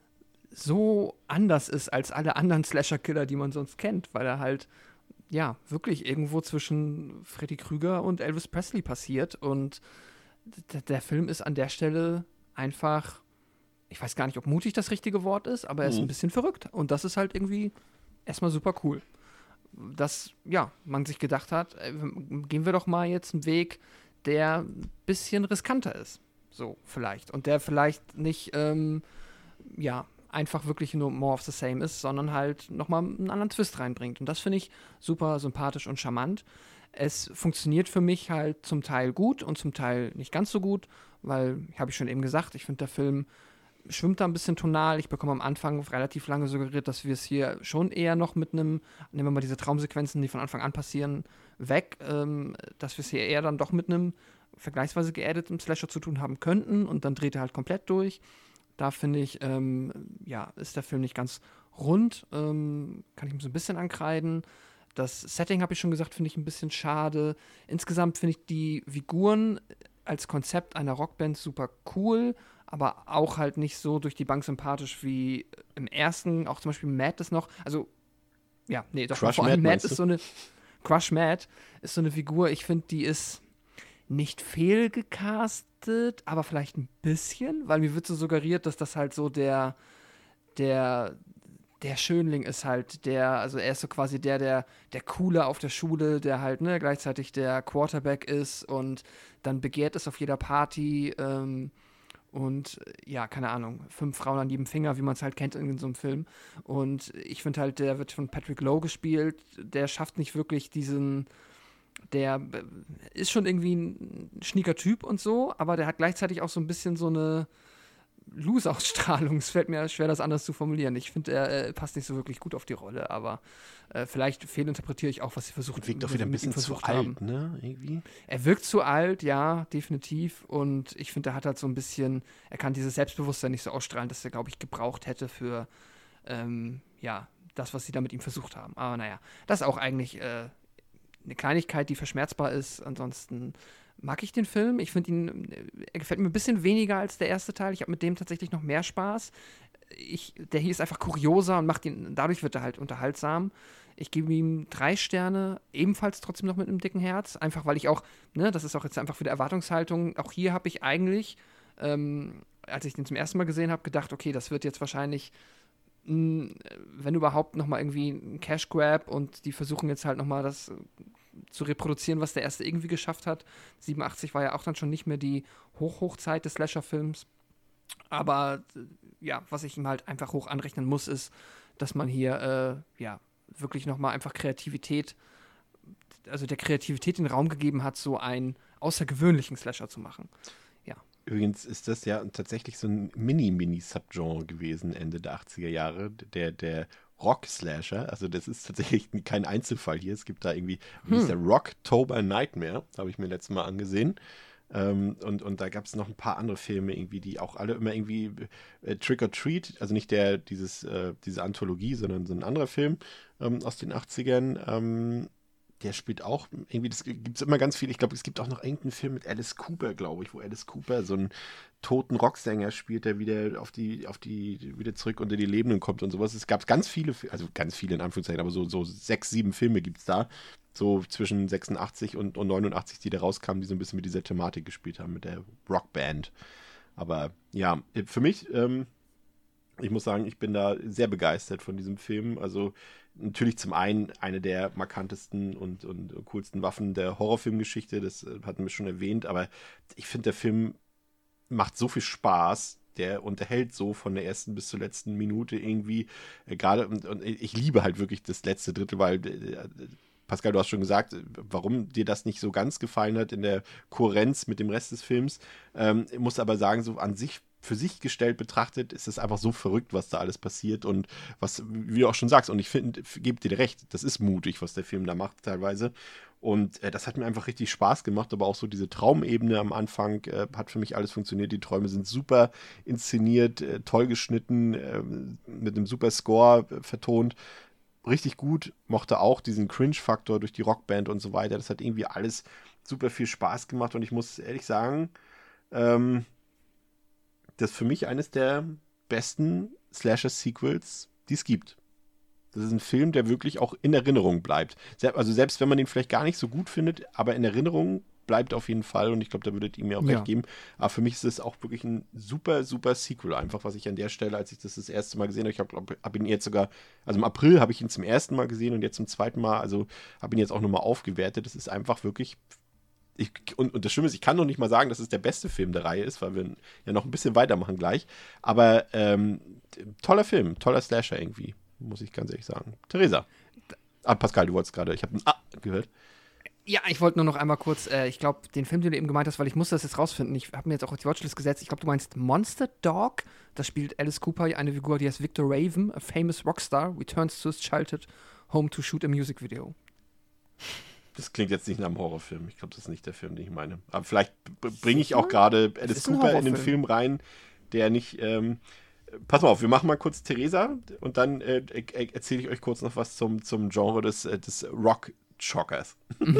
so anders ist als alle anderen Slasher-Killer, die man sonst kennt, weil er halt ja wirklich irgendwo zwischen Freddy Krüger und Elvis Presley passiert und d- der Film ist an der Stelle einfach, ich weiß gar nicht, ob mutig das richtige Wort ist, aber er ist mhm. ein bisschen verrückt. Und das ist halt irgendwie erstmal super cool. Dass, ja, man sich gedacht hat, äh, gehen wir doch mal jetzt einen Weg, der ein bisschen riskanter ist. So, vielleicht. Und der vielleicht nicht, ähm, ja, einfach wirklich nur more of the same ist, sondern halt nochmal einen anderen Twist reinbringt. Und das finde ich super sympathisch und charmant. Es funktioniert für mich halt zum Teil gut und zum Teil nicht ganz so gut, weil, habe ich schon eben gesagt, ich finde, der Film schwimmt da ein bisschen tonal. Ich bekomme am Anfang relativ lange suggeriert, dass wir es hier schon eher noch mit einem, nehmen wir mal diese Traumsequenzen, die von Anfang an passieren, weg, ähm, dass wir es hier eher dann doch mit einem vergleichsweise geerdeten Slasher zu tun haben könnten und dann dreht er halt komplett durch. Da finde ich, ähm, ja, ist der Film nicht ganz rund, ähm, kann ich mir so ein bisschen ankreiden. Das Setting, habe ich schon gesagt, finde ich ein bisschen schade. Insgesamt finde ich die Figuren als Konzept einer Rockband super cool, aber auch halt nicht so durch die Bank sympathisch wie im ersten, auch zum Beispiel Matt ist noch, also, ja, nee, doch Crush vor allem Matt, Matt ist so eine, Crush Matt ist so eine Figur, ich finde, die ist nicht fehlgecastet, aber vielleicht ein bisschen, weil mir wird so suggeriert, dass das halt so der, der, der Schönling ist halt, der, also er ist so quasi der, der, der Coole auf der Schule, der halt, ne, gleichzeitig der Quarterback ist und dann begehrt ist auf jeder Party, ähm, und ja, keine Ahnung, fünf Frauen an jedem Finger, wie man es halt kennt in so einem Film. Und ich finde halt, der wird von Patrick Lowe gespielt, der schafft nicht wirklich diesen, der äh, ist schon irgendwie ein schnieker Typ und so, aber der hat gleichzeitig auch so ein bisschen so eine Loose-Ausstrahlung. Es fällt mir schwer, das anders zu formulieren. Ich finde, er äh, passt nicht so wirklich gut auf die Rolle, aber äh, vielleicht fehlinterpretiere ich auch, was sie versucht haben. Wirkt doch wieder ein bisschen zu alt, ne? Irgendwie. Er wirkt zu alt, ja, definitiv. Und ich finde, er hat halt so ein bisschen, er kann dieses Selbstbewusstsein nicht so ausstrahlen, das er, glaube ich, gebraucht hätte für, ähm, ja, das, was sie da mit ihm versucht haben. Aber naja, das ist auch eigentlich äh, eine Kleinigkeit, die verschmerzbar ist. Ansonsten mag ich den Film. Ich finde ihn, er gefällt mir ein bisschen weniger als der erste Teil. Ich habe mit dem tatsächlich noch mehr Spaß. Ich, der hier ist einfach kurioser und macht ihn, dadurch wird er halt unterhaltsam. Ich gebe ihm drei Sterne, ebenfalls trotzdem noch mit einem dicken Herz. Einfach weil ich auch, ne, das ist auch jetzt einfach wieder Erwartungshaltung. Auch hier habe ich eigentlich, ähm, als ich den zum ersten Mal gesehen habe, gedacht, okay, das wird jetzt wahrscheinlich, mh, wenn überhaupt, nochmal irgendwie ein Cash Grab und die versuchen jetzt halt nochmal das zu reproduzieren, was der erste irgendwie geschafft hat. siebenundachtzig war ja auch dann schon nicht mehr die Hoch-Hochzeit des Slasher-Films. Aber ja, was ich ihm halt einfach hoch anrechnen muss, ist, dass man hier äh, ja wirklich nochmal einfach Kreativität, also der Kreativität den Raum gegeben hat, so einen außergewöhnlichen Slasher zu machen. Ja. Übrigens ist das ja tatsächlich so ein Mini-Mini-Subgenre gewesen, Ende der achtziger Jahre, der, der Rock-Slasher, also das ist tatsächlich kein Einzelfall hier. Es gibt da irgendwie, wie hieß der, Rocktober Nightmare, habe ich mir letztes Mal angesehen. Ähm, und, und da gab es noch ein paar andere Filme irgendwie, die auch alle immer irgendwie äh, Trick or Treat, also nicht der, dieses, äh, diese Anthologie, sondern so ein anderer Film ähm, aus den achtzigern, ähm, der spielt auch irgendwie, das gibt es immer ganz viel. Ich glaube, es gibt auch noch irgendeinen Film mit Alice Cooper, glaube ich, wo Alice Cooper so einen toten Rocksänger spielt, der wieder auf die, auf die, wieder zurück unter die Lebenden kommt und sowas. Es gab ganz viele, also ganz viele in Anführungszeichen, aber so, so sechs, sieben Filme gibt es da, so zwischen sechsundachtzig und, und neunundachtzig, die da rauskamen, die so ein bisschen mit dieser Thematik gespielt haben, mit der Rockband. Aber ja, für mich, ähm, ich muss sagen, ich bin da sehr begeistert von diesem Film. Also natürlich zum einen eine der markantesten und, und coolsten Waffen der Horrorfilmgeschichte, das hatten wir schon erwähnt, aber ich finde, der Film macht so viel Spaß, der unterhält so von der ersten bis zur letzten Minute irgendwie, äh, gerade, und, und ich liebe halt wirklich das letzte Drittel, weil, äh, Pascal, du hast schon gesagt, warum dir das nicht so ganz gefallen hat in der Kohärenz mit dem Rest des Films. Ähm, ich muss aber sagen, so an sich, für sich gestellt betrachtet, ist es einfach so verrückt, was da alles passiert und was, wie du auch schon sagst, und ich finde, gebe dir recht, das ist mutig, was der Film da macht teilweise. Und äh, das hat mir einfach richtig Spaß gemacht, aber auch so diese Traumebene am Anfang äh, hat für mich alles funktioniert. Die Träume sind super inszeniert, äh, toll geschnitten, äh, mit einem super Score äh, vertont. Richtig gut, mochte auch diesen Cringe-Faktor durch die Rockband und so weiter. Das hat irgendwie alles super viel Spaß gemacht und ich muss ehrlich sagen, ähm, das ist für mich eines der besten Slasher-Sequels, die es gibt. Das ist ein Film, der wirklich auch in Erinnerung bleibt. Also selbst wenn man den vielleicht gar nicht so gut findet, aber in Erinnerung bleibt auf jeden Fall und ich glaube, da würdet ihr mir auch Ja. recht geben. Aber für mich ist es auch wirklich ein super, super Sequel einfach, was ich an der Stelle, als ich das das erste Mal gesehen habe, ich habe hab ihn jetzt sogar, also im April habe ich ihn zum ersten Mal gesehen und jetzt zum zweiten Mal, also habe ihn jetzt auch nochmal aufgewertet. Das ist einfach wirklich, ich, und, und das Schlimme ist, ich kann noch nicht mal sagen, dass es der beste Film der Reihe ist, weil wir ja noch ein bisschen weitermachen gleich. Aber ähm, toller Film, toller Slasher irgendwie, muss ich ganz ehrlich sagen. Theresa. Ah, Pascal, du wolltest gerade, ich habe ein Ah gehört. Ja, ich wollte nur noch einmal kurz, äh, ich glaube, den Film, den du eben gemeint hast, weil ich musste das jetzt rausfinden, ich habe mir jetzt auch auf die Watchlist gesetzt, ich glaube, du meinst Monster Dog, da spielt Alice Cooper, eine Figur, die heißt Victor Raven, a famous rockstar, returns to his childhood home to shoot a music video. Das klingt jetzt nicht nach einem Horrorfilm. Ich glaube, das ist nicht der Film, den ich meine. Aber vielleicht b- bringe ich auch gerade Alice ist ein Cooper in den Horrorfilm. Film rein, der nicht. Ähm, pass mal auf, wir machen mal kurz Theresa und dann äh, er- erzähle ich euch kurz noch was zum, zum Genre des, äh, des Rock-Shockers.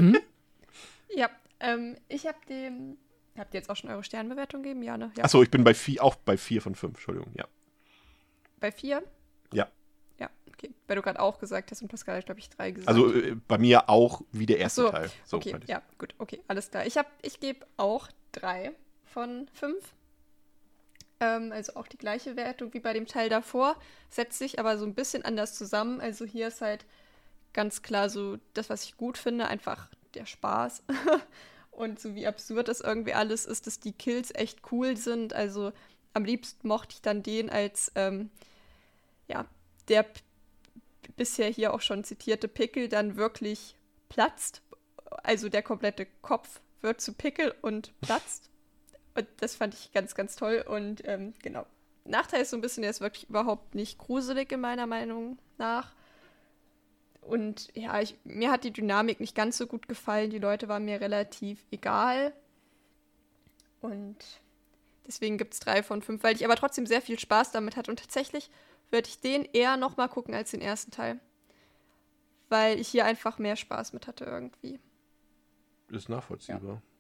Ja, ähm, ich habe dem. Habt ihr jetzt auch schon eure Sternbewertung gegeben? Ja, ne? Ja. Achso, ich bin bei vier, auch bei vier von fünf, Entschuldigung, ja. Bei vier? Ja. Ja, okay. Weil du gerade auch gesagt hast und Pascal hat, glaube ich, drei gesagt. Also äh, bei mir auch wie der erste Ach so, Teil. So, okay, meinte ich. ja, gut, okay, alles klar. Ich, hab- ich gebe auch drei von fünf. Ähm, also auch die gleiche Wertung wie bei dem Teil davor, setzt sich aber so ein bisschen anders zusammen. Also hier ist halt ganz klar so das, was ich gut finde, einfach der Spaß. Und so wie absurd das irgendwie alles ist, dass die Kills echt cool sind. Also am liebsten mochte ich dann den als, ähm, ja, der p- bisher hier auch schon zitierte Pickel dann wirklich platzt also der komplette Kopf wird zu Pickel und platzt. Und das fand ich ganz, ganz toll. Und ähm, genau. Nachteil ist so ein bisschen, der ist wirklich überhaupt nicht gruselig in meiner Meinung nach. Und ja, ich, mir hat die Dynamik nicht ganz so gut gefallen. Die Leute waren mir relativ egal. Und deswegen gibt es drei von fünf, weil ich aber trotzdem sehr viel Spaß damit hatte. Und tatsächlich würde ich den eher nochmal gucken als den ersten Teil. Weil ich hier einfach mehr Spaß mit hatte irgendwie. Ist nachvollziehbar. Ja.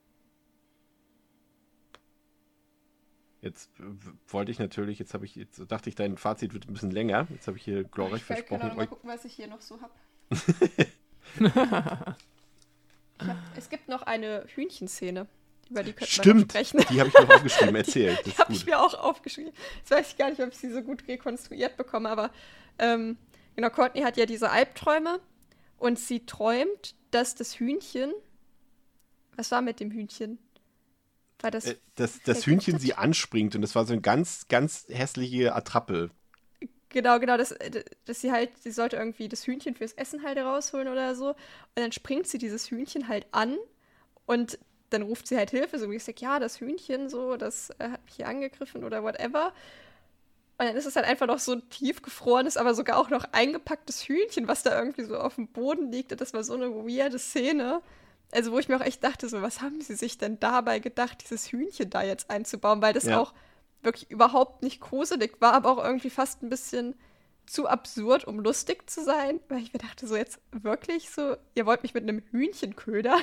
Jetzt w- wollte ich natürlich, jetzt habe ich, jetzt dachte ich, dein Fazit wird ein bisschen länger. Jetzt habe ich hier glorreich versprochen. Genau, mal gucken, was ich hier noch so habe. hab, es gibt noch eine Hühnchenszene, über die könnte man noch sprechen. Die habe ich noch aufgeschrieben, erzählt. Die, die habe ich mir auch aufgeschrieben. Jetzt weiß ich gar nicht, ob ich sie so gut rekonstruiert bekomme, aber ähm, genau, Courtney hat ja diese Albträume und sie träumt, dass das Hühnchen, was war mit dem Hühnchen? War das, äh, das, das Hühnchen sie anspringt und das war so eine ganz, ganz hässliche Attrappe. Genau, genau, dass, dass sie halt, sie sollte irgendwie das Hühnchen fürs Essen halt rausholen oder so. Und dann springt sie dieses Hühnchen halt an und dann ruft sie halt Hilfe, so wie ich sage, ja, das Hühnchen so, das äh, hat mich hier angegriffen oder whatever. Und dann ist es halt einfach noch so ein tiefgefrorenes, aber sogar auch noch eingepacktes Hühnchen, was da irgendwie so auf dem Boden liegt. Und das war so eine weirde Szene. Also wo ich mir auch echt dachte, so, was haben sie sich denn dabei gedacht, dieses Hühnchen da jetzt einzubauen? Weil das ja auch wirklich überhaupt nicht gruselig war, aber auch irgendwie fast ein bisschen zu absurd, um lustig zu sein. Weil ich mir dachte, so jetzt wirklich so, ihr wollt mich mit einem Hühnchen ködern?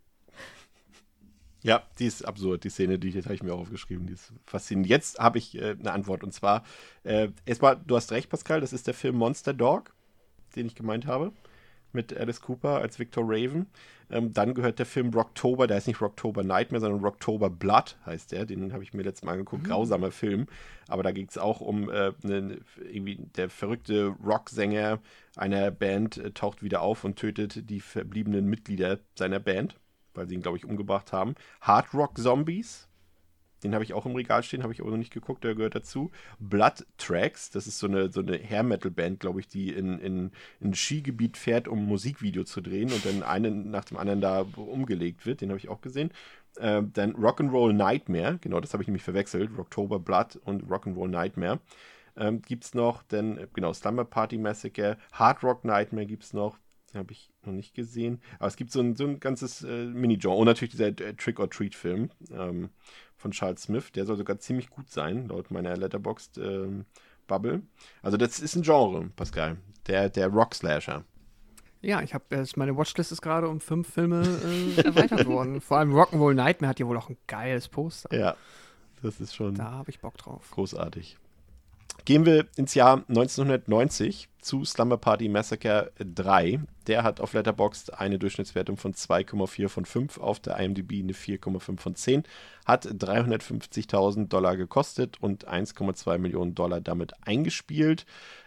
Ja, die ist absurd, die Szene, die, die habe ich mir auch aufgeschrieben, die ist faszinierend. Jetzt habe ich äh, eine Antwort und zwar, äh, erstmal, du hast recht, Pascal, das ist der Film Monster Dog, den ich gemeint habe, mit Alice Cooper als Victor Raven. Ähm, dann gehört der Film Rocktober, der heißt nicht Rocktober Nightmare, sondern Rocktober Blood heißt der. Den habe ich mir letztes Mal angeguckt. Mhm. Grausamer Film. Aber da geht es auch um äh, ne, irgendwie der verrückte Rocksänger einer Band äh, taucht wieder auf und tötet die verbliebenen Mitglieder seiner Band, weil sie ihn, glaube ich, umgebracht haben. Hard Rock Zombies. Den habe ich auch im Regal stehen, habe ich aber noch nicht geguckt, der gehört dazu. Blood Tracks, das ist so eine, so eine Hair-Metal-Band, glaube ich, die in, in, in ein Skigebiet fährt, um ein Musikvideo zu drehen und dann einen nach dem anderen da umgelegt wird. Den habe ich auch gesehen. Äh, dann Rock'n'Roll Nightmare, genau, das habe ich nämlich verwechselt. Rocktober Blood und Rock'n'Roll Nightmare. Ähm, gibt es noch, dann, genau, Slumber Party Massacre, Hard Rock Nightmare gibt es noch. Den habe ich noch nicht gesehen. Aber es gibt so ein, so ein ganzes äh, Mini-Genre. Und natürlich dieser äh, Trick-or-Treat-Film ähm, von Charles Smith. Der soll sogar ziemlich gut sein, laut meiner Letterboxd-Bubble. Ähm, also das ist ein Genre, Pascal. Der, der Rock-Slasher. Ja, ich habe meine Watchlist ist gerade um fünf Filme äh, erweitert worden. Vor allem Rock'n'Roll Nightmare hat ja wohl auch ein geiles Poster. Ja, das ist schon da habe ich Bock drauf. Großartig. Gehen wir ins Jahr neunzehnhundertneunzig zu Slumber Party Massacre drei. Der hat auf Letterboxd eine Durchschnittswertung von zwei Komma vier von fünf, auf der IMDb eine vier Komma fünf von zehn, hat dreihundertfünfzigtausend Dollar gekostet und eins Komma zwei Millionen Dollar damit eingespielt.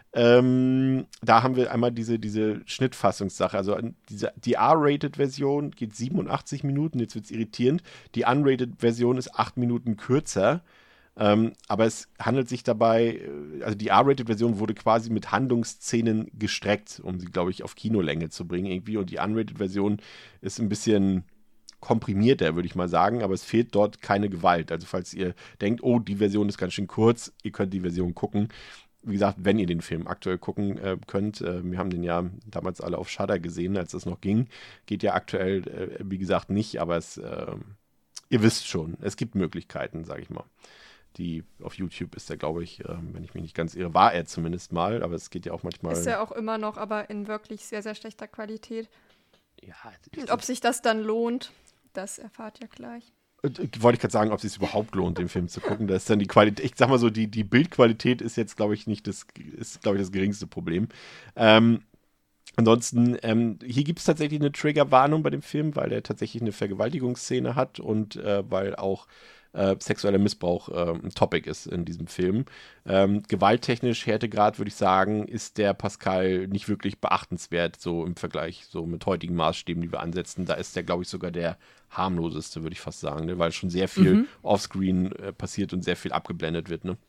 Ähm, da haben wir einmal diese, diese Schnittfassungssache. Also diese, die R-Rated-Version geht siebenundachtzig Minuten, jetzt wird es irritierend. Die Unrated-Version ist acht Minuten kürzer. Ähm, aber es handelt sich dabei, also die R-Rated-Version wurde quasi mit Handlungsszenen gestreckt, um sie, glaube ich, auf Kinolänge zu bringen irgendwie. Und die Unrated-Version ist ein bisschen komprimierter, würde ich mal sagen, aber es fehlt dort keine Gewalt. Also falls ihr denkt, oh, die Version ist ganz schön kurz, ihr könnt die Version gucken. Wie gesagt, wenn ihr den Film aktuell gucken äh, könnt, äh, wir haben den ja damals alle auf Shudder gesehen, als es noch ging. Geht ja aktuell, äh, wie gesagt, nicht, aber es, äh, ihr wisst schon, es gibt Möglichkeiten, sage ich mal. Die auf YouTube ist er, glaube ich, äh, wenn ich mich nicht ganz irre, war er zumindest mal, aber es geht ja auch manchmal. Ist er auch immer noch, aber in wirklich sehr, sehr schlechter Qualität. Ja. Und ob sich das dann lohnt, das erfahrt ihr gleich. Wollte ich gerade sagen, ob es sich überhaupt lohnt, den Film zu gucken. Da ist dann die Qualität, ich sag mal so, die, die Bildqualität ist jetzt, glaube ich, nicht das, ist, glaube ich, das geringste Problem. Ähm, ansonsten, ähm, hier gibt es tatsächlich eine Triggerwarnung bei dem Film, weil er tatsächlich eine Vergewaltigungsszene hat und äh, weil auch Äh, sexueller Missbrauch äh, ein Topic ist in diesem Film. Ähm, gewalttechnisch, Härtegrad, würde ich sagen, ist der Pascal nicht wirklich beachtenswert, so im Vergleich so mit heutigen Maßstäben, die wir ansetzen. Da ist der, glaube ich, sogar der harmloseste, würde ich fast sagen, ne? Weil schon sehr viel mhm. offscreen äh, passiert und sehr viel abgeblendet wird. Ne?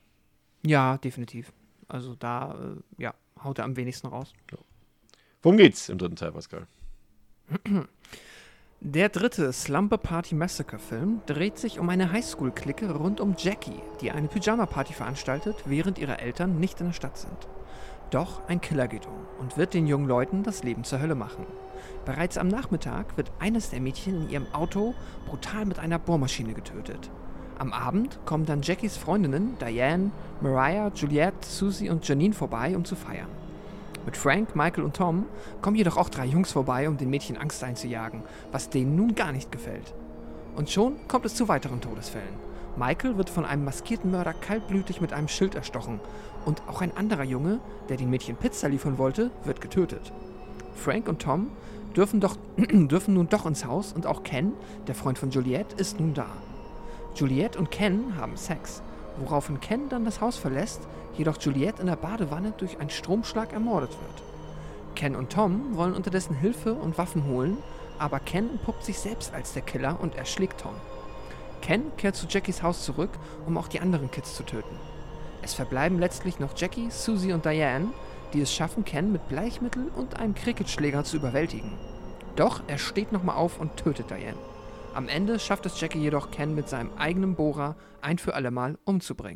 Ja, definitiv. Also da, äh, ja, haut er am wenigsten raus. Ja. Worum geht's im dritten Teil, Pascal? Der dritte Slumber Party Massacre Film dreht sich um eine Highschool-Clique rund um Jackie, die eine Pyjama-Party veranstaltet, während ihre Eltern nicht in der Stadt sind. Doch ein Killer geht um und wird den jungen Leuten das Leben zur Hölle machen. Bereits am Nachmittag wird eines der Mädchen in ihrem Auto brutal mit einer Bohrmaschine getötet. Am Abend kommen dann Jackies Freundinnen Diane, Mariah, Juliette, Susie und Janine vorbei, um zu feiern. Mit Frank, Michael und Tom kommen jedoch auch drei Jungs vorbei, um den Mädchen Angst einzujagen, was denen nun gar nicht gefällt. Und schon kommt es zu weiteren Todesfällen. Michael wird von einem maskierten Mörder kaltblütig mit einem Schild erstochen und auch ein anderer Junge, der den Mädchen Pizza liefern wollte, wird getötet. Frank und Tom dürfen, doch, dürfen nun doch ins Haus und auch Ken, der Freund von Juliette, ist nun da. Juliette und Ken haben Sex, woraufhin Ken dann das Haus verlässt, jedoch Juliette in der Badewanne durch einen Stromschlag ermordet wird. Ken und Tom wollen unterdessen Hilfe und Waffen holen, aber Ken entpuppt sich selbst als der Killer und erschlägt Tom. Ken kehrt zu Jackies Haus zurück, um auch die anderen Kids zu töten. Es verbleiben letztlich noch Jackie, Susie und Diane, die es schaffen, Ken mit Bleichmittel und einem Cricketschläger zu überwältigen. Doch er steht nochmal auf und tötet Diane. Am Ende schafft es Jackie jedoch, Ken mit seinem eigenen Bohrer ein für allemal umzubringen.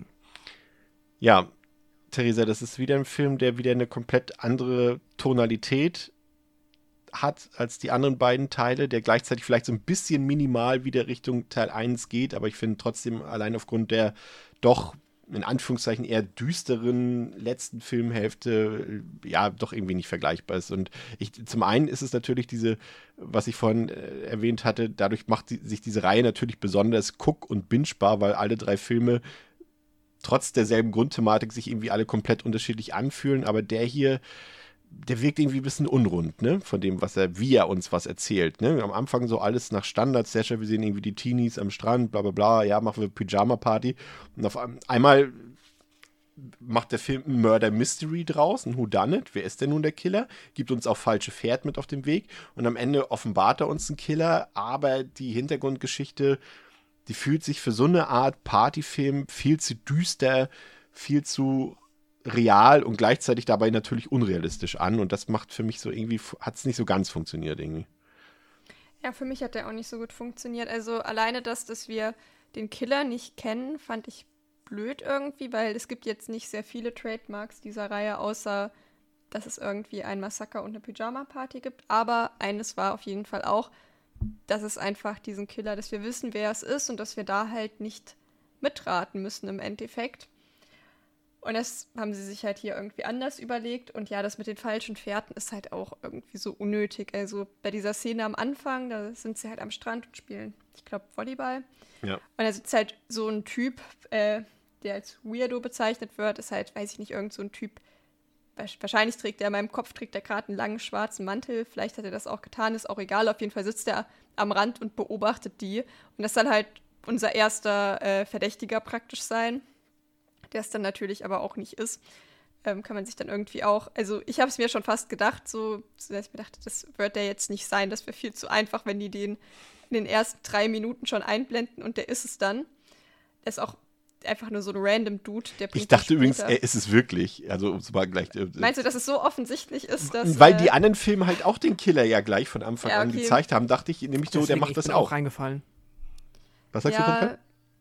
Ja, Theresa, das ist wieder ein Film, der wieder eine komplett andere Tonalität hat als die anderen beiden Teile, der gleichzeitig vielleicht so ein bisschen minimal wieder Richtung Teil eins geht, aber ich finde trotzdem allein aufgrund der doch in Anführungszeichen eher düsteren letzten Filmhälfte ja doch irgendwie nicht vergleichbar ist. Und ich, zum einen ist es natürlich diese, was ich vorhin äh, erwähnt hatte, dadurch macht die, sich diese Reihe natürlich besonders guck- und bingebar, weil alle drei Filme trotz derselben Grundthematik sich irgendwie alle komplett unterschiedlich anfühlen, aber der hier, der wirkt irgendwie ein bisschen unrund, ne, von dem, was er, wie er uns was erzählt, ne, am Anfang so alles nach Standard-Slasher, wir sehen irgendwie die Teenies am Strand, bla bla bla, ja, machen wir Pyjama-Party und auf einmal macht der Film ein Murder-Mystery draus, ein Whodunit, wer ist denn nun der Killer, gibt uns auch falsche Pferd mit auf dem Weg und am Ende offenbart er uns einen Killer, aber die Hintergrundgeschichte, die fühlt sich für so eine Art Partyfilm viel zu düster, viel zu real und gleichzeitig dabei natürlich unrealistisch an. Und das macht für mich so irgendwie, hat es nicht so ganz funktioniert irgendwie. Ja, für mich hat der auch nicht so gut funktioniert. Also alleine das, dass wir den Killer nicht kennen, fand ich blöd irgendwie, weil es gibt jetzt nicht sehr viele Trademarks dieser Reihe, außer dass es irgendwie ein Massaker und eine Pyjama-Party gibt. Aber eines war auf jeden Fall auch, dass es einfach diesen Killer, dass wir wissen, wer es ist und dass wir da halt nicht mitraten müssen im Endeffekt. Und das haben sie sich halt hier irgendwie anders überlegt. Und ja, das mit den falschen Pferden ist halt auch irgendwie so unnötig. Also bei dieser Szene am Anfang, da sind sie halt am Strand und spielen, ich glaube, Volleyball. Ja. Und da sitzt halt so ein Typ, äh, der als Weirdo bezeichnet wird, ist halt, weiß ich nicht, irgend so ein Typ. Wahrscheinlich trägt er, in meinem Kopf trägt er gerade einen langen schwarzen Mantel. Vielleicht hat er das auch getan, ist auch egal. Auf jeden Fall sitzt er am Rand und beobachtet die. Und das soll halt unser erster äh, Verdächtiger praktisch sein, der es dann natürlich aber auch nicht ist. Ähm, kann man sich dann irgendwie auch, also ich habe es mir schon fast gedacht, so, dass ich mir dachte, das wird der jetzt nicht sein. Das wäre viel zu einfach, wenn die den in den ersten drei Minuten schon einblenden und der ist es dann. Der ist auch einfach nur so ein random Dude, der bringt. Ich dachte übrigens, er ist es wirklich. Also, um es mal gleich. Äh, Meinst du, dass es so offensichtlich ist, dass. Weil äh, die anderen Filme halt auch den Killer ja gleich von Anfang ja, an okay. gezeigt haben, dachte ich nämlich so, Deswegen, der macht ich das bin auch. auch reingefallen. Was sagst ja, du, Konrad?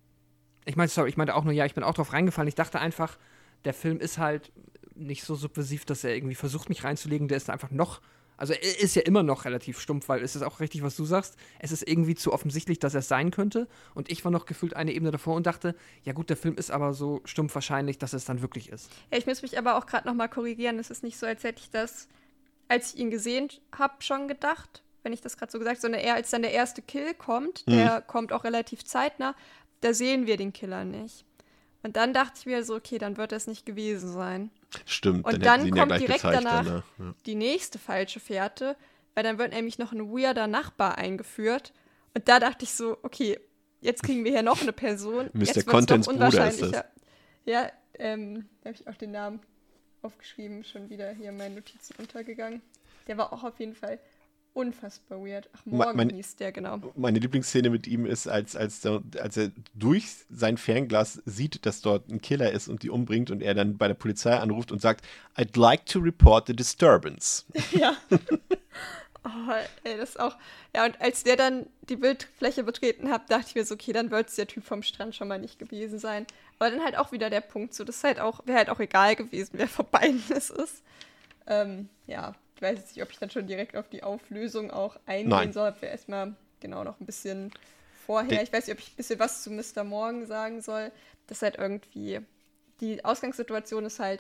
Ich meine, sorry, ich meinte auch nur, ja, ich bin auch drauf reingefallen. Ich dachte einfach, der Film ist halt nicht so subversiv, dass er irgendwie versucht, mich reinzulegen. Der ist einfach noch. Also er ist ja immer noch relativ stumpf, weil es ist auch richtig, was du sagst. Es ist irgendwie zu offensichtlich, dass er es sein könnte. Und ich war noch gefühlt eine Ebene davor und dachte, ja gut, der Film ist aber so stumpf wahrscheinlich, dass es dann wirklich ist. Ja, ich muss mich aber auch gerade noch mal korrigieren. Es ist nicht so, als hätte ich das, als ich ihn gesehen habe, schon gedacht, wenn ich das gerade so gesagt habe, sondern eher als dann der erste Kill kommt, der mhm. kommt auch relativ zeitnah, da sehen wir den Killer nicht. Und dann dachte ich mir so, okay, dann wird das nicht gewesen sein. Stimmt, und dann, dann hätten sie ihn kommt ja gleich direkt gezeigt, danach dann, ja. die nächste falsche Fährte, weil dann wird nämlich noch ein weirder Nachbar eingeführt. Und da dachte ich so, okay, jetzt kriegen wir hier noch eine Person. Mister Jetzt Contents noch Bruder ist das. Ja, ähm, da habe ich auch den Namen aufgeschrieben, schon wieder hier in meinen Notizen untergegangen. Der war auch auf jeden Fall unfassbar weird. Ach, Morgan meine, hieß der, genau. Meine Lieblingsszene mit ihm ist, als, als, der, als er durch sein Fernglas sieht, dass dort ein Killer ist und die umbringt und er dann bei der Polizei anruft und sagt, I'd like to report the disturbance. Ja. Oh, ey, das ist auch. Ja, und als der dann die Bildfläche betreten hat, dachte ich mir so, okay, dann wird es der Typ vom Strand schon mal nicht gewesen sein. Aber dann halt auch wieder der Punkt, so, das ist halt auch, wäre halt auch egal gewesen, wer von beiden es ist. Ähm, ja, ich weiß jetzt nicht, ob ich dann schon direkt auf die Auflösung auch eingehen Nein. soll. Ob wir erstmal genau noch ein bisschen vorher. De- ich weiß nicht, ob ich ein bisschen was zu Mister Morgan sagen soll. Das ist halt irgendwie. Die Ausgangssituation ist halt,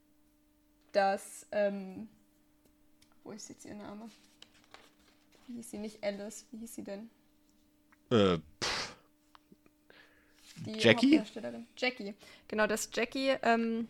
dass. Ähm, wo ist jetzt ihr Name? Wie hieß sie? Nicht Alice. Wie hieß sie denn? Äh, pff. Die Jackie? Hauptdarstellerin. Jackie. Genau, dass Jackie, ähm,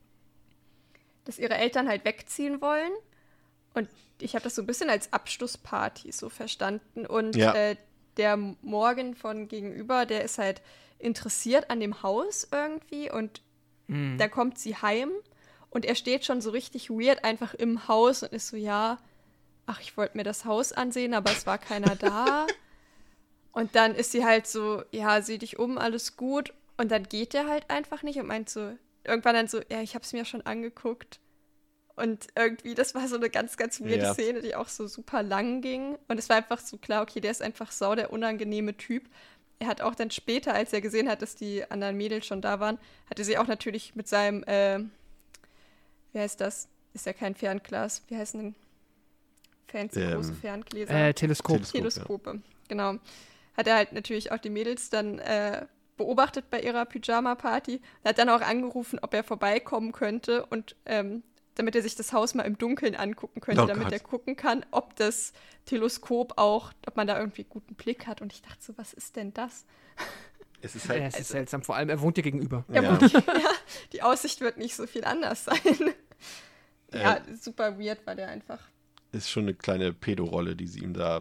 dass ihre Eltern halt wegziehen wollen. Und ich habe das so ein bisschen als Abschlussparty so verstanden. Und Ja. äh, der Morgan von gegenüber, der ist halt interessiert an dem Haus irgendwie. Und Mhm. dann kommt sie heim. Und er steht schon so richtig weird einfach im Haus und ist so, ja, ach, ich wollte mir das Haus ansehen, aber es war keiner da. Und dann ist sie halt so, ja, sieh dich um, alles gut. Und dann geht der halt einfach nicht und meint so, irgendwann dann so, ja, ich hab's mir schon angeguckt. Und irgendwie, das war so eine ganz, ganz weirde Ja. Szene, die auch so super lang ging. Und es war einfach so klar, okay, der ist einfach sau der unangenehme Typ. Er hat auch dann später, als er gesehen hat, dass die anderen Mädels schon da waren, hatte sie auch natürlich mit seinem, äh, wie heißt das? Ist ja kein Fernglas. Wie heißen denn fancy Ähm, große Ferngläser? Äh, Teleskop. Teleskop. Teleskope, genau. Hat er halt natürlich auch die Mädels dann äh, beobachtet bei ihrer Pyjama-Party. Er hat dann auch angerufen, ob er vorbeikommen könnte und ähm, damit er sich das Haus mal im Dunkeln angucken könnte, Oh damit Gott. er gucken kann, ob das Teleskop auch, ob man da irgendwie guten Blick hat. Und ich dachte so, was ist denn das? Es ist Ja, halt. es ist seltsam. Vor allem, er wohnt dir gegenüber. Ja, Ja. gut, ja, die Aussicht wird nicht so viel anders sein. Ja, Äh, super weird war der einfach. ist schon eine kleine Pedorolle, die sie ihm da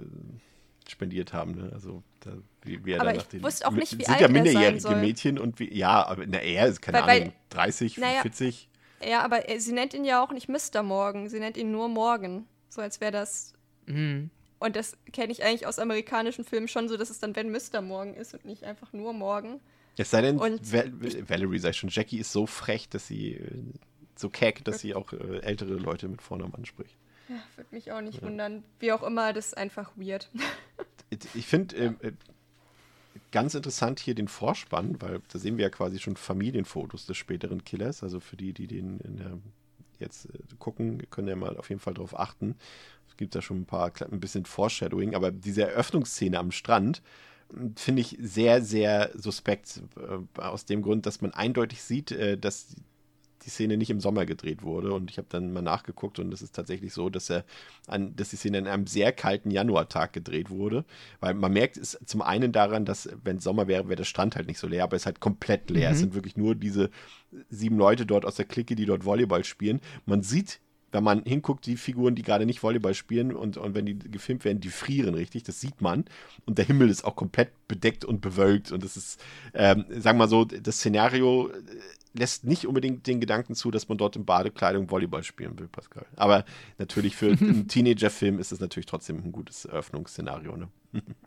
äh, spendiert haben. Ne? Also, da, wie, wie er Aber da ich nach den, wusste auch nicht, wie sind alt ja er sein minderjährige soll. Mädchen und wie, ja, aber na, er ist, keine Weil- Ahnung, dreißig, naja, vierzig. Ja, aber äh, sie nennt ihn ja auch nicht Mister Morgan, sie nennt ihn nur Morgan. So als wäre das. Mhm. Und das kenne ich eigentlich aus amerikanischen Filmen schon so, dass es dann, wenn Mister Morgan ist und nicht einfach nur Morgan. Es sei denn, Und Val Valerie, sag ich schon, Jackie ist so frech, dass sie, äh, so keck, dass sie auch äh, ältere Leute mit Vornamen anspricht. Ja, würde mich auch nicht wundern. Wie auch immer, das ist einfach weird. Ich finde äh, äh, ganz interessant hier den Vorspann, weil da sehen wir ja quasi schon Familienfotos des späteren Killers. Also für die, die den in der, jetzt äh, gucken, können ja mal auf jeden Fall darauf achten. Es gibt da schon ein paar, ein bisschen Foreshadowing, aber diese Eröffnungsszene am Strand mh, finde ich sehr, sehr suspekt. Äh, aus dem Grund, dass man eindeutig sieht, äh, dass die Szene nicht im Sommer gedreht wurde. Und ich habe dann mal nachgeguckt und es ist tatsächlich so, dass er an, dass die Szene an einem sehr kalten Januartag gedreht wurde. Weil man merkt es zum einen daran, dass, wenn Sommer wäre, wäre der Strand halt nicht so leer, aber es ist halt komplett leer. Mhm. Es sind wirklich nur diese sieben Leute dort aus der Clique, die dort Volleyball spielen. Man sieht, wenn man hinguckt, die Figuren, die gerade nicht Volleyball spielen und, und wenn die gefilmt werden, die frieren richtig, das sieht man. Und der Himmel ist auch komplett bedeckt und bewölkt. Und das ist, ähm, sagen wir mal so, das Szenario äh, lässt nicht unbedingt den Gedanken zu, dass man dort in Badekleidung Volleyball spielen will, Pascal. Aber natürlich für einen Teenager-Film ist es natürlich trotzdem ein gutes Eröffnungsszenario, ne?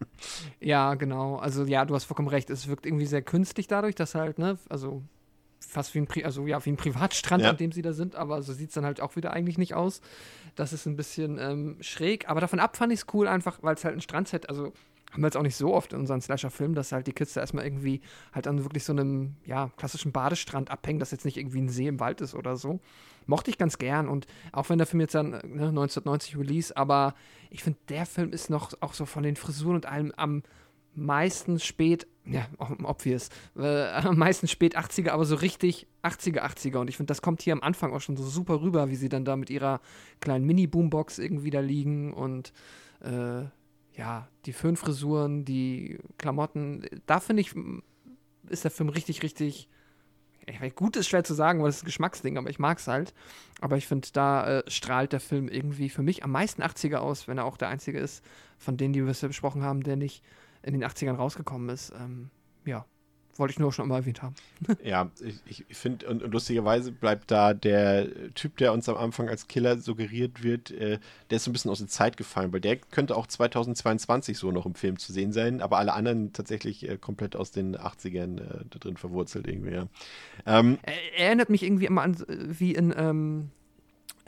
Ja, genau. Also ja, du hast vollkommen recht. Es wirkt irgendwie sehr künstlich dadurch, dass halt, ne, also fast wie ein, Pri also, ja, wie ein Privatstrand, Ja. an dem sie da sind, aber so sieht es dann halt auch wieder eigentlich nicht aus. Das ist ein bisschen ähm, schräg, aber davon ab fand ich es cool, einfach, weil es halt ein Strandset, also haben wir jetzt auch nicht so oft in unseren Slasher-Filmen, dass halt die Kids da erstmal irgendwie halt an wirklich so einem, ja, klassischen Badestrand abhängen, das jetzt nicht irgendwie ein See im Wald ist oder so. Mochte ich ganz gern und auch wenn der Film jetzt dann ne, neunzehnhundertneunzig Release, aber ich finde, der Film ist noch auch so von den Frisuren und allem am meisten spät, ja, obvious, äh, am meisten spät achtziger, aber so richtig achtziger, achtziger und ich finde, das kommt hier am Anfang auch schon so super rüber, wie sie dann da mit ihrer kleinen Mini-Boombox irgendwie da liegen und äh, ja, die Föhnfrisuren, die Klamotten, da finde ich, ist der Film richtig, richtig, ja, gut ist schwer zu sagen, weil das ist ein Geschmacksding, aber ich mag es halt. Aber ich finde, da äh, strahlt der Film irgendwie für mich am meisten achtziger aus, wenn er auch der einzige ist, von denen, die wir bisher besprochen haben, der nicht in den achtzigern rausgekommen ist. Ähm, ja, wollte ich nur schon mal erwähnt haben. Ja, ich, ich finde, und, und lustigerweise bleibt da der Typ, der uns am Anfang als Killer suggeriert wird, äh, der ist so ein bisschen aus der Zeit gefallen, weil der könnte auch zweitausendzweiundzwanzig so noch im Film zu sehen sein, aber alle anderen tatsächlich äh, komplett aus den achtzigern äh, da drin verwurzelt irgendwie, ja. Ähm, Er, er erinnert mich irgendwie immer an, äh, wie in, ähm,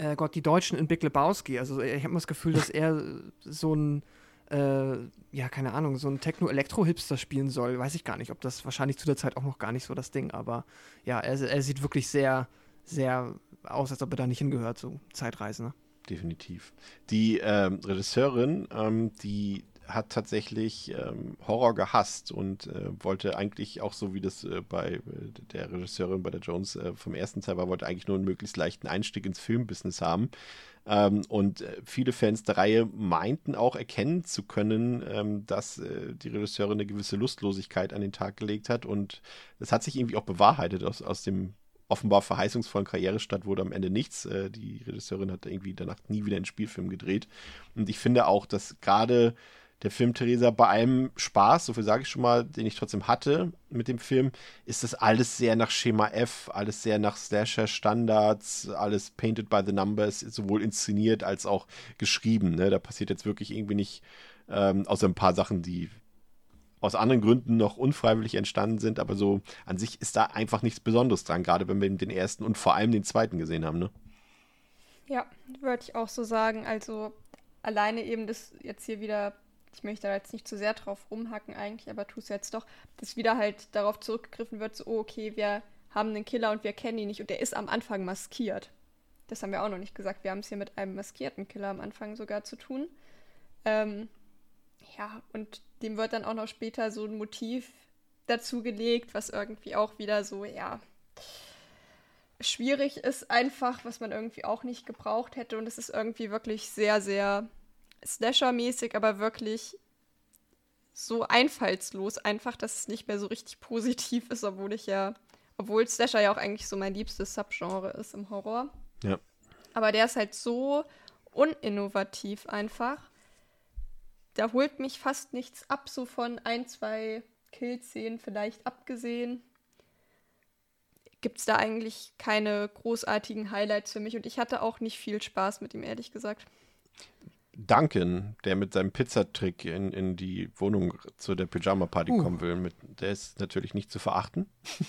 äh, Gott, die Deutschen in Big Lebowski. Also ich habe immer das Gefühl, dass er so ein, äh, ja, keine Ahnung, so ein Techno-Elektro-Hipster spielen soll. Weiß ich gar nicht, ob das wahrscheinlich zu der Zeit auch noch gar nicht so das Ding, aber ja, er, er sieht wirklich sehr, sehr aus, als ob er da nicht hingehört, so Zeitreisen. Ne? Definitiv. Die ähm, Regisseurin, ähm, die hat tatsächlich ähm, Horror gehasst und äh, wollte eigentlich auch so wie das äh, bei äh, der Regisseurin bei der Jones äh, vom ersten Teil war, wollte eigentlich nur einen möglichst leichten Einstieg ins Filmbusiness haben. Ähm, und äh, viele Fans der Reihe meinten auch erkennen zu können, ähm, dass äh, die Regisseurin eine gewisse Lustlosigkeit an den Tag gelegt hat und das hat sich irgendwie auch bewahrheitet aus, aus dem offenbar verheißungsvollen Karrierestart wurde am Ende nichts. Äh, die Regisseurin hat irgendwie danach nie wieder einen Spielfilm gedreht und ich finde auch, dass gerade der Film Theresa bei allem Spaß, so viel sage ich schon mal, den ich trotzdem hatte mit dem Film, ist das alles sehr nach Schema F, alles sehr nach Slasher-Standards, alles painted by the numbers, sowohl inszeniert als auch geschrieben. Ne? Da passiert jetzt wirklich irgendwie nicht, ähm, außer ein paar Sachen, die aus anderen Gründen noch unfreiwillig entstanden sind, aber so an sich ist da einfach nichts Besonderes dran, gerade wenn wir den ersten und vor allem den zweiten gesehen haben. Ne? Ja, würde ich auch so sagen. Also alleine eben das jetzt hier wieder, ich möchte da jetzt nicht zu sehr drauf rumhacken eigentlich, aber tu es jetzt doch, dass wieder halt darauf zurückgegriffen wird, so, oh, okay, wir haben einen Killer und wir kennen ihn nicht und der ist am Anfang maskiert. Das haben wir auch noch nicht gesagt. Wir haben es hier mit einem maskierten Killer am Anfang sogar zu tun. Ähm, ja, und dem wird dann auch noch später so ein Motiv dazugelegt, was irgendwie auch wieder so, ja, schwierig ist einfach, was man irgendwie auch nicht gebraucht hätte und es ist irgendwie wirklich sehr, sehr Slasher-mäßig, aber wirklich so einfallslos einfach, dass es nicht mehr so richtig positiv ist, obwohl ich ja, obwohl Slasher ja auch eigentlich so mein liebstes Subgenre ist im Horror. Ja. Aber der ist halt so uninnovativ einfach. Da holt mich fast nichts ab, so von ein, zwei Kill-Szenen vielleicht abgesehen. Gibt es da eigentlich keine großartigen Highlights für mich und ich hatte auch nicht viel Spaß mit ihm, ehrlich gesagt. Duncan, der mit seinem Pizzatrick in, in die Wohnung zu der Pyjama-Party uh. kommen will, mit, der ist natürlich nicht zu verachten.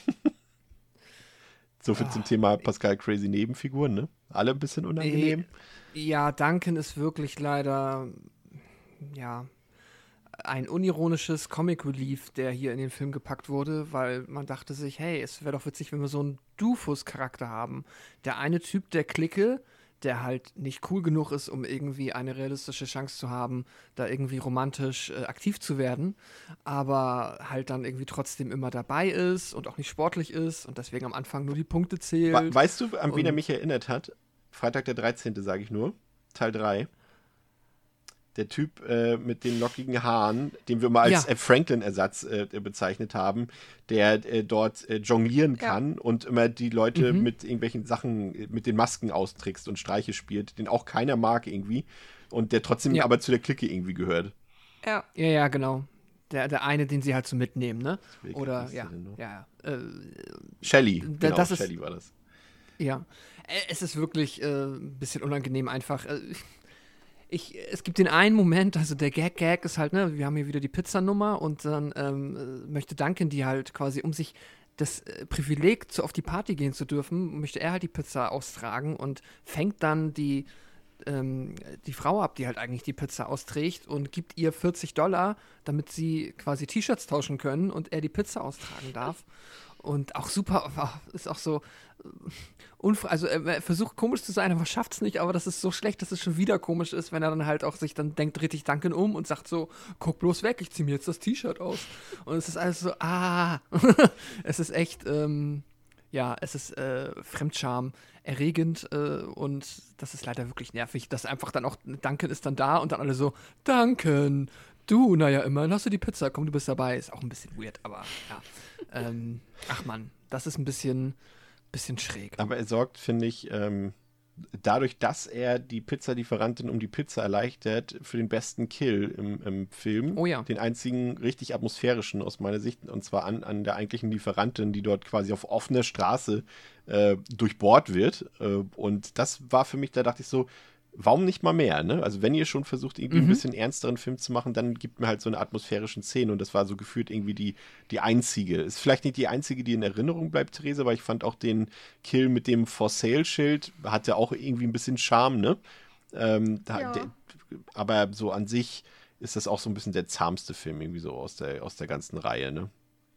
So viel oh. zum Thema Pascal Crazy Nebenfiguren, ne? Alle ein bisschen unangenehm. Ja, Duncan ist wirklich leider, ja, ein unironisches Comic Relief, der hier in den Film gepackt wurde, weil man dachte sich, hey, es wäre doch witzig, wenn wir so einen Doofus-Charakter haben. Der eine Typ der Clique, der halt nicht cool genug ist, um irgendwie eine realistische Chance zu haben, da irgendwie romantisch äh, aktiv zu werden, aber halt dann irgendwie trotzdem immer dabei ist und auch nicht sportlich ist und deswegen am Anfang nur die Punkte zählt. We- weißt du, an wen und er mich erinnert hat? Freitag der dreizehnte sage ich nur, Teil drei. Der Typ äh, mit den lockigen Haaren, den wir mal als Ja. äh, Franklin-Ersatz äh, bezeichnet haben, der äh, dort äh, jonglieren Ja. kann und immer die Leute Mhm. mit irgendwelchen Sachen, äh, mit den Masken austrickst und Streiche spielt, den auch keiner mag irgendwie und der trotzdem Ja. aber zu der Clique irgendwie gehört. Ja. Ja, ja, genau. Der, der eine, den sie halt so mitnehmen, ne? Welcher Oder, ist ja, der denn noch? ja, ja. Äh, Shelley, Da- genau, das ist- Shelley war das. Ja, Äh, es ist wirklich äh, ein bisschen unangenehm einfach. Äh, Ich, es gibt den einen Moment, also der Gag-Gag ist halt, ne, wir haben hier wieder die Pizzanummer und dann ähm, äh, möchte Duncan die halt quasi, um sich das äh, Privileg, zu, auf die Party gehen zu dürfen, möchte er halt die Pizza austragen und fängt dann die, ähm, die Frau ab, die halt eigentlich die Pizza austrägt und gibt ihr vierzig Dollar, damit sie quasi T-Shirts tauschen können und er die Pizza austragen darf. Und auch super, ist auch so, unfre- also er versucht komisch zu sein, aber schafft es nicht, aber das ist so schlecht, dass es schon wieder komisch ist, wenn er dann halt auch sich dann denkt, dreht sich Duncan um und sagt so, guck bloß weg, ich zieh mir jetzt das T-Shirt aus. Und es ist alles so, ah, es ist echt, ähm, ja, es ist äh, Fremdscham erregend äh, und das ist leider wirklich nervig, dass einfach dann auch, Duncan ist dann da und dann alle so, Duncan, du, naja, immerhin hast du die Pizza, komm, du bist dabei. Ist auch ein bisschen weird, aber ja. ähm, ach Mann, das ist ein bisschen, bisschen schräg. Aber er sorgt, finde ich, ähm, dadurch, dass er die Pizzalieferantin um die Pizza erleichtert, für den besten Kill im, im Film. Oh ja. Den einzigen richtig atmosphärischen aus meiner Sicht. Und zwar an, an der eigentlichen Lieferantin, die dort quasi auf offener Straße äh, durchbohrt wird. Äh, und das war für mich, da dachte ich so, warum nicht mal mehr, ne? Also wenn ihr schon versucht, irgendwie Mhm. ein bisschen ernsteren Film zu machen, dann gibt mir halt so eine atmosphärischen Szene und das war so gefühlt irgendwie die, die einzige. Ist vielleicht nicht die einzige, die in Erinnerung bleibt, Therese, aber ich fand auch den Kill mit dem For-Sale-Schild hatte auch irgendwie ein bisschen Charme, ne? Ähm, da, Ja. der, aber so an sich ist das auch so ein bisschen der zahmste Film irgendwie so aus der, aus der ganzen Reihe, ne?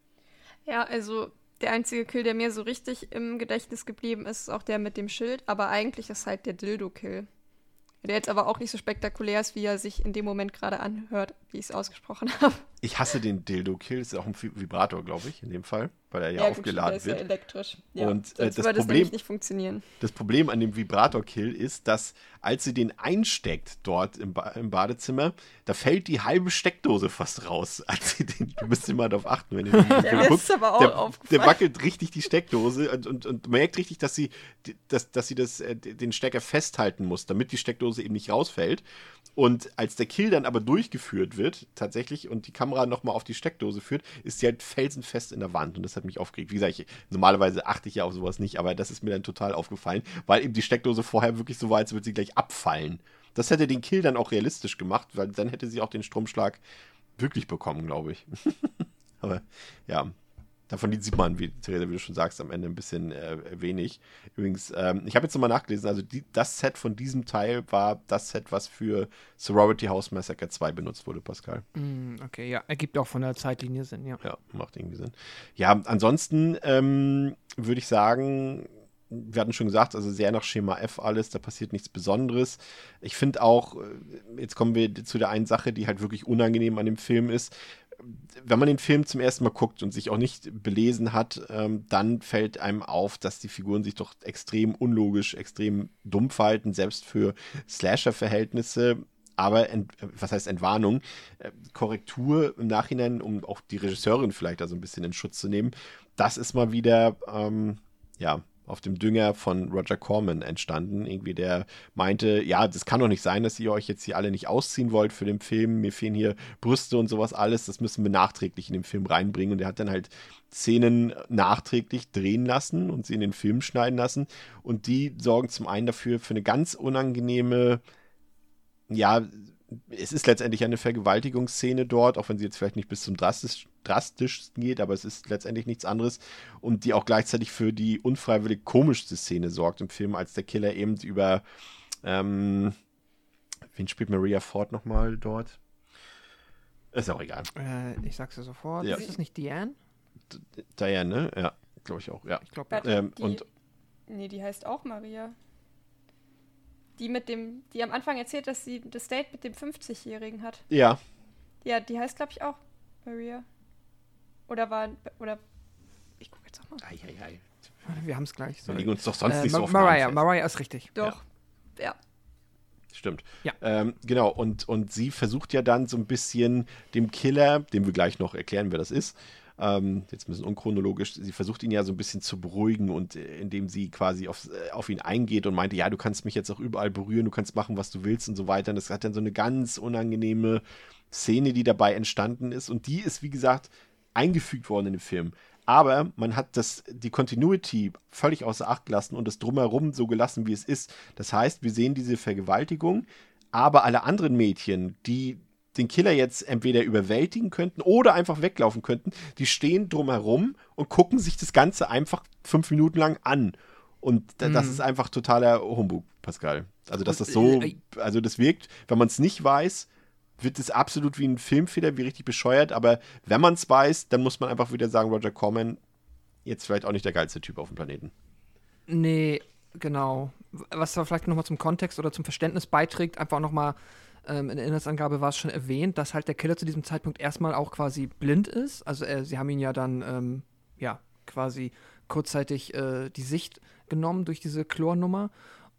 Ja, also der einzige Kill, der mir so richtig im Gedächtnis geblieben ist, ist auch der mit dem Schild, aber eigentlich ist halt der Dildo-Kill. Der jetzt aber auch nicht so spektakulär ist, wie er sich in dem Moment gerade anhört, wie ich es ausgesprochen habe. Ich hasse den Dildo-Kill, das ist auch ein Vibrator, glaube ich, in dem Fall, weil er ja, gut, aufgeladen der ist wird. ja elektrisch. Ja, Und, äh, sonst das würde es Problem- nämlich nicht funktionieren. Das Problem an dem Vibrator-Kill ist, dass als sie den einsteckt dort im, ba im Badezimmer, da fällt die halbe Steckdose fast raus. Als sie den, du müsst immer darauf achten, wenn ihr den Ja, Film mir guckt. ist aber auch Der, aufgefallen. der wackelt richtig die Steckdose und, und, und merkt richtig, dass sie, dass, dass sie das, äh, den Stecker festhalten muss, damit die Steckdose eben nicht rausfällt. Und als der Kill dann aber durchgeführt wird, tatsächlich, und die Kamera nochmal auf die Steckdose führt, ist sie halt felsenfest in der Wand. Und das hat mich aufgeregt. Wie gesagt, ich, normalerweise achte ich ja auf sowas nicht, aber das ist mir dann total aufgefallen, weil eben die Steckdose vorher wirklich so war, als würde sie gleich abfallen. Das hätte den Kill dann auch realistisch gemacht, weil dann hätte sie auch den Stromschlag wirklich bekommen, glaube ich. Aber ja, davon sieht man, wie Theresa, wie du schon sagst, am Ende ein bisschen äh, wenig. Übrigens, ähm, ich habe jetzt nochmal nachgelesen, also die, das Set von diesem Teil war das Set, was für Sorority House Massacre zwei benutzt wurde, Pascal. Mm, okay, ja, ergibt auch von der Zeitlinie Sinn, ja. Ja, macht irgendwie Sinn. Ja, ansonsten ähm, würde ich sagen, wir hatten schon gesagt, also sehr nach Schema F alles, da passiert nichts Besonderes. Ich finde auch, äh, jetzt kommen wir zu der einen Sache, die halt wirklich unangenehm an dem Film ist. Wenn man den Film zum ersten Mal guckt und sich auch nicht belesen hat, ähm, dann fällt einem auf, dass die Figuren sich doch extrem unlogisch, extrem dumm verhalten, selbst für Slasher-Verhältnisse. Aber, ent, was heißt Entwarnung? Äh, Korrektur im Nachhinein, um auch die Regisseurin vielleicht also ein bisschen in Schutz zu nehmen. Das ist mal wieder, ähm, ja, auf dem Dünger von Roger Corman entstanden. Irgendwie der meinte, ja, das kann doch nicht sein, dass ihr euch jetzt hier alle nicht ausziehen wollt für den Film. Mir fehlen hier Brüste und sowas alles. Das müssen wir nachträglich in den Film reinbringen. Und er hat dann halt Szenen nachträglich drehen lassen und sie in den Film schneiden lassen. Und die sorgen zum einen dafür für eine ganz unangenehme, ja, es ist letztendlich eine Vergewaltigungsszene dort, auch wenn sie jetzt vielleicht nicht bis zum drastisch, drastischsten geht, aber es ist letztendlich nichts anderes und die auch gleichzeitig für die unfreiwillig komischste Szene sorgt im Film, als der Killer eben über, ähm, wen spielt Maria Ford nochmal dort? Ist auch egal. Äh, ich sag's dir sofort. Ja. Ist das nicht Diane? D- Diane, ne? Ja, glaube ich auch, ja. Ich glaube, ja. Warte, Ähm, die, und nee, die heißt auch Maria. Die mit dem, die am Anfang erzählt, dass sie das Date mit dem fünfzigjährigen hat. ja, Ja, die heißt, glaube ich, auch Maria. Oder war, oder, ich gucke jetzt auch mal. ei, ei, ei. Wir haben es gleich. Wir sorry. liegen uns doch sonst Äh, nicht so Ma- auf Mariah, Namen fest. Mariah ist richtig. Doch, ja. Stimmt. Ja. Ähm, genau, und, und sie versucht ja dann so ein bisschen dem Killer, dem wir gleich noch erklären, wer das ist, ähm, jetzt ein bisschen unchronologisch, sie versucht ihn ja so ein bisschen zu beruhigen und äh, indem sie quasi auf, äh, auf ihn eingeht und meinte, ja, du kannst mich jetzt auch überall berühren, du kannst machen, was du willst und so weiter. Und das hat dann so eine ganz unangenehme Szene, die dabei entstanden ist und die ist, wie gesagt, eingefügt worden in den Film. Aber man hat das, die Continuity völlig außer Acht gelassen und das Drumherum so gelassen, wie es ist. Das heißt, wir sehen diese Vergewaltigung, aber alle anderen Mädchen, die den Killer jetzt entweder überwältigen könnten oder einfach weglaufen könnten, die stehen drumherum und gucken sich das Ganze einfach fünf Minuten lang an. Und da, das Mhm. ist einfach totaler Humbug, Pascal. Also, dass Und, das so, äh, also das wirkt, wenn man es nicht weiß, wird es absolut wie ein Filmfehler, wie richtig bescheuert, aber wenn man es weiß, dann muss man einfach wieder sagen, Roger Corman, jetzt vielleicht auch nicht der geilste Typ auf dem Planeten. Nee, genau. Was da vielleicht nochmal zum Kontext oder zum Verständnis beiträgt, einfach nochmal ähm, in der Inhaltsangabe war es schon erwähnt, dass halt der Killer zu diesem Zeitpunkt erstmal auch quasi blind ist. Also äh, sie haben ihn ja dann, ähm, ja, quasi kurzzeitig äh, die Sicht genommen durch diese Chlornummer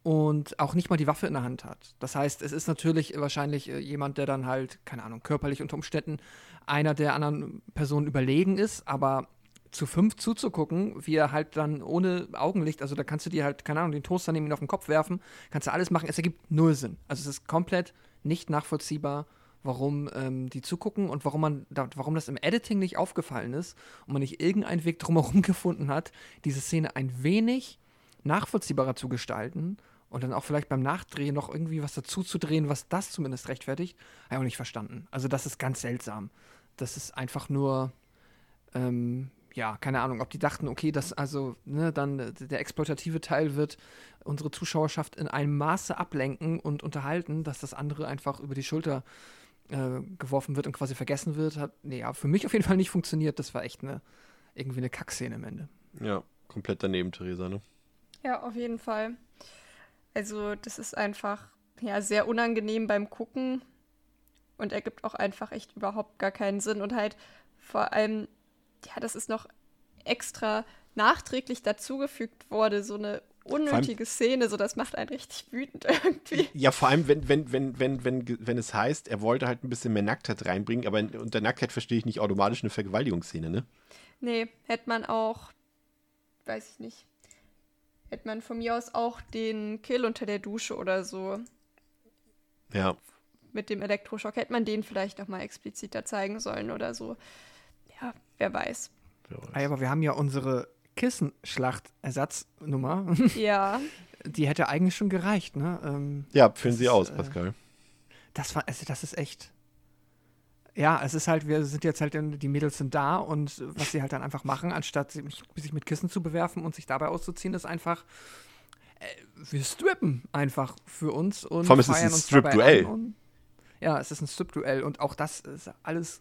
und auch nicht mal die Waffe in der Hand hat. Das heißt, es ist natürlich wahrscheinlich äh, jemand, der dann halt, keine Ahnung, körperlich unter Umständen einer der anderen Personen überlegen ist, aber zu fünf zuzugucken, wie er halt dann ohne Augenlicht, also da kannst du dir halt, keine Ahnung, den Toaster neben ihn auf den Kopf werfen, kannst du alles machen, es ergibt null Sinn. Also es ist komplett nicht nachvollziehbar, warum ähm, die zugucken und warum man, da, warum das im Editing nicht aufgefallen ist und man nicht irgendeinen Weg drumherum gefunden hat, diese Szene ein wenig nachvollziehbarer zu gestalten und dann auch vielleicht beim Nachdrehen noch irgendwie was dazu zu drehen, was das zumindest rechtfertigt, habe ich auch nicht verstanden. Also das ist ganz seltsam. Das ist einfach nur, ähm, ja, keine Ahnung, ob die dachten, okay, das also, ne, dann der exploitative Teil wird unsere Zuschauerschaft in einem Maße ablenken und unterhalten, dass das andere einfach über die Schulter äh, geworfen wird und quasi vergessen wird. Hat, nee, ja, für mich auf jeden Fall nicht funktioniert. Das war echt eine, irgendwie eine Kackszene am Ende. Ja, komplett daneben, Theresa, ne? Ja, auf jeden Fall. Also das ist einfach ja sehr unangenehm beim Gucken und ergibt auch einfach echt überhaupt gar keinen Sinn und halt vor allem, ja, das ist noch extra nachträglich dazugefügt wurde, so eine unnötige Szene, so das macht einen richtig wütend irgendwie. Ja, vor allem, wenn, wenn, wenn, wenn, wenn, wenn es heißt, er wollte halt ein bisschen mehr Nacktheit reinbringen, aber unter Nacktheit verstehe ich nicht automatisch eine Vergewaltigungsszene, ne? Nee, hätte man auch, weiß ich nicht, hätte man von mir aus auch den Kill unter der Dusche oder so Ja. mit dem Elektroschock, hätte man den vielleicht noch mal expliziter zeigen sollen oder so. Ja, wer weiß. Ah, aber wir haben ja unsere Kissenschlacht-Ersatznummer. Ja. Die hätte eigentlich schon gereicht, ne? Ähm, Ja, führen Sie ist, aus, äh, Pascal. Das war, also das ist echt. Ja, es ist halt, wir sind jetzt halt, die Mädels sind da und was sie halt dann einfach machen, anstatt sich, sich mit Kissen zu bewerfen und sich dabei auszuziehen, ist einfach, äh, wir strippen einfach für uns und Vor allem ist es feiern ein uns dabei Strip-Duell. an und- Ja, es ist ein Strip-Duell und auch das ist alles,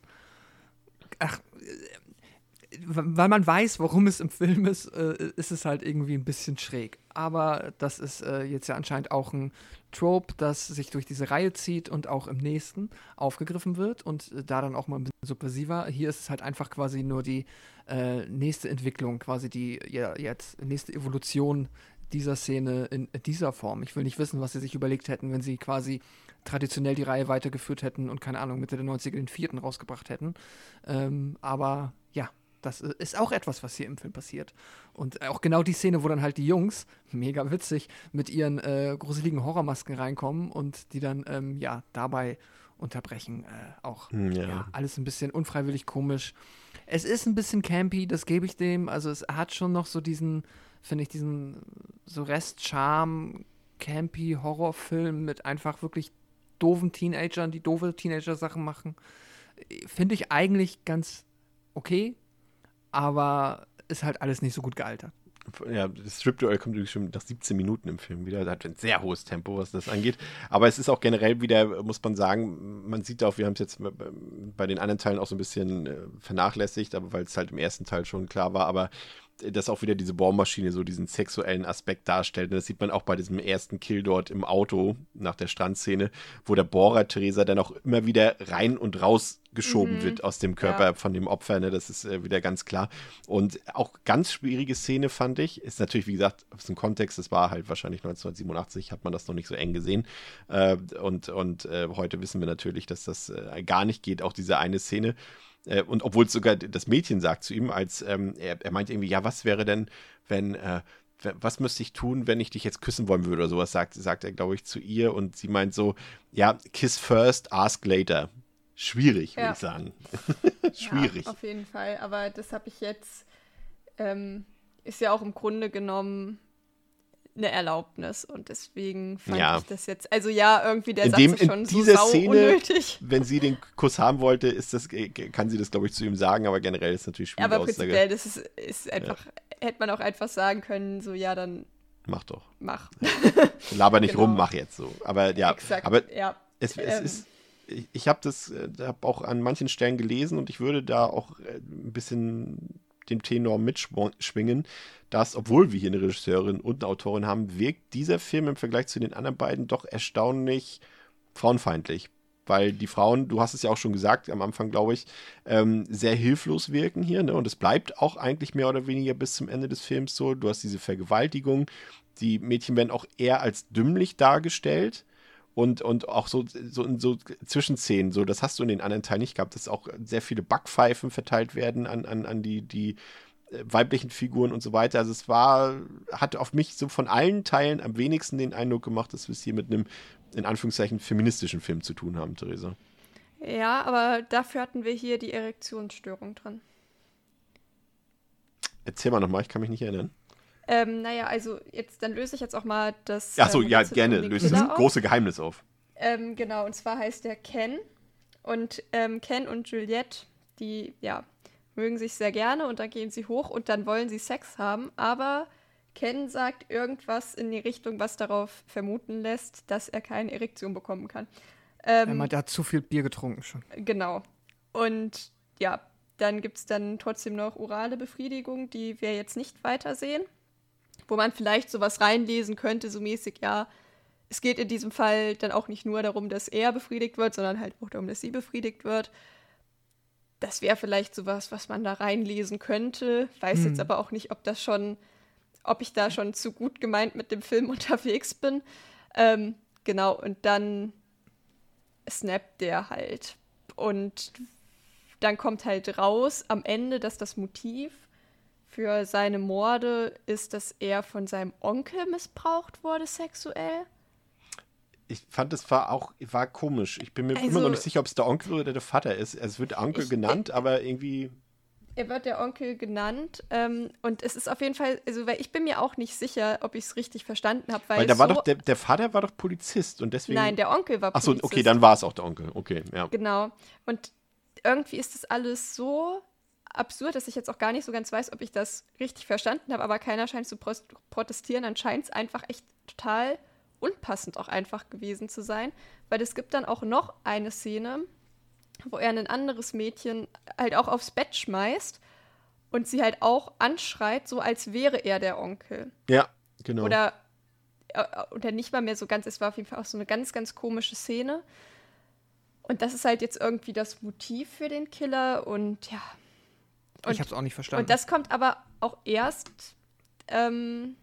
ach, äh, weil man weiß, worum es im Film ist, äh, ist es halt irgendwie ein bisschen schräg. Aber das ist äh, jetzt ja anscheinend auch ein Trope, das sich durch diese Reihe zieht und auch im nächsten aufgegriffen wird und äh, da dann auch mal ein bisschen subversiver. Hier ist es halt einfach quasi nur die äh, nächste Entwicklung, quasi die ja, jetzt nächste Evolution dieser Szene in, in dieser Form. Ich will nicht wissen, was sie sich überlegt hätten, wenn sie quasi traditionell die Reihe weitergeführt hätten und keine Ahnung, Mitte der neunziger den vierten rausgebracht hätten. Ähm, aber ja, das ist auch etwas, was hier im Film passiert. Und auch genau die Szene, wo dann halt die Jungs, mega witzig, mit ihren äh, gruseligen Horrormasken reinkommen und die dann, ähm, ja, dabei unterbrechen. Äh, auch, Hm, ja. ja. alles ein bisschen unfreiwillig komisch. Es ist ein bisschen campy, das gebe ich dem. Also es hat schon noch so diesen, finde ich, diesen so Rest-Charme, campy Horrorfilm mit einfach wirklich doofen Teenagern, die doofe Teenager-Sachen machen. Finde ich eigentlich ganz okay, aber ist halt alles nicht so gut gealtert. Ja, das Strip-Duell kommt übrigens schon nach siebzehn Minuten im Film wieder. Das hat ein sehr hohes Tempo, was das angeht. Aber es ist auch generell wieder, muss man sagen, man sieht auch, wir haben es jetzt bei den anderen Teilen auch so ein bisschen vernachlässigt, aber weil es halt im ersten Teil schon klar war, aber dass auch wieder diese Bohrmaschine so diesen sexuellen Aspekt darstellt. Und das sieht man auch bei diesem ersten Kill dort im Auto nach der Strandszene, wo der Bohrer Theresa dann auch immer wieder rein und raus geschoben Mhm. wird aus dem Körper Ja. von dem Opfer. Ne? Das ist äh, wieder ganz klar. Und auch ganz schwierige Szene, fand ich. Ist natürlich, wie gesagt, aus dem Kontext, das war halt wahrscheinlich neunzehnhundertsiebenundachtzig, hat man das noch nicht so eng gesehen. Äh, und und äh, heute wissen wir natürlich, dass das äh, gar nicht geht. Auch diese eine Szene. Äh, und obwohl es sogar das Mädchen sagt zu ihm, als ähm, er, er meint irgendwie, ja, was wäre denn, wenn, äh, w- was müsste ich tun, wenn ich dich jetzt küssen wollen würde oder sowas, sagt, sagt er, glaube ich, zu ihr. Und sie meint so, ja, kiss first, ask later. Schwierig, würde Ja. ich sagen. Ja, Schwierig. auf jeden Fall. Aber das habe ich jetzt, ähm, ist ja auch im Grunde genommen eine Erlaubnis. Und deswegen fand Ja. ich das jetzt, also ja, irgendwie der In Satz dem- ist in schon so dieser sau Szene- unnötig. Wenn sie den Kuss haben wollte, ist das, äh, kann sie das, glaube ich, zu ihm sagen, aber generell ist es natürlich schwierig. Aber Aussage. prinzipiell, das ist, ist einfach, hätte man auch einfach sagen können, so ja, dann Mach doch. mach. Laber nicht Genau. rum, mach jetzt so. Aber ja, Exakt, aber ja. es, es Ähm. ist, ich, ich habe das, äh, habe auch an manchen Stellen gelesen und ich würde da auch äh, ein bisschen den Tenor mitschwingen, dass, obwohl wir hier eine Regisseurin und eine Autorin haben, wirkt dieser Film im Vergleich zu den anderen beiden doch erstaunlich frauenfeindlich. Weil die Frauen, du hast es ja auch schon gesagt am Anfang, glaube ich, ähm, sehr hilflos wirken hier. Ne? Und es bleibt auch eigentlich mehr oder weniger bis zum Ende des Films so. Du hast diese Vergewaltigung. Die Mädchen werden auch eher als dümmlich dargestellt. Und, und auch so, so in so Zwischenszenen, so, das hast du in den anderen Teilen nicht gehabt, dass auch sehr viele Backpfeifen verteilt werden an, an, an die, die äh, weiblichen Figuren und so weiter. Also es war, hat auf mich so von allen Teilen am wenigsten den Eindruck gemacht, dass wir es hier mit einem, in Anführungszeichen, feministischen Film zu tun haben, Theresa. Ja, aber dafür hatten wir hier die Erektionsstörung dran. Erzähl mal nochmal, ich kann mich nicht erinnern. Ähm, naja, also jetzt, dann löse ich jetzt auch mal das Ach so, ähm, ja, Rätsel gerne. um den Löst das Killer auf. große Geheimnis auf. Ähm, genau, und zwar heißt der Ken. Und ähm, Ken und Juliette, die, ja, mögen sich sehr gerne und dann gehen sie hoch und dann wollen sie Sex haben, aber Ken sagt irgendwas in die Richtung, was darauf vermuten lässt, dass er keine Erektion bekommen kann. Ähm, Er meint, er hat zu viel Bier getrunken schon. Genau. Und ja, dann gibt es dann trotzdem noch orale Befriedigung, die wir jetzt nicht weitersehen, wo man vielleicht sowas reinlesen könnte, so mäßig, ja, es geht in diesem Fall dann auch nicht nur darum, dass er befriedigt wird, sondern halt auch darum, dass sie befriedigt wird. Das wäre vielleicht sowas, was man da reinlesen könnte. Weiß Hm. jetzt aber auch nicht, ob das schon, ob ich da schon zu gut gemeint mit dem Film unterwegs bin. Ähm, genau, und dann snappt der halt. Und dann kommt halt raus am Ende, dass das Motiv für seine Morde ist, dass er von seinem Onkel missbraucht wurde sexuell. Ich fand, das war auch war komisch. Ich bin mir Also- immer noch nicht sicher, ob es der Onkel oder der Vater ist. Es wird Onkel Ich- genannt, aber irgendwie. Er wird der Onkel genannt. Ähm, und es ist auf jeden Fall, also weil ich bin mir auch nicht sicher, ob ich es richtig verstanden habe. Weil, Weil da so, war doch, der, der Vater war doch Polizist und deswegen. Nein, der Onkel war Ach so, Polizist. okay, dann war es auch der Onkel. Okay, ja. Genau. Und irgendwie ist das alles so absurd, dass ich jetzt auch gar nicht so ganz weiß, ob ich das richtig verstanden habe, aber keiner scheint zu pros- protestieren. Dann scheint es einfach echt total unpassend auch einfach gewesen zu sein, weil es gibt dann auch noch eine Szene, wo er ein anderes Mädchen halt auch aufs Bett schmeißt und sie halt auch anschreit, so als wäre er der Onkel. Ja, genau. Oder, äh, oder nicht mal mehr so ganz, es war auf jeden Fall auch so eine ganz, ganz komische Szene. Und das ist halt jetzt irgendwie das Motiv für den Killer und ja. Und, ich hab's auch nicht verstanden. und das kommt aber auch erst, ähm,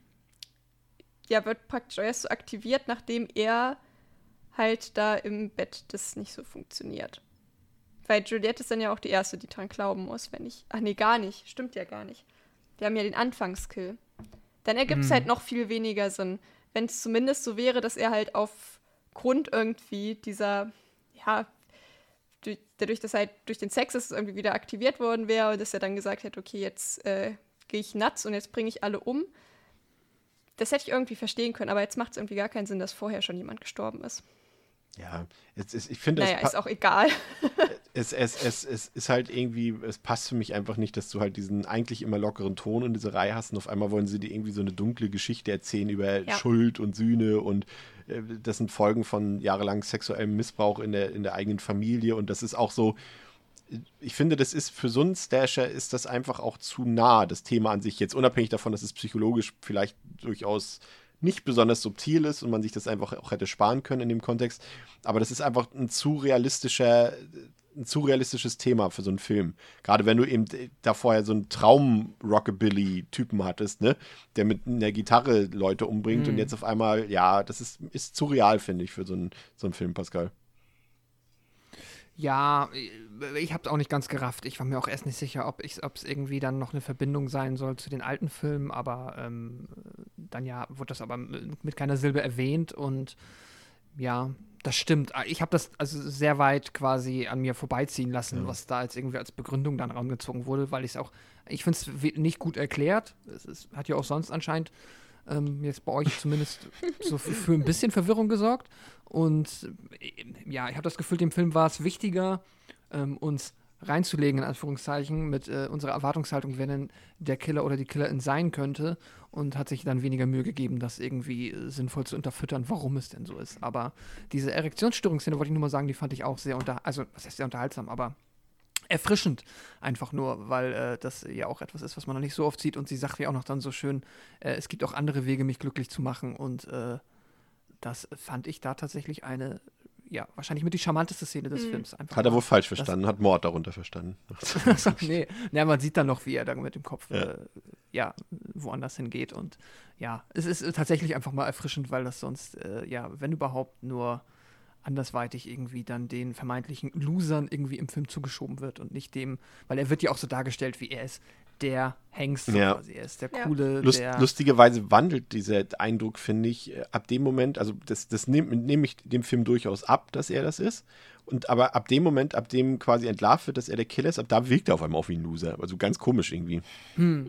ja, wird praktisch erst so aktiviert, nachdem er halt da im Bett das nicht so funktioniert. Weil Juliette ist dann ja auch die Erste, die dran glauben muss, wenn ich. Ach nee, gar nicht. Stimmt ja gar nicht. Wir haben ja den Anfangskill. Dann ergibt es Mhm. halt noch viel weniger Sinn. Wenn es zumindest so wäre, dass er halt aufgrund irgendwie dieser, ja, durch, dadurch, dass halt durch den Sex es irgendwie wieder aktiviert worden wäre und dass er dann gesagt hätte, okay, jetzt äh, gehe ich nuts und jetzt bringe ich alle um. Das hätte ich irgendwie verstehen können, aber jetzt macht es irgendwie gar keinen Sinn, dass vorher schon jemand gestorben ist. Ja, es ist, ich finde, Naja, es, pa- ist auch egal. es, es, es, es ist halt irgendwie, es passt für mich einfach nicht, dass du halt diesen eigentlich immer lockeren Ton in dieser Reihe hast und auf einmal wollen sie dir irgendwie so eine dunkle Geschichte erzählen über Ja. Schuld und Sühne und äh, das sind Folgen von jahrelang sexuellem Missbrauch in der, in der eigenen Familie und das ist auch so, ich finde, das ist für so einen Slasher ist das einfach auch zu nah, das Thema an sich, jetzt unabhängig davon, dass es psychologisch vielleicht durchaus nicht besonders subtil ist und man sich das einfach auch hätte sparen können in dem Kontext. Aber das ist einfach ein zu realistischer, ein zu realistisches Thema für so einen Film. Gerade wenn du eben da vorher so einen Traum-Rockabilly-Typen hattest, ne, der mit einer Gitarre Leute umbringt Mhm. und jetzt auf einmal, ja, das ist, ist zu real, finde ich, für so einen, so einen Film, Pascal. Ja, ich habe es auch nicht ganz gerafft. Ich war mir auch erst nicht sicher, ob es irgendwie dann noch eine Verbindung sein soll zu den alten Filmen, aber ähm, dann ja, wurde das aber mit keiner Silbe erwähnt und ja, das stimmt. Ich habe das also sehr weit quasi an mir vorbeiziehen lassen, Ja. was da als irgendwie als Begründung dann rangezogen wurde, weil ich es auch, ich finde es nicht gut erklärt. Es ist, hat ja auch sonst anscheinend ähm, jetzt bei euch zumindest so für, für ein bisschen Verwirrung gesorgt. Und äh, ja, ich habe das Gefühl, dem Film war es wichtiger, ähm, uns reinzulegen, in Anführungszeichen, mit äh, unserer Erwartungshaltung, wer denn der Killer oder die Killerin sein könnte und hat sich dann weniger Mühe gegeben, das irgendwie äh, sinnvoll zu unterfüttern, warum es denn so ist. Aber diese Erektionsstörungsszene, wollte ich nur mal sagen, die fand ich auch sehr unter, also was heißt sehr unterhaltsam, aber erfrischend einfach nur, weil äh, das ja auch etwas ist, was man noch nicht so oft sieht und sie sagt ja auch noch dann so schön, äh, es gibt auch andere Wege, mich glücklich zu machen und äh, das fand ich da tatsächlich eine, ja, wahrscheinlich mit die charmanteste Szene des Mhm. Films. Einfach Hat er mal. wohl falsch verstanden, hat Mord darunter verstanden. nee, ja, man sieht dann noch, wie er da mit dem Kopf Ja. äh, ja, woanders hingeht und ja, es ist äh, tatsächlich einfach mal erfrischend, weil das sonst, äh, ja, wenn überhaupt nur andersweitig irgendwie dann den vermeintlichen Losern irgendwie im Film zugeschoben wird und nicht dem, weil er wird ja auch so dargestellt, wie er ist der Hengst so Ja. quasi, er ist der Ja. coole, Lust, der lustigerweise wandelt dieser Eindruck, finde ich, äh, ab dem Moment, also das, das nehme nehm ich dem Film durchaus ab, dass er das ist. Und aber ab dem Moment, ab dem quasi entlarvt wird, dass er der Killer ist, ab da wirkt er auf einmal auf wie ein Loser. Also ganz komisch irgendwie. Hm.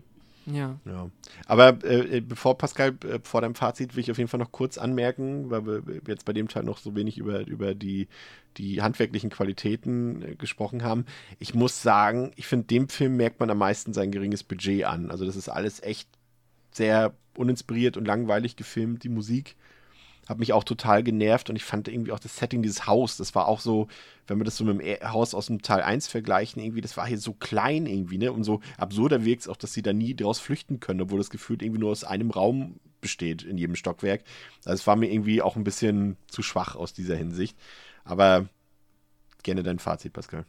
Ja. Ja. Aber äh, bevor Pascal, äh, vor deinem Fazit will ich auf jeden Fall noch kurz anmerken, weil wir jetzt bei dem Teil noch so wenig über, über die, die handwerklichen Qualitäten äh, gesprochen haben. Ich muss sagen, ich finde, dem Film merkt man am meisten sein geringes Budget an. Also das ist alles echt sehr uninspiriert und langweilig gefilmt. Die Musik hat mich auch total genervt und ich fand irgendwie auch das Setting dieses Haus, das war auch so, wenn wir das so mit dem Haus aus dem Teil eins vergleichen, irgendwie, das war hier so klein irgendwie, ne? Und so absurder wirkt es auch, dass sie da nie draus flüchten können, obwohl das gefühlt irgendwie nur aus einem Raum besteht in jedem Stockwerk. Also es war mir irgendwie auch ein bisschen zu schwach aus dieser Hinsicht. Aber gerne dein Fazit, Pascal.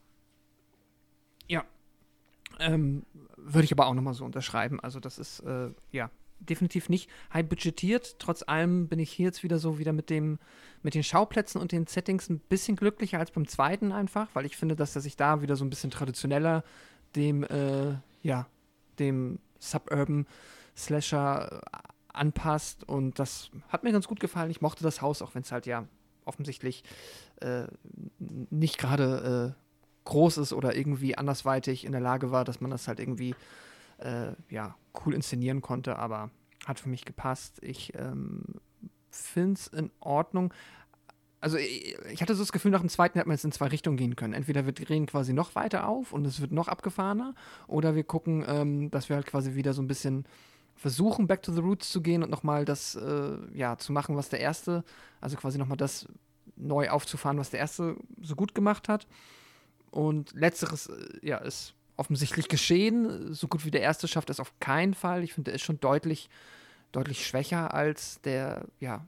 Ja. Ähm, würde ich aber auch nochmal so unterschreiben. Also das ist, äh, ja, definitiv nicht high budgetiert. Trotz allem bin ich hier jetzt wieder so wieder mit dem, mit den Schauplätzen und den Settings ein bisschen glücklicher als beim zweiten einfach, weil ich finde, dass er sich da wieder so ein bisschen traditioneller dem, äh, ja, dem Suburban Slasher anpasst und das hat mir ganz gut gefallen. Ich mochte das Haus, auch wenn es halt ja offensichtlich äh, nicht gerade äh, groß ist oder irgendwie andersweitig in der Lage war, dass man das halt irgendwie Äh, ja, cool inszenieren konnte, aber hat für mich gepasst. Ich ähm, finde es in Ordnung. Also ich, ich hatte so das Gefühl, nach dem zweiten hätte man jetzt in zwei Richtungen gehen können. Entweder wir drehen quasi noch weiter auf und es wird noch abgefahrener oder wir gucken, ähm, dass wir halt quasi wieder so ein bisschen versuchen, back to the roots zu gehen und nochmal das äh, ja, zu machen, was der erste, also quasi nochmal das neu aufzufahren, was der erste so gut gemacht hat. Und letzteres, äh, ja, ist offensichtlich geschehen. So gut wie der erste schafft es auf keinen Fall. Ich finde, der ist schon deutlich, deutlich schwächer als der, ja,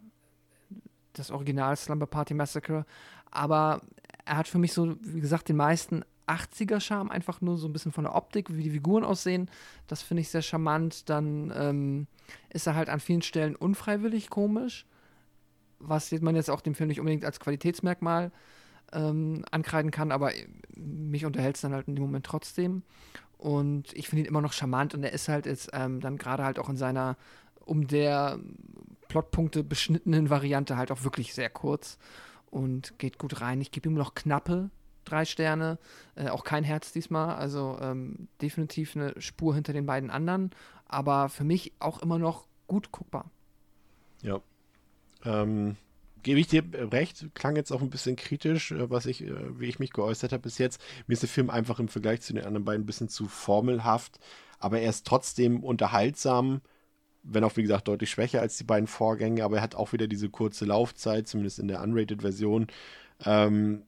das Original Slumber Party Massacre. Aber er hat für mich so, wie gesagt, den meisten achtziger-Charme, einfach nur so ein bisschen von der Optik, wie die Figuren aussehen. Das finde ich sehr charmant. Dann ähm, ist er halt an vielen Stellen unfreiwillig komisch, was man jetzt auch dem Film nicht unbedingt als Qualitätsmerkmal Ähm, ankreiden kann, aber mich unterhält es dann halt in dem Moment trotzdem. Und ich finde ihn immer noch charmant und er ist halt jetzt ähm, dann gerade halt auch in seiner um der Plotpunkte beschnittenen Variante halt auch wirklich sehr kurz und geht gut rein. Ich gebe ihm noch knappe drei Sterne, äh, auch kein Herz diesmal, also ähm, definitiv eine Spur hinter den beiden anderen, aber für mich auch immer noch gut guckbar. Ja. Ähm Gebe ich dir recht, klang jetzt auch ein bisschen kritisch, was ich, wie ich mich geäußert habe bis jetzt. Mir ist der Film einfach im Vergleich zu den anderen beiden ein bisschen zu formelhaft, aber er ist trotzdem unterhaltsam, wenn auch, wie gesagt, deutlich schwächer als die beiden Vorgänge, aber er hat auch wieder diese kurze Laufzeit, zumindest in der Unrated-Version. Ähm,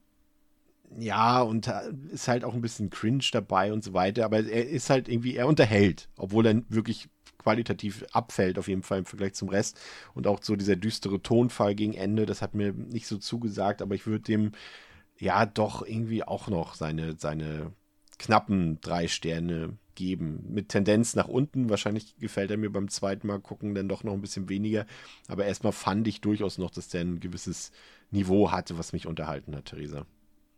ja, und ist halt auch ein bisschen cringe dabei und so weiter, aber er ist halt irgendwie, er unterhält, obwohl er wirklich qualitativ abfällt, auf jeden Fall im Vergleich zum Rest. Und auch so dieser düstere Tonfall gegen Ende, das hat mir nicht so zugesagt, aber ich würde dem ja doch irgendwie auch noch seine, seine knappen drei Sterne geben. Mit Tendenz nach unten. Wahrscheinlich gefällt er mir beim zweiten Mal gucken dann doch noch ein bisschen weniger. Aber erstmal fand ich durchaus noch, dass der ein gewisses Niveau hatte, was mich unterhalten hat, Theresa.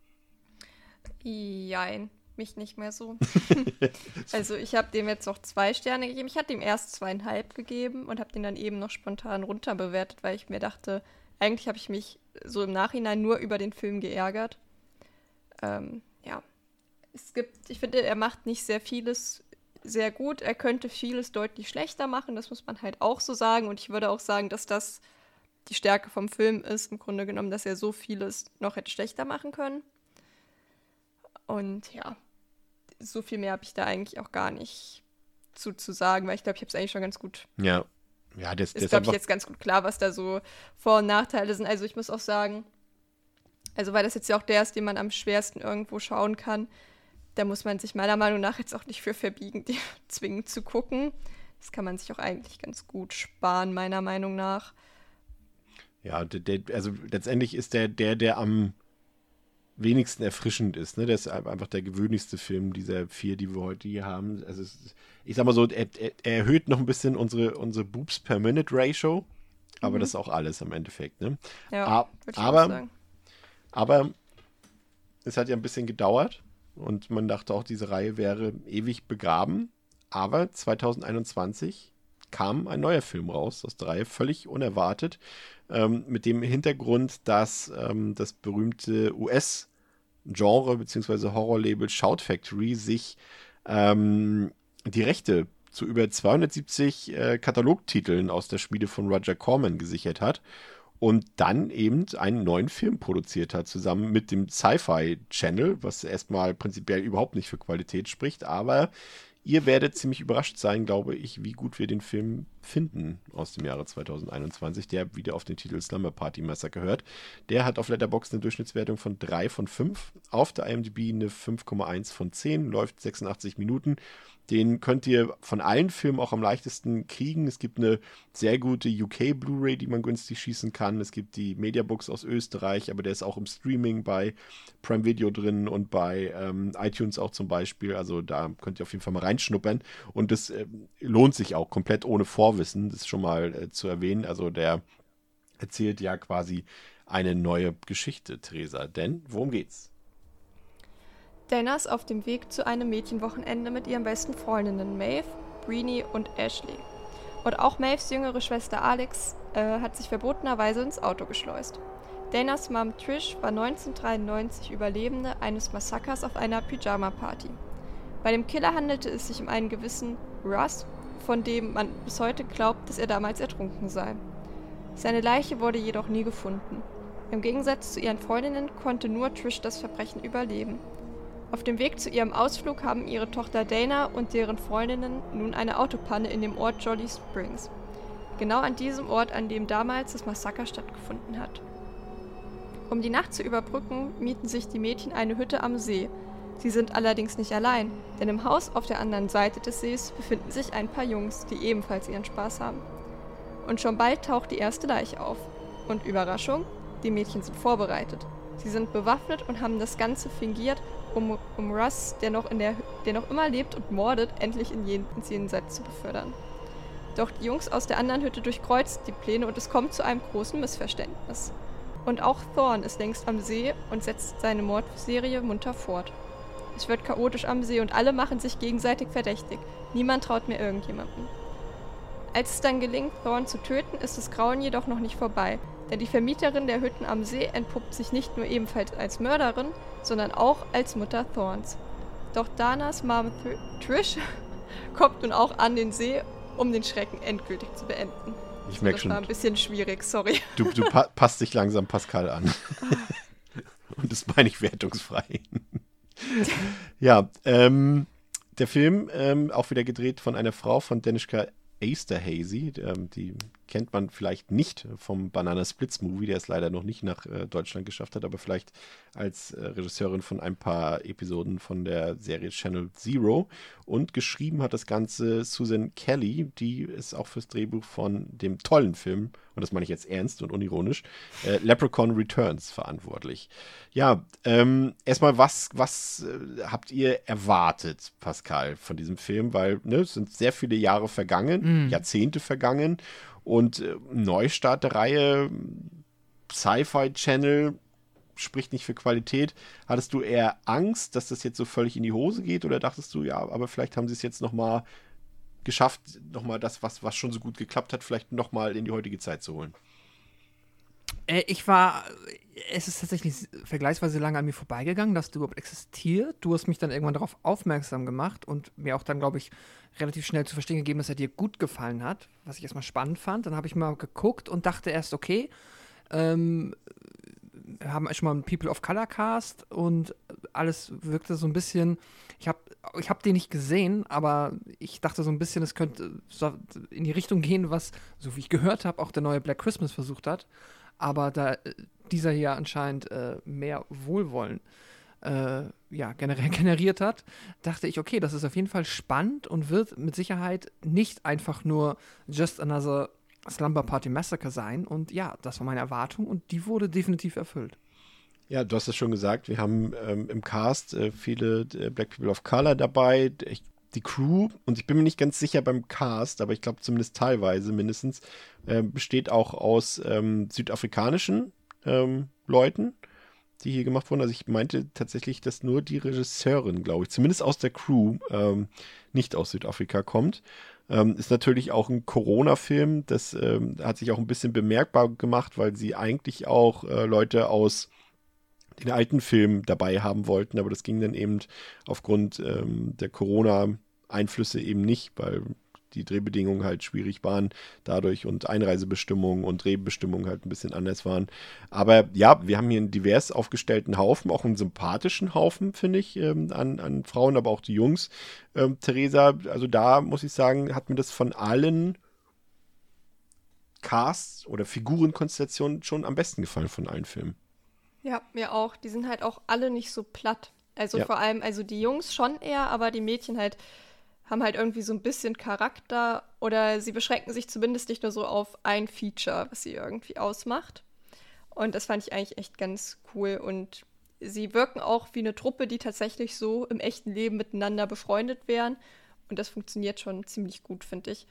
Jein, mich nicht mehr so. Also ich habe dem jetzt noch zwei Sterne gegeben. Ich hatte dem erst zweieinhalb gegeben und habe den dann eben noch spontan runterbewertet, weil ich mir dachte, eigentlich habe ich mich so im Nachhinein nur über den Film geärgert. Ähm, ja, es gibt, ich finde, er macht nicht sehr vieles sehr gut. Er könnte vieles deutlich schlechter machen, das muss man halt auch so sagen. Und ich würde auch sagen, dass das die Stärke vom Film ist, im Grunde genommen, dass er so vieles noch hätte schlechter machen können. Und ja, so viel mehr habe ich da eigentlich auch gar nicht zu, zu sagen, weil ich glaube, ich habe es eigentlich schon ganz gut. Ja, ja, das, das ist, glaube ich, jetzt ganz gut klar, was da so Vor- und Nachteile sind. Also ich muss auch sagen, also weil das jetzt ja auch der ist, den man am schwersten irgendwo schauen kann, da muss man sich meiner Meinung nach jetzt auch nicht für verbiegen, die zwingend zu gucken. Das kann man sich auch eigentlich ganz gut sparen, meiner Meinung nach. Ja, der, der, also letztendlich ist der, der, der am wenigsten erfrischend ist, ne? Das ist einfach der gewöhnlichste Film dieser vier, die wir heute hier haben. Also es, ich sag mal so, er, er erhöht noch ein bisschen unsere, unsere Boobs per Minute Ratio, aber mhm. das ist auch alles im Endeffekt, ne? Ja, A- würde ich aber, auch sagen. Aber es hat ja ein bisschen gedauert und man dachte auch, diese Reihe wäre ewig begraben, aber zwanzig einundzwanzig kam ein neuer Film raus aus der Reihe, völlig unerwartet, ähm, mit dem Hintergrund, dass ähm, das berühmte U S-Genre bzw. Horrorlabel Shout Factory sich ähm, die Rechte zu über zweihundertsiebzig äh, Katalogtiteln aus der Schmiede von Roger Corman gesichert hat und dann eben einen neuen Film produziert hat, zusammen mit dem Sci-Fi Channel, was erstmal prinzipiell überhaupt nicht für Qualität spricht, aber ihr werdet ziemlich überrascht sein, glaube ich, wie gut wir den Film finden aus dem Jahre zweitausendeinundzwanzig, der wieder auf den Titel Slumber Party Massacre hört. Der hat auf Letterboxd eine Durchschnittswertung von drei von fünf, auf der IMDb eine fünf Komma eins von zehn, läuft sechsundachtzig Minuten. Den könnt ihr von allen Filmen auch am leichtesten kriegen. Es gibt eine sehr gute U K Blu-ray, die man günstig schießen kann. Es gibt die Mediabooks aus Österreich, aber der ist auch im Streaming bei Prime Video drin und bei ähm, iTunes auch zum Beispiel. Also da könnt ihr auf jeden Fall mal reinschnuppern. Und das äh, lohnt sich auch komplett ohne Vorwissen, das ist schon mal äh, zu erwähnen. Also der erzählt ja quasi eine neue Geschichte, Theresa. Denn worum geht's? Dana ist auf dem Weg zu einem Mädchenwochenende mit ihren besten Freundinnen Maeve, Breenie und Ashley. Und auch Maeves jüngere Schwester Alex äh, hat sich verbotenerweise ins Auto geschleust. Danas Mom Trish war neunzehnhundertdreiundneunzig Überlebende eines Massakers auf einer Pyjama-Party. Bei dem Killer handelte es sich um einen gewissen Russ, von dem man bis heute glaubt, dass er damals ertrunken sei. Seine Leiche wurde jedoch nie gefunden. Im Gegensatz zu ihren Freundinnen konnte nur Trish das Verbrechen überleben. Auf dem Weg zu ihrem Ausflug haben ihre Tochter Dana und deren Freundinnen nun eine Autopanne in dem Ort Jolly Springs. Genau an diesem Ort, an dem damals das Massaker stattgefunden hat. Um die Nacht zu überbrücken, mieten sich die Mädchen eine Hütte am See. Sie sind allerdings nicht allein, denn im Haus auf der anderen Seite des Sees befinden sich ein paar Jungs, die ebenfalls ihren Spaß haben. Und schon bald taucht die erste Leiche auf. Und Überraschung, die Mädchen sind vorbereitet. Sie sind bewaffnet und haben das Ganze fingiert, um, um Russ, der noch, in der, der noch immer lebt und mordet, endlich in jen, ins Jenseits zu befördern. Doch die Jungs aus der anderen Hütte durchkreuzen die Pläne und es kommt zu einem großen Missverständnis. Und auch Thorn ist längst am See und setzt seine Mordserie munter fort. Es wird chaotisch am See und alle machen sich gegenseitig verdächtig. Niemand traut mehr irgendjemandem. Als es dann gelingt, Thorn zu töten, ist das Grauen jedoch noch nicht vorbei, denn die Vermieterin der Hütten am See entpuppt sich nicht nur ebenfalls als Mörderin, sondern auch als Mutter Thorns. Doch Danas Mom Th- Trish kommt nun auch an den See, um den Schrecken endgültig zu beenden. Ich merke das schon. Das war ein bisschen schwierig, sorry. Du, du pa- passt dich langsam Pascal an. Und das meine ich wertungsfrei. Ja, ähm, der Film, ähm, auch wieder gedreht von einer Frau, von Daniska Esterhazy, ähm, die kennt man vielleicht nicht vom Banana Splits Movie, der es leider noch nicht nach äh, Deutschland geschafft hat, aber vielleicht als äh, Regisseurin von ein paar Episoden von der Serie Channel Zero. Und geschrieben hat das Ganze Susan Kelly, die ist auch fürs Drehbuch von dem tollen Film, und das meine ich jetzt ernst und unironisch, äh, Leprechaun Returns verantwortlich. Ja, ähm, erstmal, was, was äh, habt ihr erwartet, Pascal, von diesem Film? Weil ne, es sind sehr viele Jahre vergangen, mm. Jahrzehnte vergangen. Und äh, Neustart der Reihe, Sci-Fi Channel, spricht nicht für Qualität. Hattest du eher Angst, dass das jetzt so völlig in die Hose geht? Oder dachtest du, ja, aber vielleicht haben sie es jetzt nochmal geschafft, nochmal das, was, was schon so gut geklappt hat, vielleicht nochmal in die heutige Zeit zu holen? Äh, ich war, es ist tatsächlich vergleichsweise lange an mir vorbeigegangen, dass du überhaupt existiert. Du hast mich dann irgendwann darauf aufmerksam gemacht und mir auch dann, glaube ich, relativ schnell zu verstehen gegeben, dass er dir gut gefallen hat, was ich erstmal spannend fand. Dann habe ich mal geguckt und dachte erst, okay, ähm, wir haben schon mal einen People of Color Cast und alles wirkte so ein bisschen, ich habe ich hab den nicht gesehen, aber ich dachte so ein bisschen, es könnte so in die Richtung gehen, was, so wie ich gehört habe, auch der neue Black Christmas versucht hat. Aber da dieser hier anscheinend äh, mehr Wohlwollen äh, ja, generell generiert hat, dachte ich, okay, das ist auf jeden Fall spannend und wird mit Sicherheit nicht einfach nur Just Another Slumber Party Massacre sein. Und ja, das war meine Erwartung und die wurde definitiv erfüllt. Ja, du hast es schon gesagt, wir haben ähm, im Cast äh, viele äh, Black People of Color dabei. Ich, die Crew, und ich bin mir nicht ganz sicher beim Cast, aber ich glaube zumindest teilweise mindestens, äh, besteht auch aus ähm, südafrikanischen ähm, Leuten, die hier gemacht wurden. Also ich meinte tatsächlich, dass nur die Regisseurin, glaube ich, zumindest aus der Crew, ähm, nicht aus Südafrika kommt. Ähm, ist natürlich auch ein Corona-Film. Das ähm, hat sich auch ein bisschen bemerkbar gemacht, weil sie eigentlich auch äh, Leute aus den alten Film dabei haben wollten, aber das ging dann eben aufgrund ähm, der Corona- Einflüsse eben nicht, weil die Drehbedingungen halt schwierig waren dadurch und Einreisebestimmungen und Drehbestimmungen halt ein bisschen anders waren. Aber ja, wir haben hier einen divers aufgestellten Haufen, auch einen sympathischen Haufen, finde ich, ähm, an, an Frauen, aber auch die Jungs. Ähm, Theresa, also da muss ich sagen, hat mir das von allen Casts oder Figurenkonstellationen schon am besten gefallen von allen Filmen. Ja, mir auch. Die sind halt auch alle nicht so platt. Also Ja. vor allem, also die Jungs schon eher, aber die Mädchen halt haben halt irgendwie so ein bisschen Charakter oder sie beschränken sich zumindest nicht nur so auf ein Feature, was sie irgendwie ausmacht. Und das fand ich eigentlich echt ganz cool. Und sie wirken auch wie eine Truppe, die tatsächlich so im echten Leben miteinander befreundet wären. Und das funktioniert schon ziemlich gut, finde ich.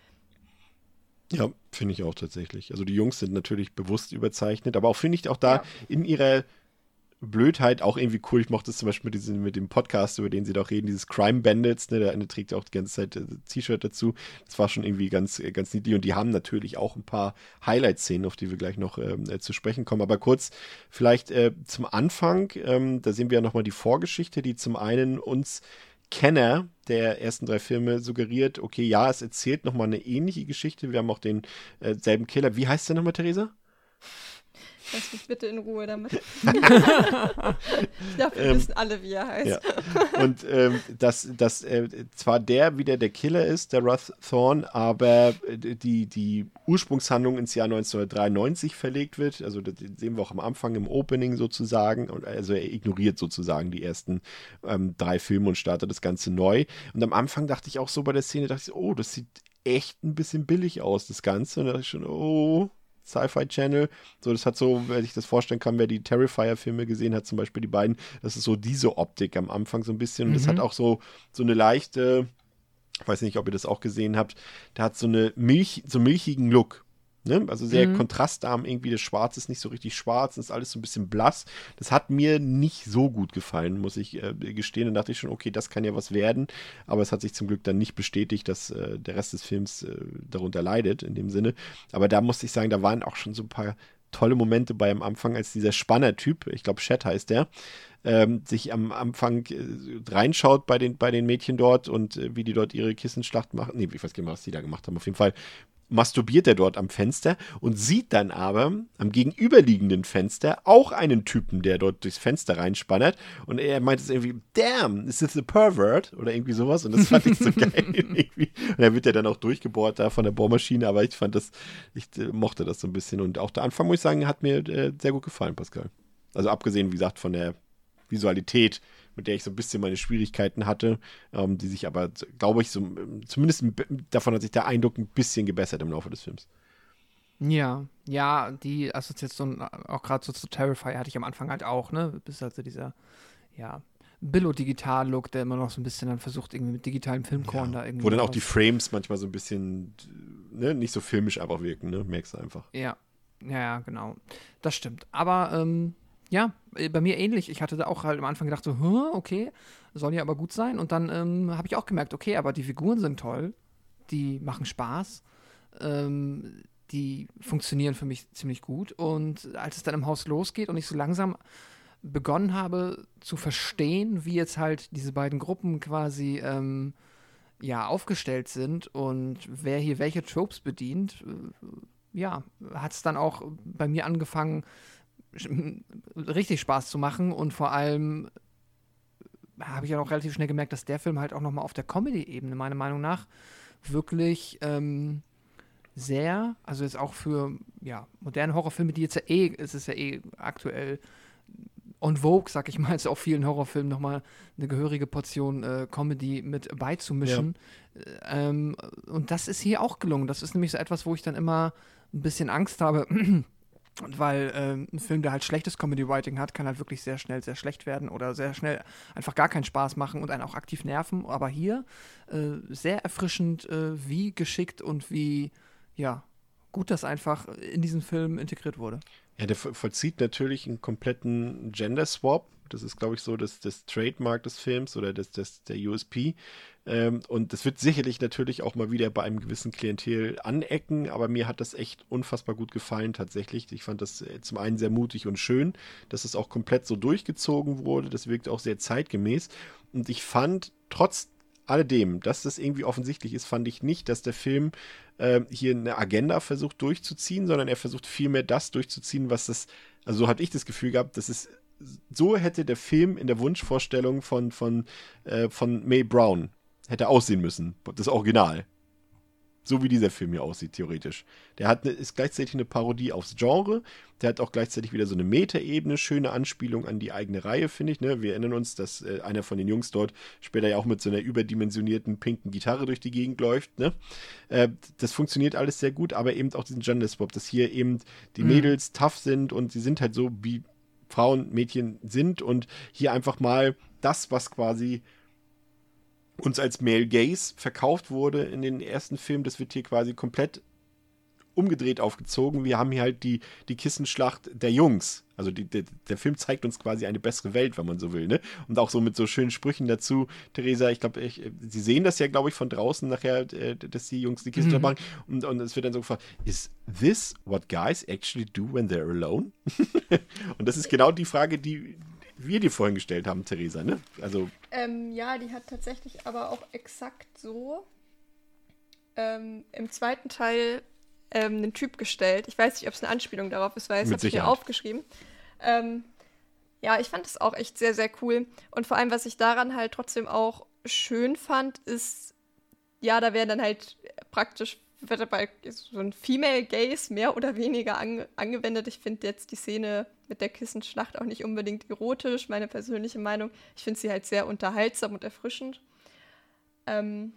Ja, finde ich auch tatsächlich. Also die Jungs sind natürlich bewusst überzeichnet, aber auch finde ich auch da Ja. in ihrer Blödheit auch irgendwie cool. Ich mochte es zum Beispiel mit, diesem, mit dem Podcast, über den sie da auch reden, dieses Crime Bandits, ne, der eine trägt ja auch die ganze Zeit ein T-Shirt dazu. Das war schon irgendwie ganz, ganz niedlich und die haben natürlich auch ein paar Highlight-Szenen, auf die wir gleich noch ähm, äh, zu sprechen kommen. Aber kurz vielleicht äh, zum Anfang, ähm, da sehen wir ja nochmal die Vorgeschichte, die zum einen uns Kenner der ersten drei Filme suggeriert, okay, ja, es erzählt nochmal eine ähnliche Geschichte. Wir haben auch den äh, selben Killer. Wie heißt der nochmal, Theresa? Lass mich bitte in Ruhe damit. Ich glaube, wir Ähm, wissen alle, wie er heißt. Ja. Und ähm, dass, dass äh, zwar der wieder der Killer ist, der Ruth Thorne, aber äh, die, die Ursprungshandlung ins Jahr neunzehnhundertdreiundneunzig verlegt wird. Also das sehen wir auch am Anfang im Opening sozusagen. Und also er ignoriert sozusagen die ersten ähm, drei Filme und startet das Ganze neu. Und am Anfang dachte ich auch so bei der Szene, dachte ich, oh, das sieht echt ein bisschen billig aus, das Ganze. Und da dachte ich schon, oh, Sci-Fi Channel, so das hat so, wenn ich das vorstellen kann, wer die Terrifier-Filme gesehen hat, zum Beispiel die beiden, das ist so diese Optik am Anfang so ein bisschen und das Mhm. hat auch so, so eine leichte, ich weiß nicht, ob ihr das auch gesehen habt, der hat so eine Milch, so milchigen Look, ne? Also sehr Mhm. kontrastarm irgendwie, das Schwarz ist nicht so richtig schwarz, das ist alles so ein bisschen blass, das hat mir nicht so gut gefallen, muss ich äh, gestehen, dann dachte ich schon, okay, das kann ja was werden, aber es hat sich zum Glück dann nicht bestätigt, dass äh, der Rest des Films äh, darunter leidet, in dem Sinne, aber da musste ich sagen, da waren auch schon so ein paar tolle Momente bei am Anfang, als dieser Spanner-Typ, ich glaube Chet heißt der, ähm, sich am Anfang äh, reinschaut bei den, bei den Mädchen dort und äh, wie die dort ihre Kissenschlacht machen, nee, ich weiß gar nicht mehr, was die da gemacht haben, auf jeden Fall masturbiert er dort am Fenster und sieht dann aber am gegenüberliegenden Fenster auch einen Typen, der dort durchs Fenster reinspannert und er meint es irgendwie, damn, is this a pervert? Oder irgendwie sowas und das fand ich so geil irgendwie. Und er wird ja dann auch durchgebohrt da von der Bohrmaschine, aber ich fand das, ich äh, mochte das so ein bisschen und auch der Anfang, muss ich sagen, hat mir äh, sehr gut gefallen, Pascal. Also abgesehen, wie gesagt, von der Visualität, mit der ich so ein bisschen meine Schwierigkeiten hatte, ähm, die sich aber, glaube ich, so, zumindest ein bi- davon hat sich der Eindruck ein bisschen gebessert im Laufe des Films. Ja, ja, die Assoziation auch gerade so zu Terrifier hatte ich am Anfang halt auch, ne? Bis also dieser, ja, Billo-Digital-Look, der immer noch so ein bisschen dann versucht, irgendwie mit digitalem Filmkorn da irgendwie. Wo dann auch was- die Frames manchmal so ein bisschen, ne, nicht so filmisch einfach wirken, ne? Merkst du einfach. Ja, ja, ja, genau. Das stimmt. Aber, ähm, ja, äh, bei mir ähnlich. Ich hatte da auch halt am Anfang gedacht, so, "Hä, okay, soll ja aber gut sein. Und dann ähm, habe ich auch gemerkt, okay, aber die Figuren sind toll, die machen Spaß, ähm, die funktionieren für mich ziemlich gut. Und als es dann im Haus losgeht und ich so langsam begonnen habe zu verstehen, wie jetzt halt diese beiden Gruppen quasi ähm, ja, aufgestellt sind und wer hier welche Tropes bedient, äh, ja, hat es dann auch bei mir angefangen, sch- richtig Spaß zu machen und vor allem habe ich ja auch relativ schnell gemerkt, dass der Film halt auch nochmal auf der Comedy-Ebene, meiner Meinung nach, wirklich ähm, sehr, also jetzt auch für ja, moderne Horrorfilme, die jetzt ja eh, es ist ja eh aktuell on vogue, sag ich mal, jetzt auch vielen Horrorfilmen nochmal eine gehörige Portion äh, Comedy mit beizumischen. Äh, Ähm, und das ist hier auch gelungen. Das ist nämlich so etwas, wo ich dann immer ein bisschen Angst habe, und weil ähm, ein Film, der halt schlechtes Comedy-Writing hat, kann halt wirklich sehr schnell sehr schlecht werden oder sehr schnell einfach gar keinen Spaß machen und einen auch aktiv nerven. Aber hier äh, sehr erfrischend, äh, wie geschickt und wie, ja, gut das einfach in diesen Film integriert wurde. Ja, der vo- vollzieht natürlich einen kompletten Gender-Swap. Das ist, glaube ich, so das, das Trademark des Films oder das, das, der U S P. Ähm, und das wird sicherlich natürlich auch mal wieder bei einem gewissen Klientel anecken, aber mir hat das echt unfassbar gut gefallen tatsächlich. Ich fand das äh, zum einen sehr mutig und schön, dass es auch komplett so durchgezogen wurde. Das wirkt auch sehr zeitgemäß. Und ich fand, trotz alledem, dass das irgendwie offensichtlich ist, fand ich nicht, dass der Film äh, hier eine Agenda versucht durchzuziehen, sondern er versucht vielmehr das durchzuziehen, was das, also so habe ich das Gefühl gehabt, dass es, so hätte der Film in der Wunschvorstellung von, von, äh, von Mae Brown hätte aussehen müssen, das Original. So wie dieser Film hier aussieht, theoretisch. Der hat eine, ist gleichzeitig eine Parodie aufs Genre. Der hat auch gleichzeitig wieder so eine Metaebene, schöne Anspielung an die eigene Reihe, finde ich. Ne? Wir erinnern uns, dass äh, einer von den Jungs dort später ja auch mit so einer überdimensionierten pinken Gitarre durch die Gegend läuft. Ne? Äh, das funktioniert alles sehr gut, aber eben auch diesen Gender-Swap, dass hier eben die mhm. Mädels tough sind und sie sind halt so, wie Frauen, Mädchen sind und hier einfach mal das, was quasi uns als Male Gaze verkauft wurde in den ersten Filmen, das wird hier quasi komplett umgedreht aufgezogen. Wir haben hier halt die, die Kissenschlacht der Jungs. Also die, der, der Film zeigt uns quasi eine bessere Welt, wenn man so will, ne? Und auch so mit so schönen Sprüchen dazu. Theresa, ich glaube, Sie sehen das ja, glaube ich, von draußen nachher, dass die Jungs die Kissenschlacht mhm. machen. Und, und es wird dann so gefragt, is this what guys actually do when they're alone? Und das ist genau die Frage, die wir dir vorhin gestellt haben, Theresa, ne? Also ähm, ja, die hat tatsächlich aber auch exakt so ähm, im zweiten Teil ähm, einen Typ gestellt. Ich weiß nicht, ob es eine Anspielung darauf ist, weil es habe ich mir aufgeschrieben. Ähm, ja, ich fand es auch echt sehr, sehr cool. Und vor allem, was ich daran halt trotzdem auch schön fand, ist, ja, da werden dann halt praktisch wird dabei so ein Female Gaze mehr oder weniger ange- angewendet. Ich finde jetzt die Szene mit der Kissenschlacht auch nicht unbedingt erotisch, meine persönliche Meinung. Ich finde sie halt sehr unterhaltsam und erfrischend. Ähm,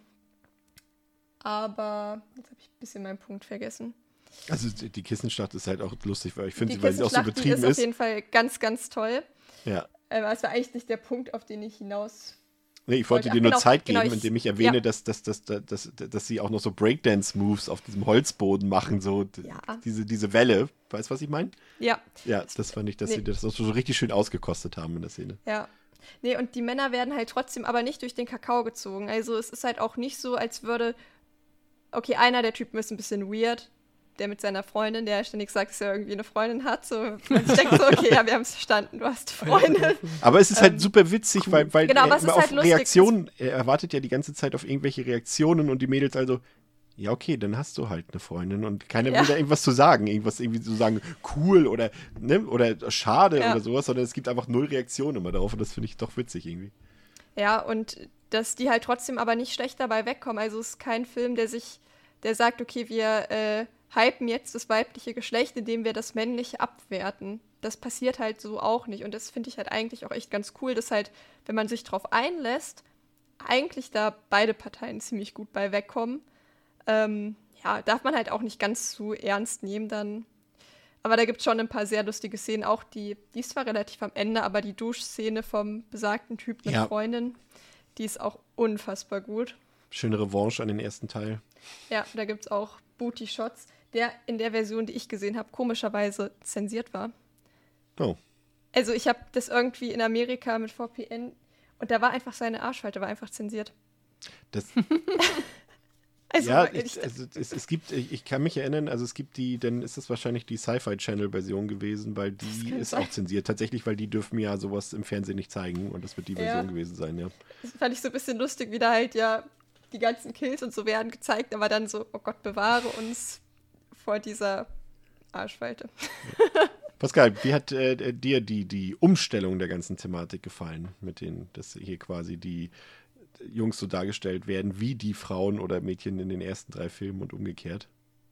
aber jetzt habe ich ein bisschen meinen Punkt vergessen. Also die Kissenschlacht ist halt auch lustig, weil ich finde, die weil sie auch so betrieben ist. Die ist auf jeden Fall ganz, ganz toll. Ja. Ähm, aber es war eigentlich nicht der Punkt, auf den ich hinaus Nee, ich wollte Ach, dir nur genau, Zeit geben, genau, ich, indem ich erwähne, ja. dass, dass, dass, dass, dass, dass sie auch noch so Breakdance-Moves auf diesem Holzboden machen, so ja. diese, diese Welle. Weißt du, was ich meine? Ja. Ja, das fand ich, dass nee. sie das auch so richtig schön ausgekostet haben in der Szene. Ja. Nee, und die Männer werden halt trotzdem aber nicht durch den Kakao gezogen. Also es ist halt auch nicht so, als würde, okay, einer der Typen ist ein bisschen weird, der mit seiner Freundin, der ständig sagt, dass er irgendwie eine Freundin hat. So, man denkt so, okay, ja, wir haben es verstanden, du hast eine Freundin. Aber es ist halt ähm, super witzig, cool. weil, weil genau, er aber es immer ist auf halt lustig. Reaktionen, er erwartet ja die ganze Zeit auf irgendwelche Reaktionen und die Mädels also, ja, okay, dann hast du halt eine Freundin und keiner ja. will da irgendwas zu sagen, irgendwas irgendwie zu sagen, cool oder, ne, oder schade ja. oder sowas, sondern es gibt einfach null Reaktionen immer darauf und das finde ich doch witzig irgendwie. Ja, und dass die halt trotzdem aber nicht schlecht dabei wegkommen. Also es ist kein Film, der sich, der sagt, okay, wir äh, hypen jetzt das weibliche Geschlecht, indem wir das männliche abwerten. Das passiert halt so auch nicht. Und das finde ich halt eigentlich auch echt ganz cool, dass halt, wenn man sich drauf einlässt, eigentlich da beide Parteien ziemlich gut bei wegkommen. Ähm, ja, darf man halt auch nicht ganz zu ernst nehmen dann. Aber da gibt es schon ein paar sehr lustige Szenen, auch die, die ist zwar relativ am Ende, aber die Duschszene vom besagten Typ mit ja. Freundin, die ist auch unfassbar gut. Schöne Revanche an den ersten Teil. Ja, da gibt es auch Booty-Shots, der in der Version, die ich gesehen habe, komischerweise zensiert war. Oh. Also ich habe das irgendwie in Amerika mit V P N und da war einfach seine Arschfalte, war einfach zensiert. Das... Also, ja, ich, also es, es gibt, ich, ich kann mich erinnern, also es gibt die, dann ist es wahrscheinlich die Sci-Fi-Channel-Version gewesen, weil die ist sein. auch zensiert. Tatsächlich, weil die dürfen ja sowas im Fernsehen nicht zeigen und das wird die Version ja. gewesen sein, ja. Das fand ich so ein bisschen lustig, wie da halt ja die ganzen Kills und so werden gezeigt, aber dann so, oh Gott, bewahre uns vor dieser Arschfalte. Ja. Pascal, wie hat äh, dir die, die Umstellung der ganzen Thematik gefallen, mit denen, dass hier quasi die Jungs so dargestellt werden, wie die Frauen oder Mädchen in den ersten drei Filmen und umgekehrt?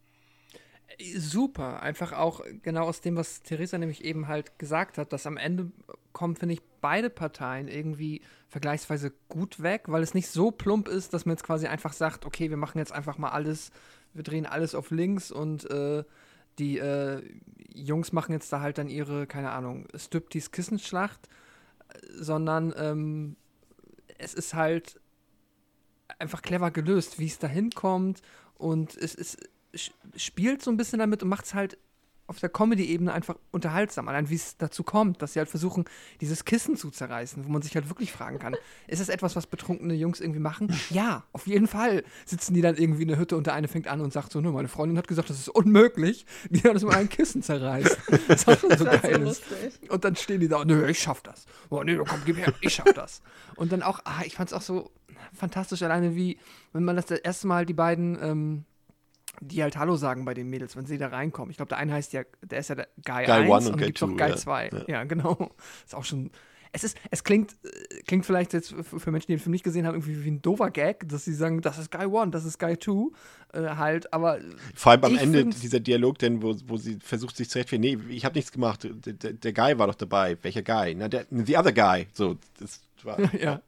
Super, einfach auch genau aus dem, was Theresa nämlich eben halt gesagt hat, dass am Ende kommen, finde ich, beide Parteien irgendwie vergleichsweise gut weg, weil es nicht so plump ist, dass man jetzt quasi einfach sagt, okay, wir machen jetzt einfach mal alles, wir drehen alles auf links und äh, die äh, Jungs machen jetzt da halt dann ihre, keine Ahnung, Striptease-Kissenschlacht, sondern ähm, es ist halt einfach clever gelöst, wie es da hinkommt und es, es spielt so ein bisschen damit und macht es halt auf der Comedy-Ebene einfach unterhaltsam. Allein wie es dazu kommt, dass sie halt versuchen, dieses Kissen zu zerreißen, wo man sich halt wirklich fragen kann, ist es etwas, was betrunkene Jungs irgendwie machen? Ja, auf jeden Fall. Sitzen die dann irgendwie in der Hütte und der eine fängt an und sagt so, ne, meine Freundin hat gesagt, das ist unmöglich, wie er das mit einem Kissen zerreißt. Das ist auch schon so Das ist geil. so lustig. Und dann stehen die da, nö, ich schaff das. Oh, nö, komm, gib her, ich schaff das. Und dann auch, ah, ich fand's auch so fantastisch, alleine wie, wenn man das, das erste Mal die beiden, ähm, die halt Hallo sagen bei den Mädels, wenn sie da reinkommen. Ich glaube, der eine heißt ja, der ist ja der Guy, Guy eins one und und Guy gibt noch two, Guy ja. zwei. Ja. Ja, genau. Ist auch schon, es ist, es klingt, äh, klingt vielleicht jetzt für für Menschen, die den Film nicht gesehen haben, irgendwie wie ein doofer Gag, dass sie sagen, das ist Guy one, das ist Guy two, äh, halt, aber Vor allem am ich Ende find's- dieser Dialog, denn, wo, wo sie versucht, sich zu rechtfertigen. Nee, ich habe nichts gemacht. Der, der, der Guy war doch dabei. Welcher Guy? Na, der, the other guy. So, das war. ja.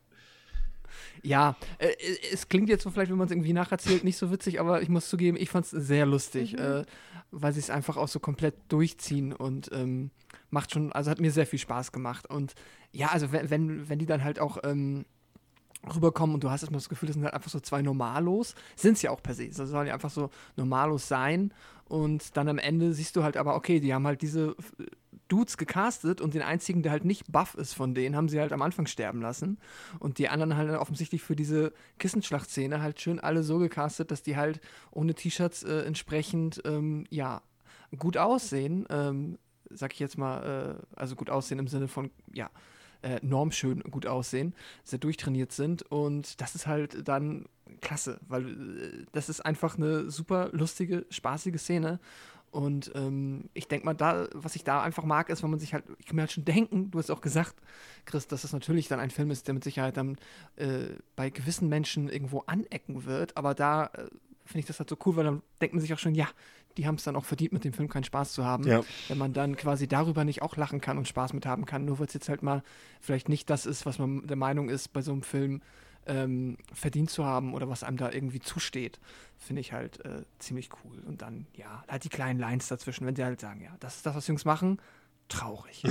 Ja, äh, es klingt jetzt so vielleicht, wenn man es irgendwie nacherzählt, nicht so witzig, aber ich muss zugeben, ich fand es sehr lustig, äh, weil sie es einfach auch so komplett durchziehen und ähm, macht schon, also hat mir sehr viel Spaß gemacht. Und ja, also wenn, wenn, wenn die dann halt auch ähm, rüberkommen und du hast erstmal das Gefühl, das sind halt einfach so zwei Normalos, sind es ja auch per se, das sollen ja einfach so Normalos sein und dann am Ende siehst du halt aber, okay, die haben halt diese äh, Dudes gecastet und den einzigen, der halt nicht buff ist von denen, haben sie halt am Anfang sterben lassen und die anderen halt offensichtlich für diese Kissenschlachtszene halt schön alle so gecastet, dass die halt ohne T-Shirts äh, entsprechend, ähm, ja, gut aussehen, ähm, sag ich jetzt mal, äh, also gut aussehen im Sinne von, ja, äh, normschön gut aussehen, sehr durchtrainiert sind und das ist halt dann klasse, weil äh, das ist einfach eine super lustige, spaßige Szene und ähm, ich denke mal, da, was ich da einfach mag, ist, wenn man sich halt, ich kann mir halt schon denken, du hast auch gesagt, Chris, dass das natürlich dann ein Film ist, der mit Sicherheit dann äh, bei gewissen Menschen irgendwo anecken wird, aber da äh, finde ich das halt so cool, weil dann denkt man sich auch schon, ja, die haben es dann auch verdient, mit dem Film keinen Spaß zu haben. Ja. Wenn man dann quasi darüber nicht auch lachen kann und Spaß mit haben kann, nur weil es jetzt halt mal vielleicht nicht das ist, was man der Meinung ist, bei so einem Film ähm, verdient zu haben oder was einem da irgendwie zusteht, finde ich halt äh, ziemlich cool. Und dann, ja, halt die kleinen Lines dazwischen, wenn sie halt sagen, ja, das ist das, was Jungs machen, traurig.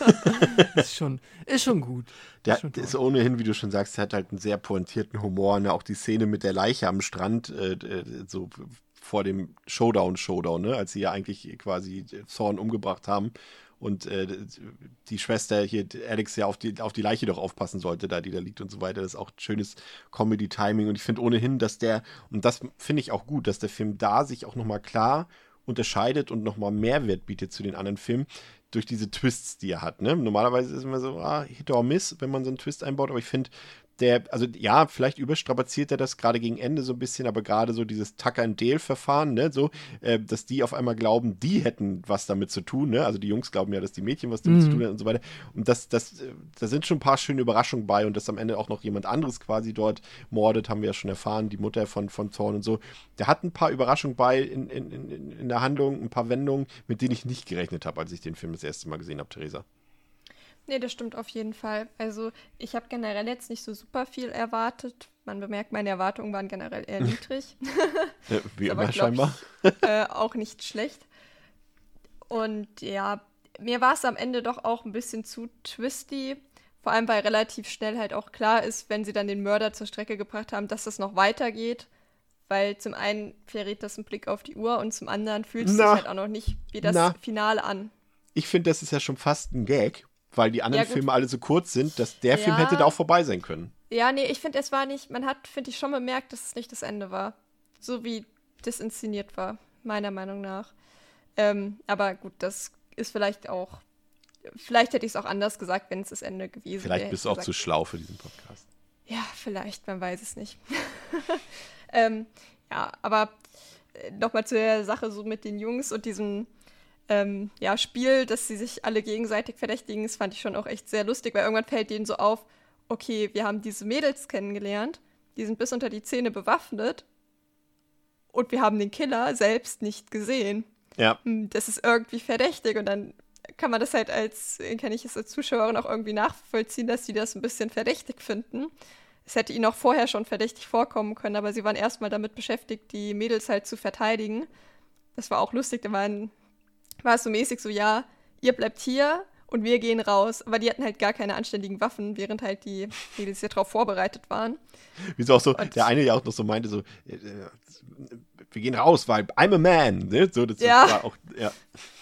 ist, schon, ist schon gut. Der ist schon ist toll. ohnehin, wie du schon sagst, der hat halt einen sehr pointierten Humor. Ne? Auch die Szene mit der Leiche am Strand, äh, äh, so vor dem Showdown-Showdown, ne? Als sie ja eigentlich quasi Thorne umgebracht haben und äh, die Schwester hier, Alex, ja auf die, auf die Leiche doch aufpassen sollte, da die da liegt und so weiter. Das ist auch ein schönes Comedy-Timing und ich finde ohnehin, dass der, und das finde ich auch gut, dass der Film da sich auch nochmal klar unterscheidet und nochmal Mehrwert bietet zu den anderen Filmen durch diese Twists, die er hat. Ne? Normalerweise ist es immer so, ah, Hit or Miss, wenn man so einen Twist einbaut, aber ich finde, der, also ja, vielleicht überstrapaziert er das gerade gegen Ende so ein bisschen, aber gerade so dieses Tucker-and-Dale-Verfahren, ne, so, äh, dass die auf einmal glauben, die hätten was damit zu tun, ne, also die Jungs glauben ja, dass die Mädchen was damit Mhm. zu tun haben und so weiter und das, das, äh, da sind schon ein paar schöne Überraschungen bei und dass am Ende auch noch jemand anderes quasi dort mordet, haben wir ja schon erfahren, die Mutter von, von Thorne und so, der hat ein paar Überraschungen bei in, in, in, in der Handlung, ein paar Wendungen, mit denen ich nicht gerechnet habe, als ich den Film das erste Mal gesehen habe, Theresa. Nee, das stimmt auf jeden Fall. Also ich habe generell jetzt nicht so super viel erwartet. Man bemerkt, meine Erwartungen waren generell eher niedrig. Äh, wie Aber immer glaub ich, scheinbar. äh, auch nicht schlecht. Und ja, mir war es am Ende doch auch ein bisschen zu twisty. Vor allem, weil relativ schnell halt auch klar ist, wenn sie dann den Mörder zur Strecke gebracht haben, dass das noch weitergeht. Weil zum einen verrät das einen Blick auf die Uhr und zum anderen fühlt es sich Na. halt auch noch nicht wie das Na. Finale an. Ich finde, das ist ja schon fast ein Gag, weil die anderen Ja, gut. Filme alle so kurz sind, dass der Film Ja. hätte da auch vorbei sein können. Ja, nee, ich finde, es war nicht, man hat, finde ich, schon bemerkt, dass es nicht das Ende war. So wie das inszeniert war, meiner Meinung nach. Ähm, aber gut, das ist vielleicht auch, vielleicht hätte ich es auch anders gesagt, wenn es das Ende gewesen wäre. Vielleicht bist du auch zu schlau für diesen Podcast. Ja, vielleicht, man weiß es nicht. ähm, ja, aber äh, nochmal zu der Sache so mit den Jungs und diesem ähm, ja, Spiel, dass sie sich alle gegenseitig verdächtigen, das fand ich schon auch echt sehr lustig, weil irgendwann fällt denen so auf, okay, wir haben diese Mädels kennengelernt, die sind bis unter die Zähne bewaffnet und wir haben den Killer selbst nicht gesehen. Ja. Hm, Das ist irgendwie verdächtig und dann kann man das halt als, kann ich es als Zuschauerin auch irgendwie nachvollziehen, dass sie das ein bisschen verdächtig finden. Es hätte ihnen auch vorher schon verdächtig vorkommen können, aber sie waren erstmal damit beschäftigt, die Mädels halt zu verteidigen. Das war auch lustig, da waren, war es so mäßig so, ja, ihr bleibt hier und wir gehen raus. Aber die hatten halt gar keine anständigen Waffen, während halt die Mädels ja darauf vorbereitet waren. Wieso auch so, Und- der eine ja auch noch so meinte, so, äh, äh, wir gehen raus, weil I'm a man. Ne? So, das Ja. war auch, ja.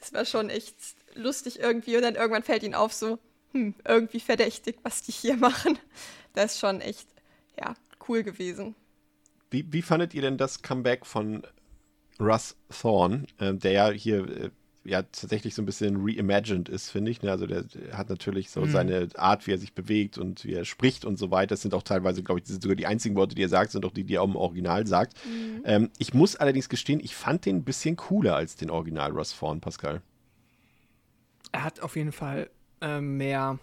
Das war schon echt lustig irgendwie. Und dann irgendwann fällt ihnen auf so, hm, irgendwie verdächtig, was die hier machen. Das ist schon echt, ja, cool gewesen. Wie, wie fandet ihr denn das Comeback von Russ Thorne, äh, der ja hier äh, ja tatsächlich so ein bisschen reimagined ist, finde ich. Ne? Also der, der hat natürlich so mhm. seine Art, wie er sich bewegt und wie er spricht und so weiter. Das sind auch teilweise, glaube ich, das sind sogar die einzigen Worte, die er sagt, sind auch die, die er auch im Original sagt. Mhm. Ähm, ich muss allerdings gestehen, ich fand den ein bisschen cooler als den Original Russ Thorne, Pascal. Er hat auf jeden Fall äh, mehr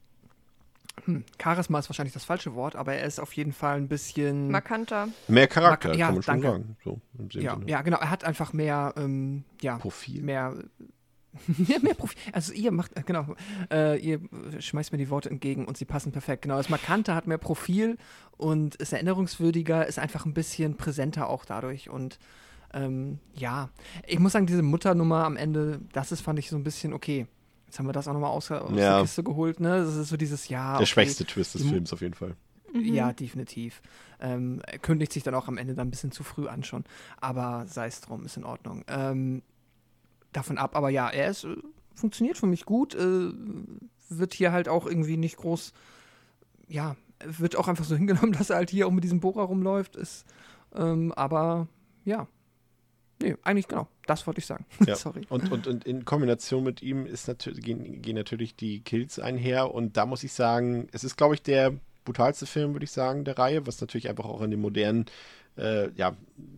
hm, Charisma ist wahrscheinlich das falsche Wort, aber er ist auf jeden Fall ein bisschen markanter. Mehr Charakter, Mark- ja, kann man schon danke. sagen. So, im ja, Sinne. ja, genau. Er hat einfach mehr ähm, ja, Profil. Mehr, ja, mehr Profil. Also ihr macht, äh, genau, äh, ihr schmeißt mir die Worte entgegen und sie passen perfekt. Genau, das Markante hat mehr Profil und ist erinnerungswürdiger, ist einfach ein bisschen präsenter auch dadurch. Und ähm, ja, ich muss sagen, diese Mutternummer am Ende, das ist, fand ich so ein bisschen okay. Jetzt haben wir das auch nochmal aus, aus ja. der Kiste geholt, ne? Das ist so dieses Jahr. Der okay, schwächste Twist des die, Films auf jeden Fall. Mhm. Ja, definitiv. Ähm, kündigt sich dann auch am Ende dann ein bisschen zu früh an schon. Aber sei es drum, ist in Ordnung. Ähm, davon ab, aber ja, er ist, äh, funktioniert für mich gut. Äh, wird hier halt auch irgendwie nicht groß, ja, wird auch einfach so hingenommen, dass er halt hier auch mit diesem Bohrer rumläuft. Ist, ähm, aber ja. Nee, eigentlich genau. Das wollte ich sagen. Ja. Sorry. Und, und, und in Kombination mit ihm ist natür- gehen, gehen natürlich die Kills einher. Und da muss ich sagen, es ist, glaube ich, der brutalste Film, würde ich sagen, der Reihe, was natürlich einfach auch an den modernen äh, ja,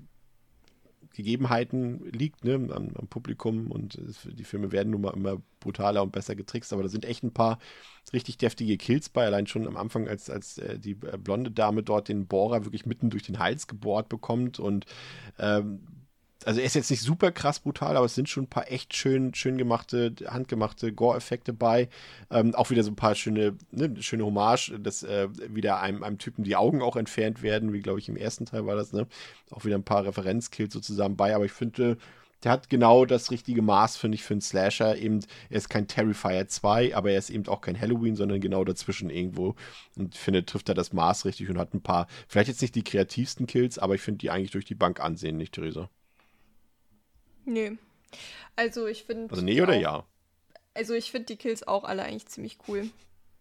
Gegebenheiten liegt, ne, am, am Publikum. Und es, die Filme werden nun mal immer brutaler und besser getrickst. Aber da sind echt ein paar richtig deftige Kills bei. Allein schon am Anfang, als, als äh, die äh, blonde Dame dort den Bohrer wirklich mitten durch den Hals gebohrt bekommt. Und ähm, also er ist jetzt nicht super krass brutal, aber es sind schon ein paar echt schön, schön gemachte, handgemachte Gore-Effekte bei. Ähm, auch wieder so ein paar schöne, ne, schöne Hommage, dass äh, wieder einem, einem Typen die Augen auch entfernt werden, wie glaube ich im ersten Teil war das, ne? Auch wieder ein paar Referenzkills so zusammen bei, aber ich finde, der hat genau das richtige Maß, finde ich, für einen Slasher. Eben, er ist kein Terrifier zwei, aber er ist eben auch kein Halloween, sondern genau dazwischen irgendwo. Und ich finde, trifft er das Maß richtig und hat ein paar, vielleicht jetzt nicht die kreativsten Kills, aber ich finde die eigentlich durch die Bank ansehnlich, Theresa. Nee. Also ich finde. Also nee oder auch, ja? Also ich finde die Kills auch alle eigentlich ziemlich cool.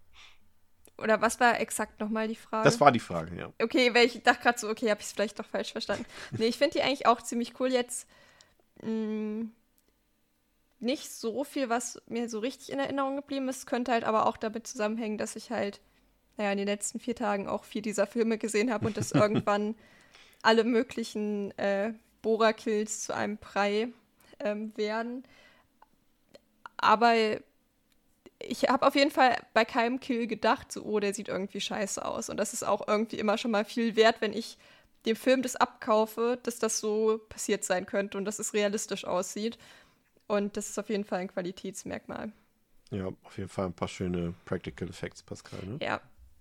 Oder was war exakt nochmal die Frage? Das war die Frage, ja. Okay, weil ich dachte gerade so, okay, habe ich es vielleicht doch falsch verstanden. Nee, ich finde die eigentlich auch ziemlich cool. Jetzt mh, nicht so viel, was mir so richtig in Erinnerung geblieben ist. Könnte halt aber auch damit zusammenhängen, dass ich halt, naja, in den letzten vier Tagen auch vier dieser Filme gesehen habe und dass irgendwann alle möglichen äh, Bohrer-Kills zu einem Brei ähm, werden. Aber ich habe auf jeden Fall bei keinem Kill gedacht, so, oh, der sieht irgendwie scheiße aus. Und das ist auch irgendwie immer schon mal viel wert, wenn ich dem Film das abkaufe, dass das so passiert sein könnte und dass es realistisch aussieht. Und das ist auf jeden Fall ein Qualitätsmerkmal. Ja, auf jeden Fall ein paar schöne Practical Effects, Pascal, ne? Ja.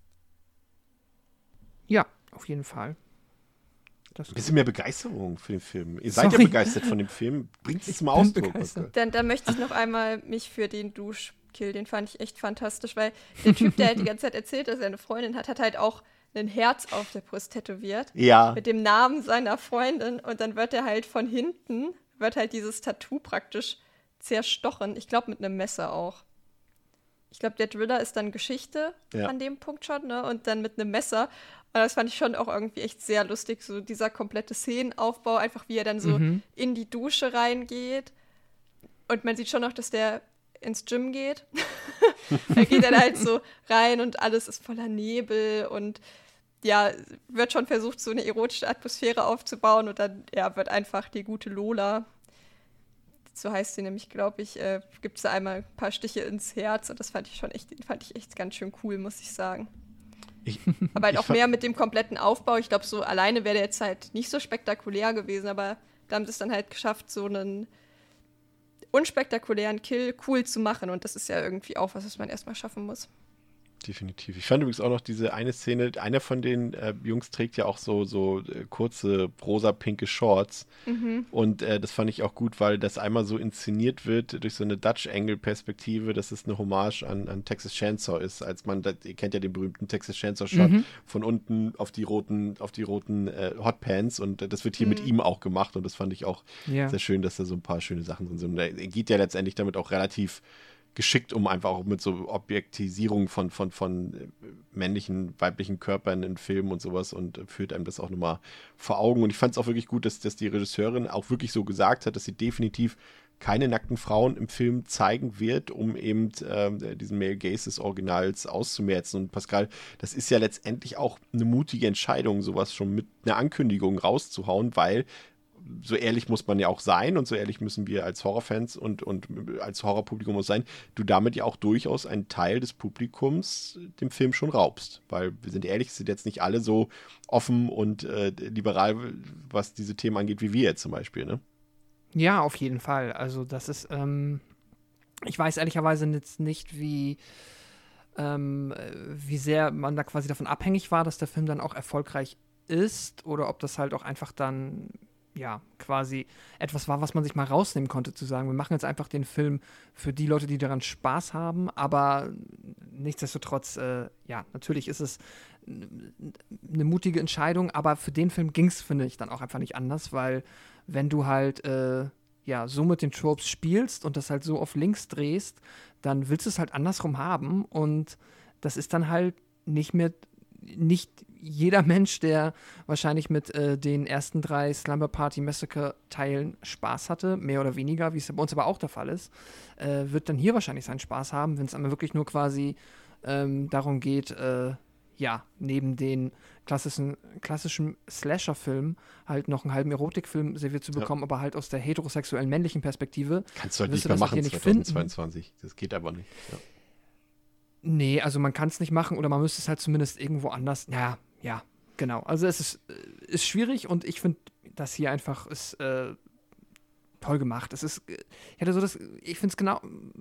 Ja, auf jeden Fall. Ein bisschen mehr Begeisterung für den Film. Ihr seid Sorry. ja begeistert von dem Film. Bringt es zum Ausdruck. Dann, dann möchte ich noch einmal mich für den Duschkill, den fand ich echt fantastisch, weil der Typ, der halt die ganze Zeit erzählt, dass er eine Freundin hat, hat halt auch ein Herz auf der Brust tätowiert. Ja. Mit dem Namen seiner Freundin. Und dann wird er halt von hinten, wird halt dieses Tattoo praktisch zerstochen. Ich glaube, mit einem Messer auch. Ich glaube, der Driller ist dann Geschichte ja. an dem Punkt schon, ne? Und dann mit einem Messer. Und das fand ich schon auch irgendwie echt sehr lustig, so dieser komplette Szenenaufbau, einfach wie er dann so mhm. in die Dusche reingeht. Und man sieht schon noch, dass der ins Gym geht. Da geht er halt so rein und alles ist voller Nebel und ja, wird schon versucht, so eine erotische Atmosphäre aufzubauen und dann ja, wird einfach die gute Lola, so heißt sie nämlich, glaube ich, äh, gibt sie einmal ein paar Stiche ins Herz und das fand ich schon echt, fand ich echt ganz schön cool, muss ich sagen. Ich, aber halt ich auch mehr mit dem kompletten Aufbau. Ich glaube, so alleine wäre der jetzt halt nicht so spektakulär gewesen, aber da haben sie es dann halt geschafft, so einen unspektakulären Kill cool zu machen und das ist ja irgendwie auch was, was man erstmal schaffen muss. Definitiv. Ich fand übrigens auch noch diese eine Szene, einer von den äh, Jungs trägt ja auch so, so äh, kurze rosa-pinke Shorts. Mhm. Und äh, das fand ich auch gut, weil das einmal so inszeniert wird durch so eine Dutch-Angle-Perspektive, dass es eine Hommage an, an Texas Chainsaw ist, als man, das, ihr kennt ja den berühmten Texas Chainsaw-Shot, Mhm. von unten auf die roten, auf die roten äh, Hotpants, und äh, das wird hier Mhm. mit ihm auch gemacht, und das fand ich auch Ja. sehr schön, dass da so ein paar schöne Sachen drin sind. Und er geht ja letztendlich damit auch relativ geschickt um, einfach auch mit so Objektisierung von, von, von äh, männlichen, weiblichen Körpern in Filmen und sowas, und äh, führt einem das auch nochmal vor Augen. Und ich fand es auch wirklich gut, dass, dass die Regisseurin auch wirklich so gesagt hat, dass sie definitiv keine nackten Frauen im Film zeigen wird, um eben äh, diesen Male Gaze des Originals auszumerzen. Und Pascal, das ist ja letztendlich auch eine mutige Entscheidung, sowas schon mit einer Ankündigung rauszuhauen, weil so ehrlich muss man ja auch sein, und so ehrlich müssen wir als Horrorfans und, und als Horrorpublikum muss sein, du damit ja auch durchaus einen Teil des Publikums dem Film schon raubst. Weil wir sind ehrlich, es sind jetzt nicht alle so offen und äh, liberal, was diese Themen angeht, wie wir jetzt zum Beispiel, ne? Ja, auf jeden Fall. Also das ist, ähm, ich weiß ehrlicherweise jetzt nicht, wie, ähm, wie sehr man da quasi davon abhängig war, dass der Film dann auch erfolgreich ist, oder ob das halt auch einfach dann, ja, quasi etwas war, was man sich mal rausnehmen konnte, zu sagen, wir machen jetzt einfach den Film für die Leute, die daran Spaß haben, aber nichtsdestotrotz, äh, ja, natürlich ist es eine mutige Entscheidung, aber für den Film ging es, finde ich, dann auch einfach nicht anders, weil wenn du halt, äh, ja, so mit den Tropes spielst und das halt so auf links drehst, dann willst du es halt andersrum haben, und das ist dann halt nicht mehr, nicht jeder Mensch, der wahrscheinlich mit äh, den ersten drei Slumber Party Massacre Teilen Spaß hatte, mehr oder weniger, wie es bei uns aber auch der Fall ist, äh, wird dann hier wahrscheinlich seinen Spaß haben, wenn es einmal wirklich nur quasi ähm, darum geht, äh, ja, neben den klassischen, klassischen Slasher-Filmen halt noch einen halben Erotikfilm serviert zu bekommen, ja, aber halt aus der heterosexuellen männlichen Perspektive. Kannst du halt wirst nicht mehr du das machen hier nicht zweitausendzweiundzwanzig. finden. Das geht aber nicht. Ja. Nee, also man kann es nicht machen, oder man müsste es halt zumindest irgendwo anders. Ja, ja, genau. Also es ist, äh, ist schwierig, und ich finde, das hier einfach ist äh, toll gemacht. Es ist, ich hatte so das, ich finde es genau,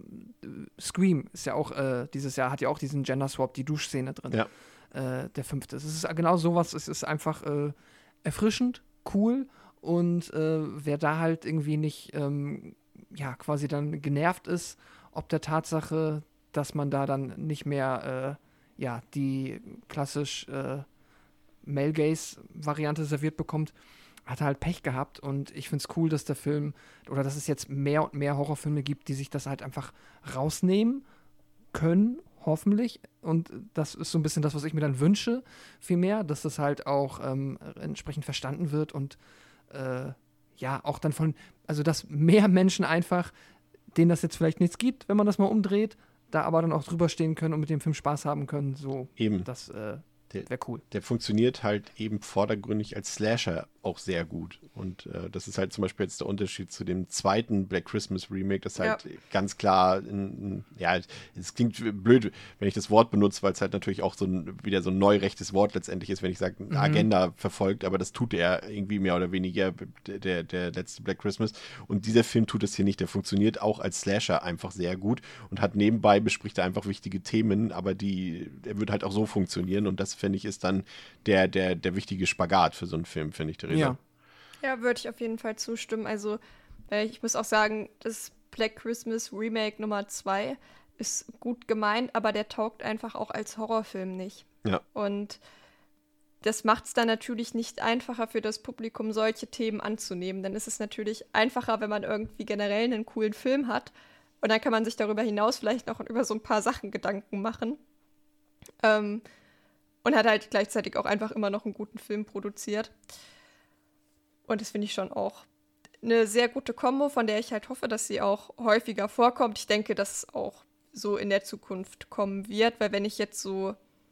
Scream ist ja auch, äh, dieses Jahr hat ja auch diesen Gender Swap, die Duschszene drin. Ja. Äh, der fünfte. Es ist genau sowas, es ist einfach äh, erfrischend, cool, und äh, wer da halt irgendwie nicht, ähm, ja, quasi dann genervt ist, ob der Tatsache, dass man da dann nicht mehr, äh, ja, die klassisch äh, Male-Gaze-Variante serviert bekommt, hat halt Pech gehabt. Und ich finde es cool, dass der Film, oder dass es jetzt mehr und mehr Horrorfilme gibt, die sich das halt einfach rausnehmen können, hoffentlich. Und das ist so ein bisschen das, was ich mir dann wünsche, vielmehr, dass das halt auch ähm, entsprechend verstanden wird, und äh, ja, auch dann von, also dass mehr Menschen einfach, denen das jetzt vielleicht nichts gibt, wenn man das mal umdreht, da aber dann auch drüber stehen können und mit dem Film Spaß haben können, so, eben. Das äh, wäre cool. Der funktioniert halt eben vordergründig als Slasher auch sehr gut. Und äh, das ist halt zum Beispiel jetzt der Unterschied zu dem zweiten Black Christmas Remake, das halt Ja. ganz klar, in, in, ja, es klingt blöd, wenn ich das Wort benutze, weil es halt natürlich auch so ein, wieder so ein neurechtes Wort letztendlich ist, wenn ich sage, eine Mhm. Agenda verfolgt, aber das tut er irgendwie mehr oder weniger, der, der, der letzte Black Christmas. Und dieser Film tut das hier nicht. Der funktioniert auch als Slasher einfach sehr gut und hat nebenbei, bespricht er einfach wichtige Themen, aber die, er wird halt auch so funktionieren, und das, finde ich, ist dann der, der, der wichtige Spagat für so einen Film, finde ich, Theresa. Ja. Ja, würde ich auf jeden Fall zustimmen. Also, äh, ich muss auch sagen, das Black Christmas Remake Nummer zwei ist gut gemeint, aber der taugt einfach auch als Horrorfilm nicht. Ja. Und das macht es dann natürlich nicht einfacher für das Publikum, solche Themen anzunehmen. Dann ist es natürlich einfacher, wenn man irgendwie generell einen coolen Film hat. Und dann kann man sich darüber hinaus vielleicht noch über so ein paar Sachen Gedanken machen. Ähm, und hat halt gleichzeitig auch einfach immer noch einen guten Film produziert. Und das finde ich schon auch eine sehr gute Kombo, von der ich halt hoffe, dass sie auch häufiger vorkommt. Ich denke, dass es auch so in der Zukunft kommen wird, weil wenn ich jetzt so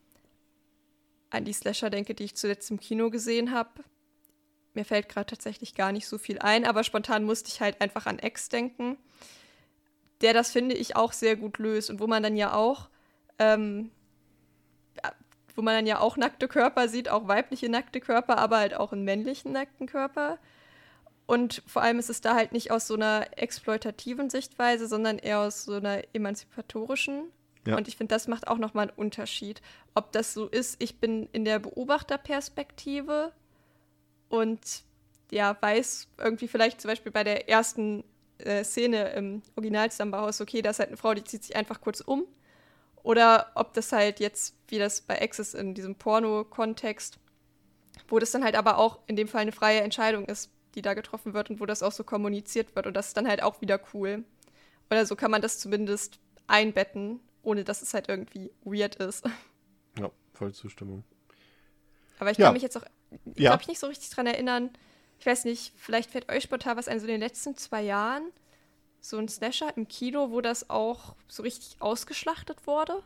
an die Slasher denke, die ich zuletzt im Kino gesehen habe, mir fällt gerade tatsächlich gar nicht so viel ein, aber spontan musste ich halt einfach an X denken, der das, finde ich, auch sehr gut löst und wo man dann ja auch ähm, wo man dann ja auch nackte Körper sieht, auch weibliche nackte Körper, aber halt auch einen männlichen nackten Körper. Und vor allem ist es da halt nicht aus so einer exploitativen Sichtweise, sondern eher aus so einer emanzipatorischen Ja. Und ich finde, das macht auch nochmal einen Unterschied. Ob das so ist, ich bin in der Beobachterperspektive und ja, weiß irgendwie vielleicht zum Beispiel bei der ersten äh, Szene im Original-Samba-Haus, okay, da ist halt eine Frau, die zieht sich einfach kurz um. Oder ob das halt jetzt, wie das bei Access in diesem Porno-Kontext, wo das dann halt aber auch in dem Fall eine freie Entscheidung ist, die da getroffen wird und wo das auch so kommuniziert wird. Und das ist dann halt auch wieder cool. Oder so kann man das zumindest einbetten, ohne dass es halt irgendwie weird ist. Ja, voll Zustimmung. Aber ich Ja. kann mich jetzt auch, Ja. glaube ich, nicht so richtig dran erinnern. Ich weiß nicht, vielleicht fällt euch spontan was ein, so in den letzten zwei Jahren, so ein Slasher im Kino, wo das auch so richtig ausgeschlachtet wurde?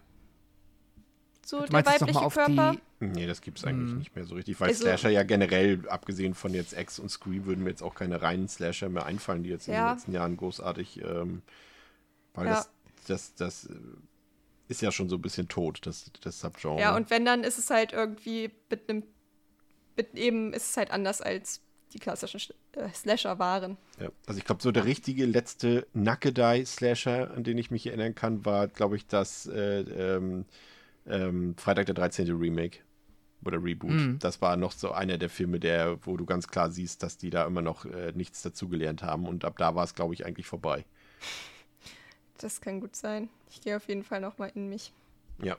So Du der meinst jetzt noch weibliche mal auf Körper? die, Nee, das gibt's eigentlich Hm. nicht mehr so richtig, weil Also- Slasher ja generell, abgesehen von jetzt X und Scream, würden mir jetzt auch keine reinen Slasher mehr einfallen, die jetzt in Ja. den letzten Jahren großartig, ähm, weil Ja. das, das, das äh, ist ja schon so ein bisschen tot, das, das Subgenre. Ja, und wenn, dann ist es halt irgendwie mit einem, mit eben ist es halt anders als die klassischen Sch- äh, Slasher waren. Ja, also ich glaube, so der richtige letzte Nackedei-Slasher, an den ich mich erinnern kann, war, glaube ich, das äh, ähm, ähm, Freitag der dreizehnte Remake oder Reboot. Mhm. Das war noch so einer der Filme, der, wo du ganz klar siehst, dass die da immer noch äh, nichts dazugelernt haben und ab da war es, glaube ich, eigentlich vorbei. Das kann gut sein. Ich gehe auf jeden Fall noch mal in mich. Ja.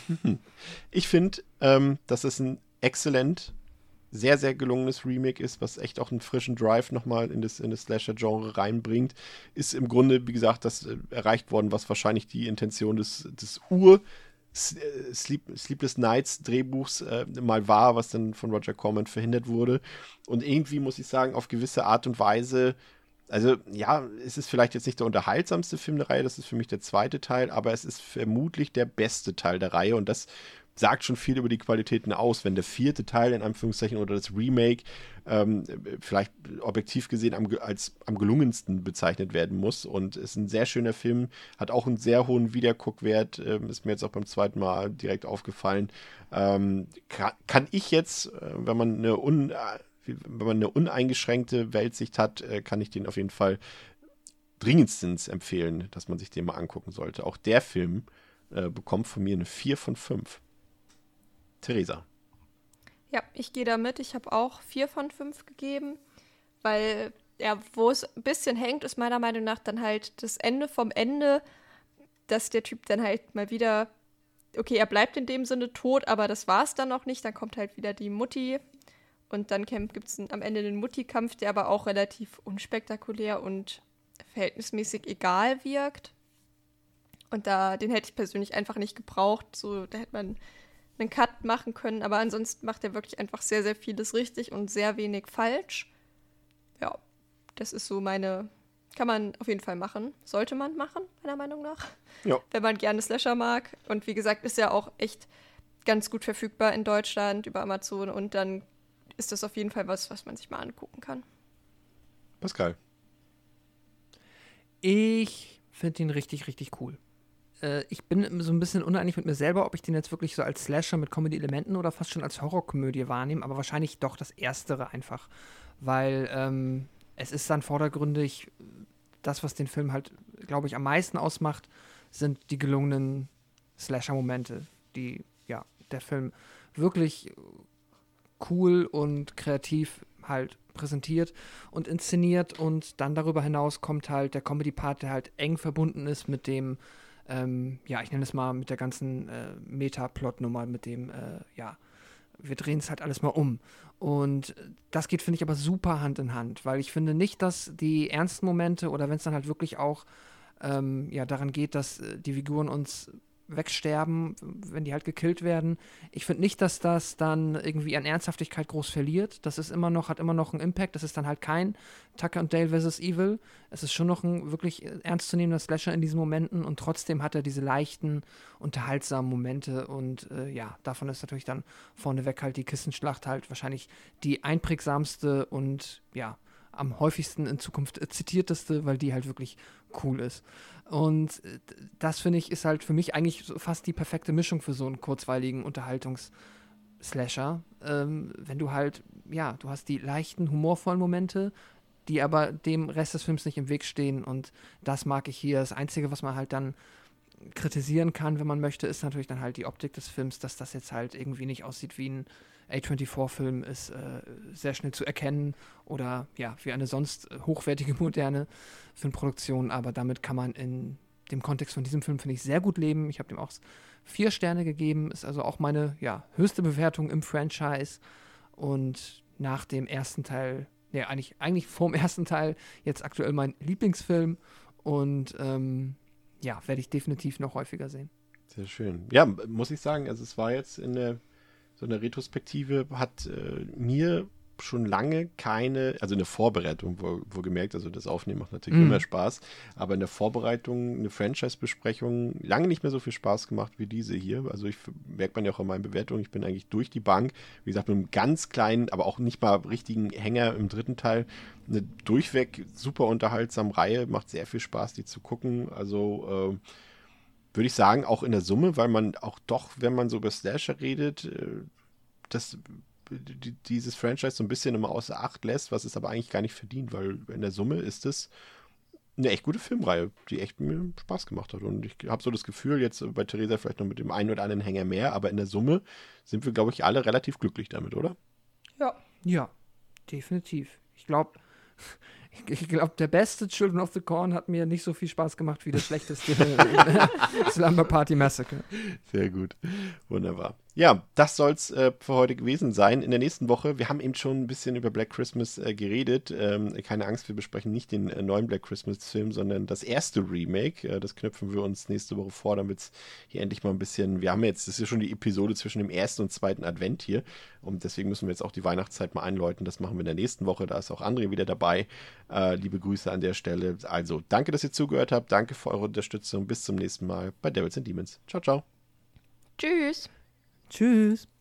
Ich finde, ähm, dass es ein exzellent, sehr, sehr gelungenes Remake ist, was echt auch einen frischen Drive nochmal in das, in das Slasher-Genre reinbringt. Ist im Grunde, wie gesagt, das äh, erreicht worden, was wahrscheinlich die Intention des, des Ur- Sleep, Sleepless Nights Drehbuchs äh, mal war, was dann von Roger Corman verhindert wurde. Und irgendwie muss ich sagen, auf gewisse Art und Weise, also ja, es ist vielleicht jetzt nicht der unterhaltsamste Film der Reihe, das ist für mich der zweite Teil, aber es ist vermutlich der beste Teil der Reihe und das sagt schon viel über die Qualitäten aus, wenn der vierte Teil in Anführungszeichen oder das Remake ähm, vielleicht objektiv gesehen am, als am gelungensten bezeichnet werden muss und ist ein sehr schöner Film, hat auch einen sehr hohen Wiederguckwert, ähm, ist mir jetzt auch beim zweiten Mal direkt aufgefallen. Ähm, kann, kann ich jetzt, äh, wenn man eine un, äh, wenn man eine uneingeschränkte Weltsicht hat, äh, kann ich den auf jeden Fall dringendstens empfehlen, dass man sich den mal angucken sollte. Auch der Film äh, bekommt von mir eine vier von fünf. Theresa. Ja, ich gehe da mit. Ich habe auch vier von fünf gegeben, weil, ja, wo es ein bisschen hängt, ist meiner Meinung nach dann halt das Ende vom Ende, dass der Typ dann halt mal wieder, okay, er bleibt in dem Sinne tot, aber das war es dann noch nicht. Dann kommt halt wieder die Mutti und dann gibt es am Ende den Mutti-Kampf, der aber auch relativ unspektakulär und verhältnismäßig egal wirkt. Und da, den hätte ich persönlich einfach nicht gebraucht. So, da hätte man einen Cut machen können, aber ansonsten macht er wirklich einfach sehr, sehr vieles richtig und sehr wenig falsch. Ja, das ist so meine, kann man auf jeden Fall machen. Sollte man machen, meiner Meinung nach. Ja. Wenn man gerne Slasher mag. Und wie gesagt, ist ja auch echt ganz gut verfügbar in Deutschland über Amazon und dann ist das auf jeden Fall was, was man sich mal angucken kann. Pascal. Ich finde ihn richtig, richtig cool. Äh, ich bin so ein bisschen uneinig mit mir selber, ob ich den jetzt wirklich so als Slasher mit Comedy-Elementen oder fast schon als Horrorkomödie wahrnehme, aber wahrscheinlich doch das Erstere einfach. Weil ähm, es ist dann vordergründig, das, was den Film halt, glaube ich, am meisten ausmacht, sind die gelungenen Slasher-Momente, die, ja, der Film wirklich cool und kreativ halt präsentiert und inszeniert und dann darüber hinaus kommt halt der Comedy-Part, der halt eng verbunden ist mit dem, ähm, ja, ich nenne es mal mit der ganzen äh, Meta-Plot-Nummer, mit dem, äh, ja, wir drehen es halt alles mal um. Und das geht, finde ich, aber super Hand in Hand, weil ich finde nicht, dass die ernsten Momente oder wenn es dann halt wirklich auch ähm, ja, daran geht, dass äh, die Figuren uns wegsterben, wenn die halt gekillt werden. Ich finde nicht, dass das dann irgendwie an Ernsthaftigkeit groß verliert. Das ist immer noch, hat immer noch einen Impact. Das ist dann halt kein Tucker und Dale versus Evil. Es ist schon noch ein wirklich ernstzunehmender Slasher in diesen Momenten und trotzdem hat er diese leichten, unterhaltsamen Momente und äh, ja, davon ist natürlich dann vorneweg halt die Kissenschlacht halt wahrscheinlich die einprägsamste und ja, am häufigsten in Zukunft zitierteste, weil die halt wirklich cool ist. Und das, finde ich, ist halt für mich eigentlich fast die perfekte Mischung für so einen kurzweiligen Unterhaltungs-Slasher. Ähm, wenn du halt, ja, du hast die leichten, humorvollen Momente, die aber dem Rest des Films nicht im Weg stehen und das mag ich hier. Das Einzige, was man halt dann kritisieren kann, wenn man möchte, ist natürlich dann halt die Optik des Films, dass das jetzt halt irgendwie nicht aussieht wie ein A vierundzwanzig-Film, ist äh, sehr schnell zu erkennen oder ja, wie eine sonst hochwertige, moderne Filmproduktion, aber damit kann man in dem Kontext von diesem Film, finde ich, sehr gut leben. Ich habe dem auch vier Sterne gegeben, ist also auch meine ja, höchste Bewertung im Franchise und nach dem ersten Teil, ja, eigentlich, eigentlich vor dem ersten Teil, jetzt aktuell mein Lieblingsfilm und ähm, ja, werde ich definitiv noch häufiger sehen. Sehr schön. Ja, muss ich sagen, also es war jetzt in der, so eine Retrospektive, hat äh, mir schon lange keine, also in der Vorbereitung, wo, wo gemerkt, also das Aufnehmen macht natürlich mm. immer Spaß, aber in der Vorbereitung eine Franchise-Besprechung lange nicht mehr so viel Spaß gemacht wie diese hier. Also ich merkt man ja auch in meinen Bewertungen, ich bin eigentlich durch die Bank, wie gesagt, mit einem ganz kleinen, aber auch nicht mal richtigen Hänger im dritten Teil, eine durchweg super unterhaltsame Reihe, macht sehr viel Spaß, die zu gucken. Also äh, würde ich sagen, auch in der Summe, weil man auch doch, wenn man so über Slasher redet, äh, das dieses Franchise so ein bisschen immer außer Acht lässt, was es aber eigentlich gar nicht verdient, weil in der Summe ist es eine echt gute Filmreihe, die echt mir Spaß gemacht hat. Und ich habe so das Gefühl, jetzt bei Theresa vielleicht noch mit dem einen oder anderen Hänger mehr, aber in der Summe sind wir, glaube ich, alle relativ glücklich damit, oder? Ja. Ja, definitiv. Ich glaube, ich glaube, der beste Children of the Corn hat mir nicht so viel Spaß gemacht wie das schlechteste Slumber Party Massacre. Sehr gut. Wunderbar. Ja, das soll's äh, für heute gewesen sein. In der nächsten Woche, wir haben eben schon ein bisschen über Black Christmas äh, geredet. Ähm, keine Angst, wir besprechen nicht den äh, neuen Black Christmas-Film, sondern das erste Remake. Äh, das knüpfen wir uns nächste Woche vor, damit es hier endlich mal ein bisschen, wir haben jetzt, das ist ja schon die Episode zwischen dem ersten und zweiten Advent hier. Und deswegen müssen wir jetzt auch die Weihnachtszeit mal einläuten. Das machen wir in der nächsten Woche. Da ist auch André wieder dabei. Äh, liebe Grüße an der Stelle. Also, danke, dass ihr zugehört habt. Danke für eure Unterstützung. Bis zum nächsten Mal bei Devils and Demons. Ciao, ciao. Tschüss. Tschüss.